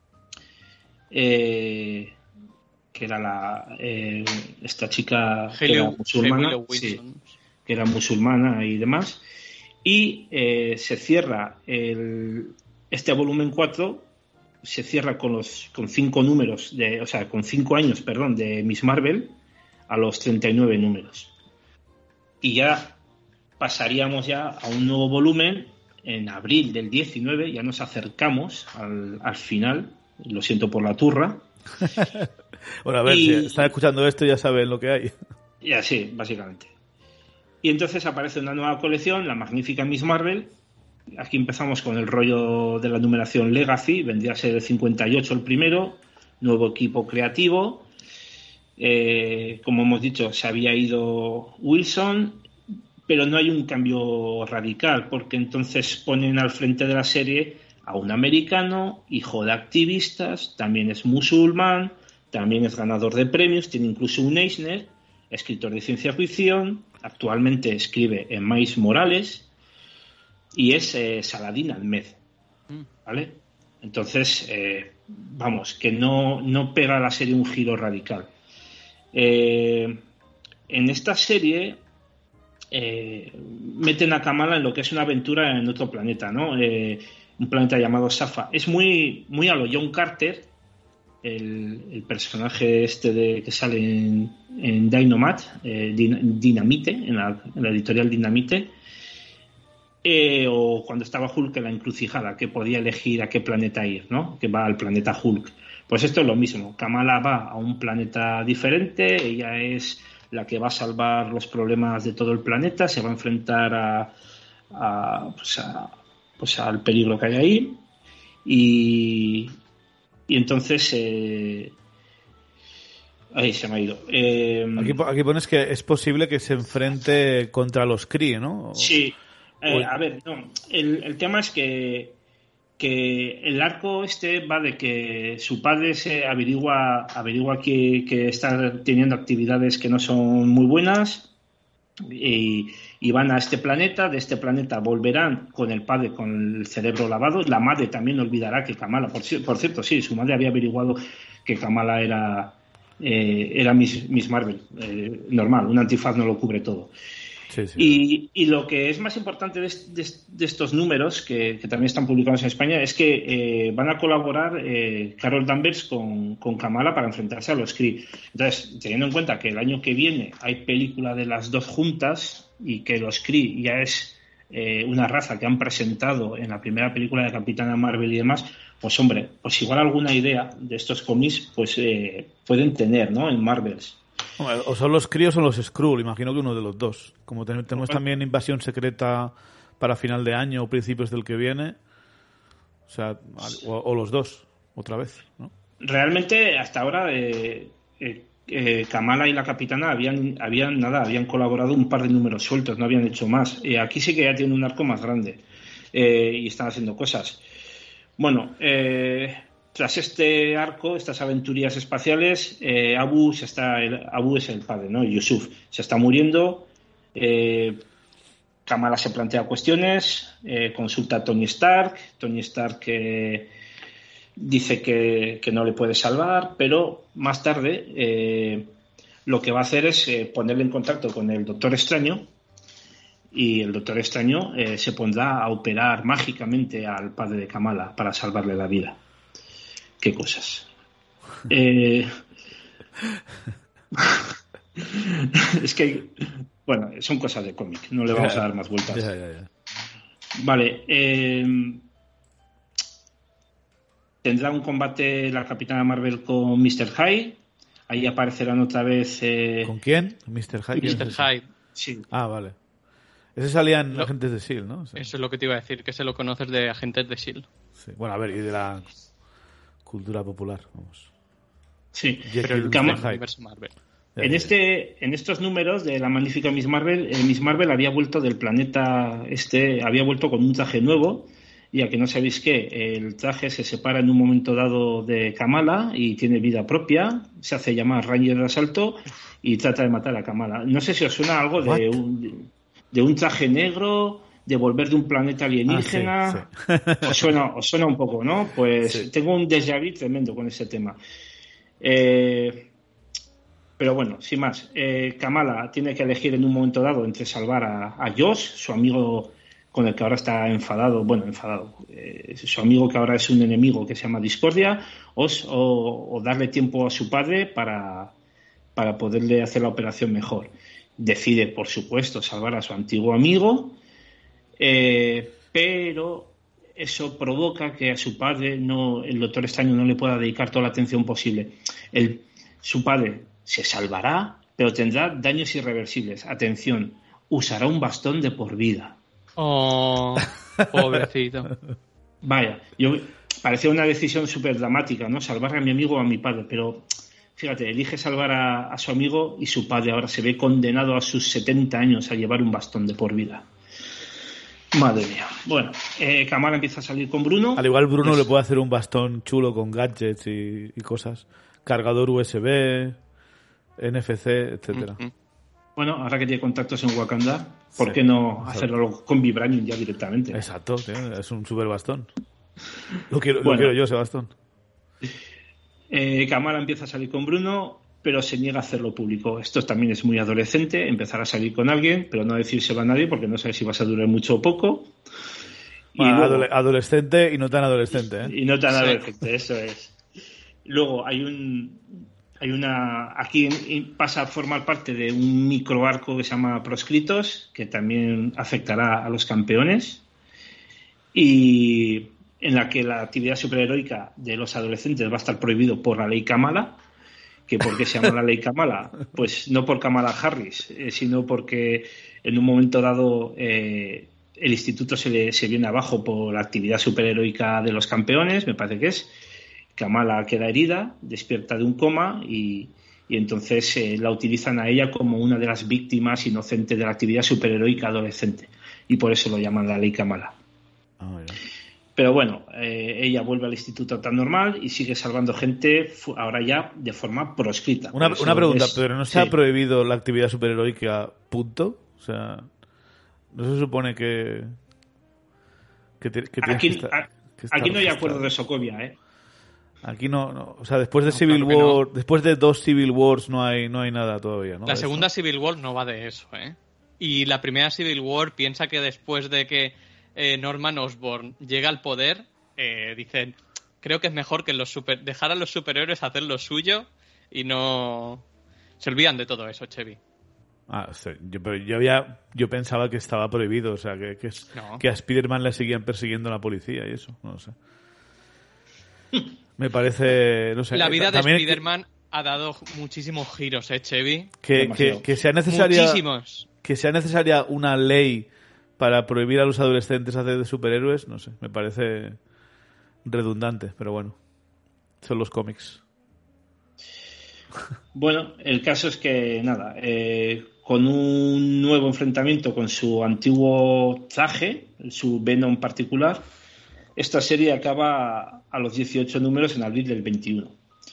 eh, que era la eh, esta chica que era musulmana, sí, que era musulmana y demás, y eh, se cierra el, este volumen cuatro, se cierra con los con cinco números, de, o sea, con cinco años, perdón, de Miss Marvel a los treinta y nueve números. Y ya pasaríamos ya a un nuevo volumen en abril del diecinueve, ya nos acercamos al, al final, lo siento por la turra. Bueno, a ver, y, si están escuchando esto ya saben lo que hay. Ya sí, básicamente. Y entonces aparece una nueva colección, la magnífica Miss Marvel. Aquí empezamos con el rollo de la numeración Legacy, vendría a ser el cincuenta y ocho el primero, nuevo equipo creativo. Eh, como hemos dicho, se había ido Wilson, pero no hay un cambio radical, porque entonces ponen al frente de la serie a un americano, hijo de activistas, también es musulmán, también es ganador de premios, tiene incluso un Eisner, escritor de ciencia ficción, actualmente escribe en Miles Morales y es eh, Saladin Ahmed, ¿vale? Entonces, eh, vamos, que no, no pega a la serie un giro radical. Eh, en esta serie eh, meten a Kamala en lo que es una aventura en otro planeta, ¿no? Eh, un planeta llamado Safa. Es muy, muy a lo John Carter, el, el personaje este de, que sale en, en Dynomat, eh, Din, Dinamite, en la, en la editorial Dinamite, eh, o cuando estaba Hulk en la encrucijada, que podía elegir a qué planeta ir, ¿no? Que va al planeta Hulk. Pues esto es lo mismo. Kamala va a un planeta diferente, ella es la que va a salvar los problemas de todo el planeta, se va a enfrentar a, a, pues a pues al peligro que hay ahí y, y entonces eh, Ahí se me ha ido. Eh, aquí, aquí pones que es posible que se enfrente contra los Kree, ¿no? Sí. Eh, a ver, no. El, el tema es que, que el arco este va de que su padre se averigua, averigua que, que está teniendo actividades que no son muy buenas. Y, y van a este planeta, de este planeta volverán con el padre con el cerebro lavado, la madre también olvidará que Kamala, por, por cierto, sí, su madre había averiguado que Kamala era eh, era Miss, Miss Marvel, eh, normal, un antifaz no lo cubre todo. Sí, sí. Y, y lo que es más importante de, de, de estos números, que, que también están publicados en España, es que eh, van a colaborar eh, Carol Danvers con, con Kamala para enfrentarse a los Kree. Entonces, teniendo en cuenta que el año que viene hay película de las dos juntas y que los Kree ya es eh, una raza que han presentado en la primera película de Capitana Marvel y demás, pues hombre, pues igual alguna idea de estos cómics pues eh, pueden tener, ¿no? En Marvels. O son los Kree o son los Skrull, imagino que uno de los dos. Como tenemos también Invasión Secreta para final de año o principios del que viene, o sea, o, o los dos, otra vez, ¿no? Realmente, hasta ahora, eh, eh, eh, Kamala y la Capitana habían, habían nada, habían colaborado un par de números sueltos, no habían hecho más. Eh, aquí sí que ya tiene un arco más grande eh, y están haciendo cosas. Bueno, eh... tras este arco, estas aventurías espaciales, eh, Abu se está, el, Abu es el padre, ¿no? Yusuf se está muriendo. Eh, Kamala se plantea cuestiones, eh, consulta a Tony Stark. Tony Stark eh, dice que, que no le puede salvar, pero más tarde eh, lo que va a hacer es eh, ponerle en contacto con el Doctor Extraño. Y el Doctor Extraño eh, se pondrá a operar mágicamente al padre de Kamala para salvarle la vida. Qué cosas. Eh... es que, bueno, son cosas de cómic, no le vamos a dar más vueltas. Ya, ya, ya. Vale. Eh... Tendrá un combate la Capitana Marvel con mister Hyde. Ahí aparecerán otra vez. Eh... ¿Con quién? mister Hyde. mister Hyde. Sí. Ah, vale. Ese salían Lo... Agentes de S H I E L D, ¿no? Sí. Eso es lo que te iba a decir, que se lo conoces de Agentes de S H I E L D. Sí. Bueno, a ver, y de la cultura popular, vamos. Sí, pero el Cam- universo Marvel. En, este, en estos números de la magnífica Miss Marvel, eh, Miss Marvel había vuelto del planeta este, había vuelto con un traje nuevo, y a que no sabéis qué, el traje se separa en un momento dado de Kamala y tiene vida propia, se hace llamar Ranger de Asalto y trata de matar a Kamala. No sé si os suena algo de un, de un traje negro, de volver de un planeta alienígena. Ah, sí, sí. Os suena, os suena un poco, ¿no? Pues sí. Tengo un déjà vu tremendo con ese tema. Eh, pero bueno, sin más, eh, Kamala tiene que elegir en un momento dado entre salvar a, a Josh, su amigo con el que ahora está enfadado, bueno, enfadado, eh, su amigo que ahora es un enemigo que se llama Discordia, o, o, o darle tiempo a su padre para, para poderle hacer la operación mejor. Decide, por supuesto, salvar a su antiguo amigo, eh, pero eso provoca que a su padre no, el Doctor Extraño no le pueda dedicar toda la atención posible. El, su padre se salvará, pero tendrá daños irreversibles. Atención, usará un bastón de por vida. Oh, pobrecito. Vaya, yo parecía una decisión súper dramática, ¿no? Salvar a mi amigo o a mi padre, pero fíjate, elige salvar a, a su amigo y su padre ahora se ve condenado a sus setenta años a llevar un bastón de por vida. Madre mía. Bueno, eh, Kamala empieza a salir con Bruno. Al igual Bruno pues... le puede hacer un bastón chulo con gadgets y, y cosas. Cargador U S B, N F C, etcétera. Mm-hmm. Bueno, ahora que tiene contactos en Wakanda, ¿por sí, qué no exacto. hacerlo con Vibranium ya directamente? Exacto, tío, es un super bastón. Lo quiero, bueno, lo quiero yo, ese bastón. Eh, Kamala empieza a salir con Bruno, pero se niega a hacerlo público. Esto también es muy adolescente, empezar a salir con alguien, pero no decírselo a nadie porque no sabes si vas a durar mucho o poco. Y bueno, luego, adole- adolescente y no tan adolescente, ¿eh? Y no tan sí. adolescente, eso es. Luego hay un... Hay una aquí pasa a formar parte de un microarco que se llama Proscritos, que también afectará a los campeones, y en la que la actividad superheroica de los adolescentes va a estar prohibido por la ley Kamala. ¿Que por qué se llama la ley Kamala? Pues no por Kamala Harris, eh, sino porque en un momento dado eh, el instituto se, le, se viene abajo por la actividad superheroica de los campeones, me parece que es. Kamala queda herida, despierta de un coma y, y entonces eh, la utilizan a ella como una de las víctimas inocentes de la actividad superheroica adolescente, y por eso lo llaman la ley Kamala. Oh, yeah. Pero bueno, eh, ella vuelve al instituto tan normal y sigue salvando gente ahora ya de forma proscrita. Una, una pregunta, es, ¿pero no está sí. prohibido la actividad superheroica, punto? O sea, ¿no se supone que... que, te, que Aquí, que estar, a, que aquí no hay acuerdo de Sokovia, ¿eh? Aquí no, no, o sea, después de No, Civil claro War, no. después de dos Civil Wars no hay no hay nada todavía, ¿no? La de segunda eso. Civil War no va de eso, ¿eh? Y la primera Civil War piensa que después de que eh, Norman Osborn llega al poder, eh, dicen, creo que es mejor que los super... dejar a los superhéroes hacer lo suyo y no... Se olvidan de todo eso, Chevy. Ah, sí, yo, pero yo había, yo pensaba que estaba prohibido, o sea, que, que, es, No. que a Spider-Man le seguían persiguiendo la policía y eso, no lo sé. Me parece, no sé. La vida de también Spider-Man ha dado muchísimos giros, ¿eh, Chevy? que, que, que sea necesaria Muchísimos. que sea necesaria una ley para prohibir a los adolescentes hacer de superhéroes, no sé, me parece redundante, pero bueno, son los cómics. Bueno, el caso es que, nada, eh, con un nuevo enfrentamiento con su antiguo traje, su Venom particular, esta serie acaba a los dieciocho números en abril del veintiuno.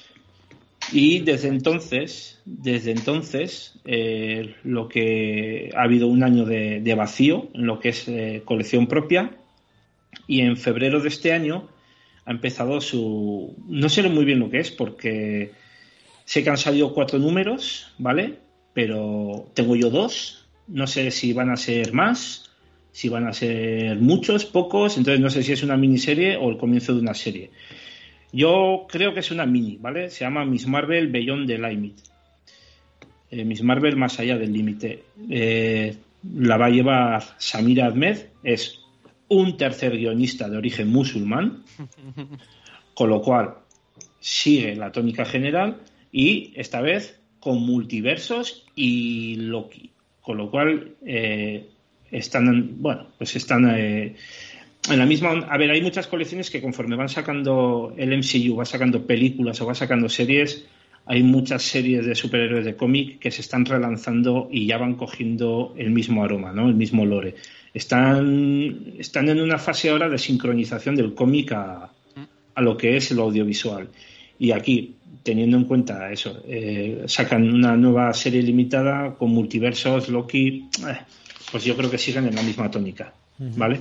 Y desde entonces, desde entonces, eh, lo que ha habido un año de, de vacío en lo que es eh, colección propia, y en febrero de este año ha empezado su... No sé muy bien lo que es, porque sé que han salido cuatro números, ¿vale? Pero tengo yo dos, no sé si van a ser más, si van a ser muchos, pocos, entonces no sé si es una miniserie o el comienzo de una serie. Yo creo que es una mini, ¿vale? Se llama Miss Marvel Beyond the Limit. Eh, Miss Marvel más allá del límite. Eh, la va a llevar Samira Ahmed, es un tercer guionista de origen musulmán, con lo cual sigue la tónica general y esta vez con multiversos y Loki, con lo cual eh, están, bueno, pues están eh, en la misma. A ver, hay muchas colecciones que conforme van sacando el M C U, va sacando películas o va sacando series, hay muchas series de superhéroes de cómic que se están relanzando y ya van cogiendo el mismo aroma, ¿no? El mismo lore. Están, están en una fase ahora de sincronización del cómic a, a lo que es lo audiovisual. Y aquí, teniendo en cuenta eso, eh, sacan una nueva serie limitada con multiversos, Loki, eh, pues yo creo que siguen en la misma tónica, ¿vale?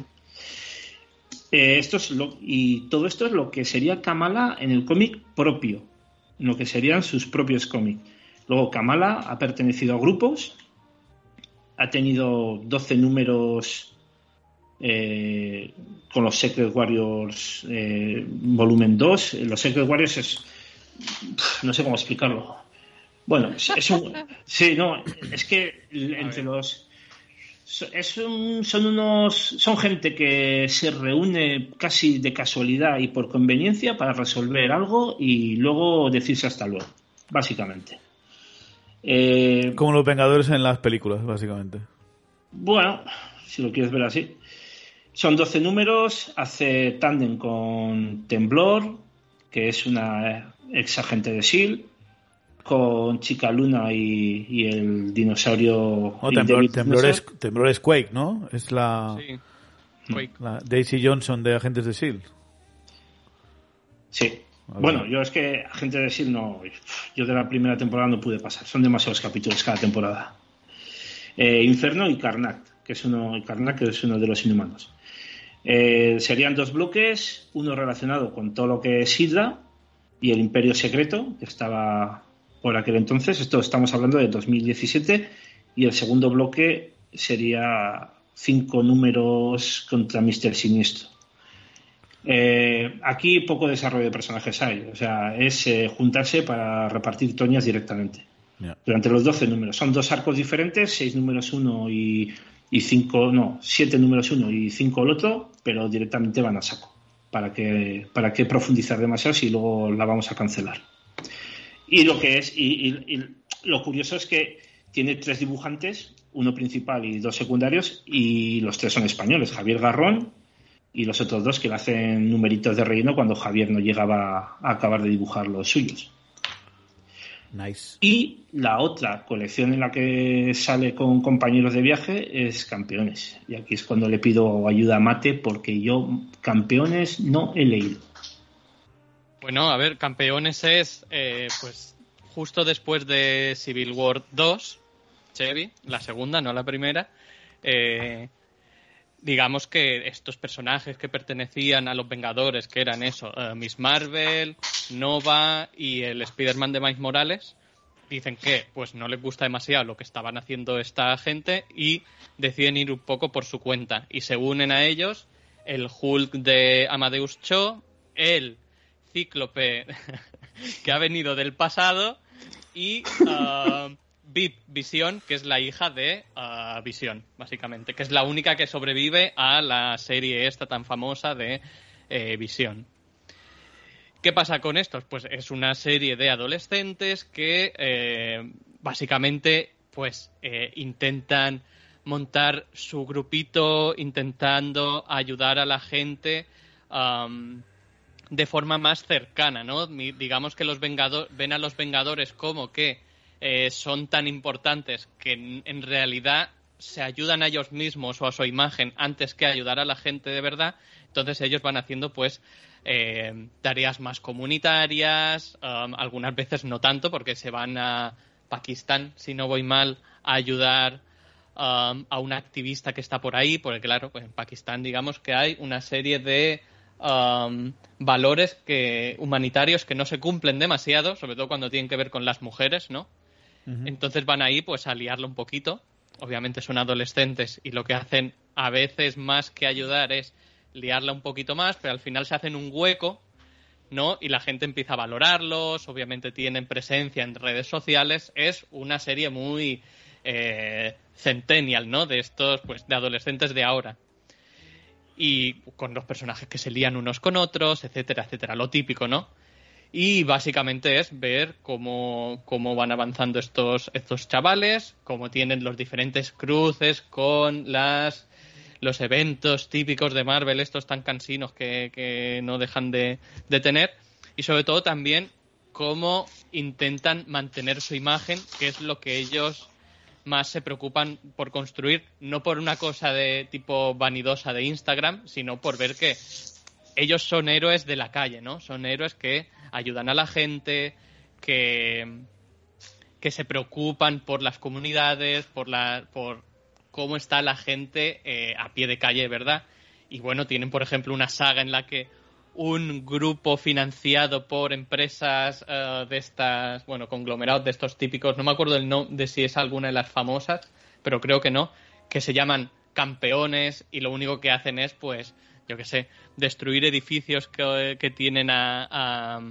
Eh, esto es lo, y todo esto es lo que sería Kamala en el cómic propio, en lo que serían sus propios cómics. Luego Kamala ha pertenecido a grupos, ha tenido doce números eh, con los Secret Warriors eh, volumen dos. Los Secret Warriors es, no sé cómo explicarlo. Bueno, es, es un, sí, no, es que entre los es un, son unos son gente que se reúne casi de casualidad y por conveniencia para resolver algo y luego decirse hasta luego, básicamente. Eh, Como los Vengadores en las películas, básicamente. Bueno, si lo quieres ver así. Son doce números, hace tándem con Temblor, que es una ex agente de S H I E L D, con Chica Luna y, y el dinosaurio... No, temblor, temblor, es, temblor es Quake, ¿no? Es la, Sí, Quake. la Daisy Johnson de Agentes de S H I E L D. Sí. Bueno, yo es que Agentes de S H I E L D no... Yo de la primera temporada no pude pasar. Son demasiados capítulos cada temporada. Eh, Inferno y Karnak, que es uno, Karnak, que es uno de los inhumanos. Eh, serían dos bloques, uno relacionado con todo lo que es Hydra y el Imperio Secreto, que estaba por aquel entonces. Esto estamos hablando de dos mil diecisiete, y el segundo bloque sería cinco números contra míster Siniestro. Eh, aquí poco desarrollo de personajes hay, o sea, es eh, juntarse para repartir toñas directamente. Yeah. Durante los doce números. Son dos arcos diferentes, seis números uno y, y cinco, no, siete números uno y cinco el otro, pero directamente van a saco. ¿Para qué, para qué profundizar demasiado si luego la vamos a cancelar? Y lo que es, y, y, y lo curioso es que tiene tres dibujantes, uno principal y dos secundarios, y los tres son españoles, Javier Garrón y los otros dos que le hacen numeritos de relleno cuando Javier no llegaba a acabar de dibujar los suyos. Nice. Y la otra colección en la que sale con compañeros de viaje es Campeones. Y aquí es cuando le pido ayuda a Mate, porque yo Campeones no he leído. Bueno, a ver, Campeones es eh, pues justo después de Civil War dos, Chevy, la segunda, no la primera. Eh, digamos que estos personajes que pertenecían a los Vengadores, que eran eso, uh, Miss Marvel, Nova y el Spider-Man de Miles Morales, dicen que pues no les gusta demasiado lo que estaban haciendo esta gente y deciden ir un poco por su cuenta. Y se unen a ellos el Hulk de Amadeus Cho, el Cíclope que ha venido del pasado y uh, Vip Visión, que es la hija de uh, Visión, básicamente, que es la única que sobrevive a la serie esta tan famosa de eh, Visión. ¿Qué pasa con estos? Pues es una serie de adolescentes que eh, básicamente pues eh, intentan montar su grupito intentando ayudar a la gente um, de forma más cercana, ¿no? Digamos que los Vengador- ven a los Vengadores como que eh, son tan importantes que en, en realidad se ayudan a ellos mismos o a su imagen antes que ayudar a la gente de verdad. Entonces ellos van haciendo pues eh, tareas más comunitarias, um, algunas veces no tanto porque se van a Pakistán, si no voy mal, a ayudar um, a una activista que está por ahí, porque claro, pues en Pakistán digamos que hay una serie de Um, valores que humanitarios que no se cumplen demasiado, sobre todo cuando tienen que ver con las mujeres, ¿no? Uh-huh. Entonces van ahí pues a liarlo un poquito. Obviamente son adolescentes y lo que hacen a veces más que ayudar es liarla un poquito más, pero al final se hacen un hueco, ¿no? Y la gente empieza a valorarlos, obviamente tienen presencia en redes sociales. Es una serie muy eh, centennial, ¿no? De estos, pues, de adolescentes de ahora. Y con los personajes que se lían unos con otros, etcétera, etcétera, lo típico, ¿no? Y básicamente es ver cómo, cómo van avanzando estos, estos chavales, cómo tienen los diferentes cruces con las los eventos típicos de Marvel, estos tan cansinos que, que no dejan de, de tener, y sobre todo también cómo intentan mantener su imagen, que es lo que ellos más se preocupan por construir, no por una cosa de tipo vanidosa de Instagram, sino por ver que ellos son héroes de la calle, ¿no? Son héroes que ayudan a la gente, que, que se preocupan por las comunidades, por la, por cómo está la gente eh, a pie de calle, ¿verdad? Y bueno, tienen, por ejemplo, una saga en la que un grupo financiado por empresas uh, de estas, bueno, conglomerados de estos típicos, no me acuerdo el nombre de si es alguna de las famosas, pero creo que no, que se llaman Campeones y lo único que hacen es, pues, yo qué sé, destruir edificios que, que tienen a, a,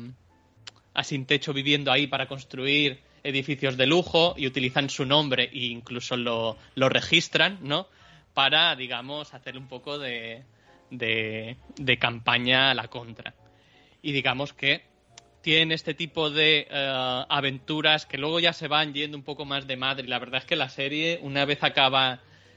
a sin techo viviendo ahí para construir edificios de lujo y utilizan su nombre e incluso lo, lo registran, ¿no? Para, digamos, hacer un poco de... De, de campaña a la contra. Y digamos que tienen este tipo de uh, aventuras que luego ya se van yendo un poco más de madre. Y la verdad es que la serie, una vez acaba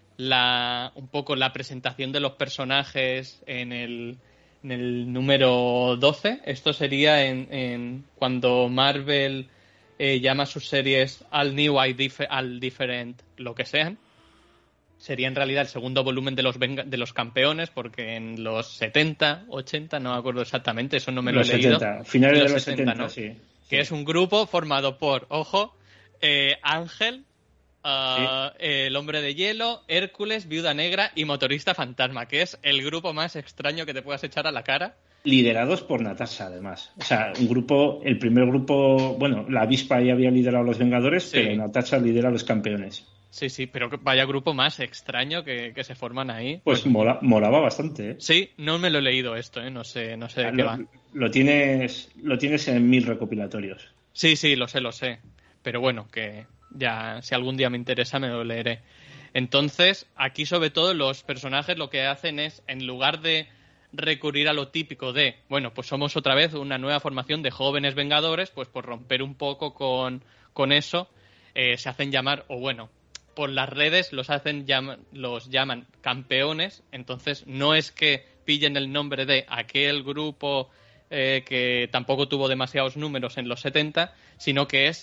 la, un poco la presentación de los personajes en el, en el número doce, esto sería en, en cuando Marvel eh, llama a sus series All New, All Different, lo que sean. Sería en realidad el segundo volumen de los venga- de los campeones, porque en los setenta, ochenta, no me acuerdo exactamente, eso no me lo los he leído. setenta, finales de los, los setenta, setenta, ¿no? sí. Que sí. es un grupo formado por, ojo, eh, Ángel, uh, sí. El Hombre de Hielo, Hércules, Viuda Negra y Motorista Fantasma, que es el grupo más extraño que te puedas echar a la cara. Liderados por Natasha, además. O sea, un grupo, el primer grupo, bueno, la avispa ya había liderado a los Vengadores, sí. Pero Natasha lidera a los campeones. Sí, sí, pero vaya grupo más extraño que, que se forman ahí. Pues bueno, mola, molaba bastante, ¿eh? Sí, no me lo he leído esto, ¿eh? No sé, no sé de ah, qué lo, va. Lo tienes, lo tienes en mil recopilatorios. Sí, sí, lo sé, lo sé. Pero bueno, que ya, si algún día me interesa, me lo leeré. Entonces, aquí sobre todo los personajes lo que hacen es, en lugar de recurrir a lo típico de, bueno, pues somos otra vez una nueva formación de jóvenes vengadores, pues por romper un poco con, con eso, eh, se hacen llamar, o bueno, por las redes los hacen llama, los llaman campeones. Entonces no es que pillen el nombre de aquel grupo eh, que tampoco tuvo demasiados números en los setenta, sino que es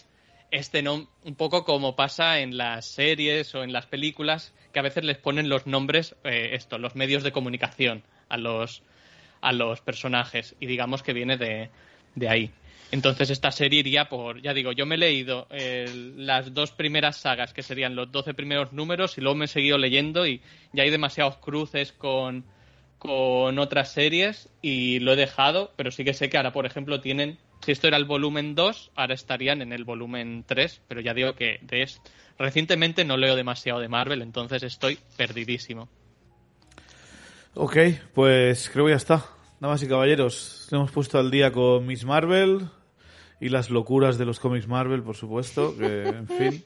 este no, un poco como pasa en las series o en las películas, que a veces les ponen los nombres, eh, esto, los medios de comunicación a los, a los personajes, y digamos que viene de, de ahí. Entonces esta serie iría por, ya digo, yo me he leído eh, las dos primeras sagas, que serían los doce primeros números, y luego me he seguido leyendo y ya hay demasiados cruces con, con otras series y lo he dejado, pero sí que sé que ahora, por ejemplo, tienen, si esto era el volumen dos, ahora estarían en el volumen tres, pero ya digo que de esto, recientemente no leo demasiado de Marvel, entonces estoy perdidísimo. Ok, pues creo que ya está. Damas y caballeros, le hemos puesto al día con Miss Marvel y las locuras de los cómics Marvel, por supuesto, que, en fin,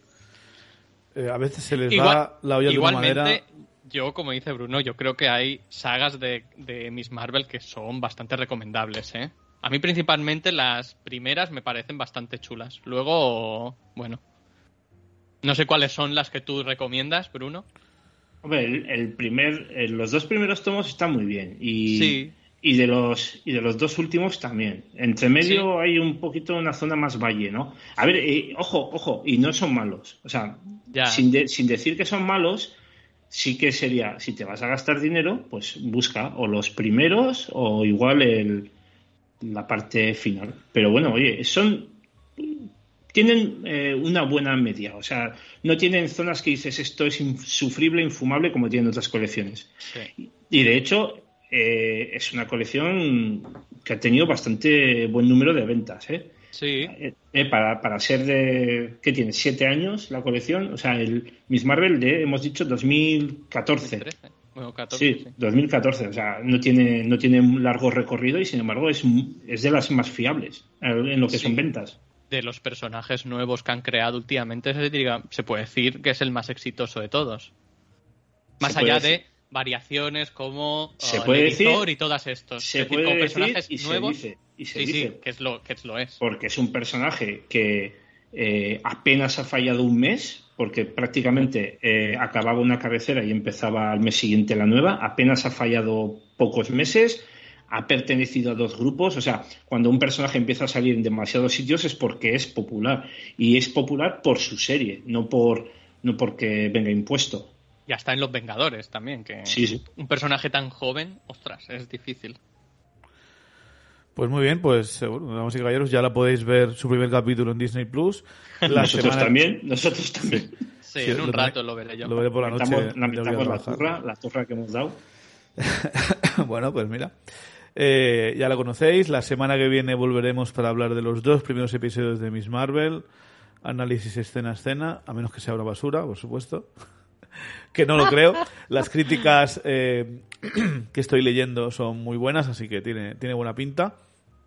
eh, a veces se les Igual, va la olla de una manera. Igualmente, yo, como dice Bruno, yo creo que hay sagas de, de Miss Marvel que son bastante recomendables, ¿eh? A mí principalmente las primeras me parecen bastante chulas. Luego, bueno, no sé cuáles son las que tú recomiendas, Bruno. Hombre, el, el primer, eh, los dos primeros tomos están muy bien y... Sí. Y de los y de los dos últimos también. Entre medio sí. Hay un poquito una zona más valle, ¿no? A ver, eh, ojo, ojo, y no son malos. O sea, ya. sin, de, sin decir que son malos, sí que sería, si te vas a gastar dinero, pues busca o los primeros o igual el, la parte final. Pero bueno, oye, son... Tienen eh, una buena media. O sea, no tienen zonas que dices esto es insufrible, infumable, como tienen otras colecciones. Sí. Y de hecho... Eh, es una colección que ha tenido bastante buen número de ventas, ¿eh? Sí. Eh, eh, para, para ser de... ¿Qué tiene? ¿Siete años la colección? O sea, el Miss Marvel de, hemos dicho, dos mil catorce. dos mil trece. Bueno, catorce, sí, sí, dos mil catorce. O sea, no tiene, no tiene un largo recorrido y, sin embargo, es, es de las más fiables en lo que sí. son ventas. De los personajes nuevos que han creado últimamente, se, diga, se puede decir que es el más exitoso de todos. Más allá de... Decir. Variaciones como se uh, puede el decir, editor y todas estos. Se es puede decir, decir personajes y nuevos. se dice. Y se sí, dice. sí, que es lo, que es lo es. Porque es un personaje que eh, apenas ha fallado un mes, porque prácticamente eh, acababa una cabecera y empezaba al mes siguiente la nueva. Apenas ha fallado pocos meses. Ha pertenecido a dos grupos. O sea, cuando un personaje empieza a salir en demasiados sitios es porque es popular. Y es popular por su serie, no por no porque venga impuesto. Ya está en Los Vengadores también, que sí, sí. un personaje tan joven, ostras, es difícil. Pues muy bien, pues bueno, damas y caballeros, ya la podéis ver su primer capítulo en Disney Plus. La nosotros semana... también, nosotros también. Sí, sí en un lo rato lo veré yo. Lo veré por la noche. Lamentamos la turra, la turra que hemos dado. Bueno, pues mira. Eh, ya la conocéis, la semana que viene volveremos para hablar de los dos primeros episodios de Miss Marvel. Análisis escena a escena, a menos que sea una basura, por supuesto. Que no lo creo. Las críticas eh, que estoy leyendo son muy buenas, así que tiene, tiene buena pinta.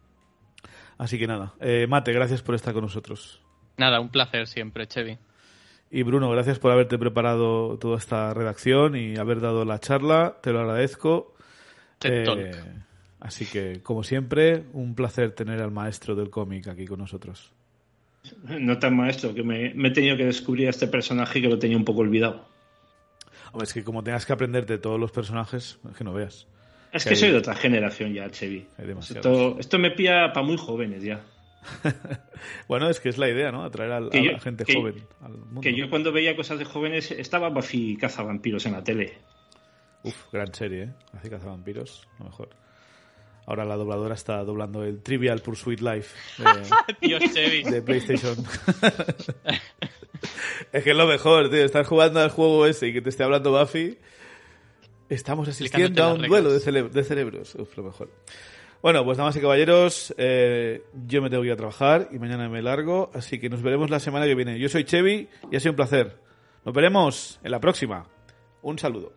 Así que nada, eh, Mate, gracias por estar con nosotros. Nada, un placer siempre, Chevy. Y Bruno, gracias por haberte preparado toda esta redacción y haber dado la charla, te lo agradezco. Eh, así que, como siempre, un placer tener al maestro del cómic aquí con nosotros. No tan maestro, que me, me he tenido que descubrir a este personaje que lo tenía un poco olvidado. Hombre, es que como tengas que aprenderte todos los personajes, es que no veas. Es que, que soy hay... de otra generación ya, Chevy. Esto, esto me pilla para muy jóvenes ya. Bueno, es que es la idea, ¿no? Atraer a, yo, a la gente que, joven al mundo. Que yo cuando veía cosas de jóvenes estaba Buffy Cazavampiros en la tele. Uf, gran serie, ¿eh? Buffy Cazavampiros, lo mejor. Ahora la dobladora está doblando el Trivial Pursuit Live de, Dios, Chevy. de PlayStation. Es que es lo mejor, tío. Estar jugando al juego ese y que te esté hablando Buffy. Estamos asistiendo a un duelo de, cere- de cerebros. Uf, lo mejor. Bueno, pues damas y caballeros, eh, yo me tengo que ir a trabajar y mañana me largo. Así que nos veremos la semana que viene. Yo soy Chevy y ha sido un placer. Nos veremos en la próxima. Un saludo.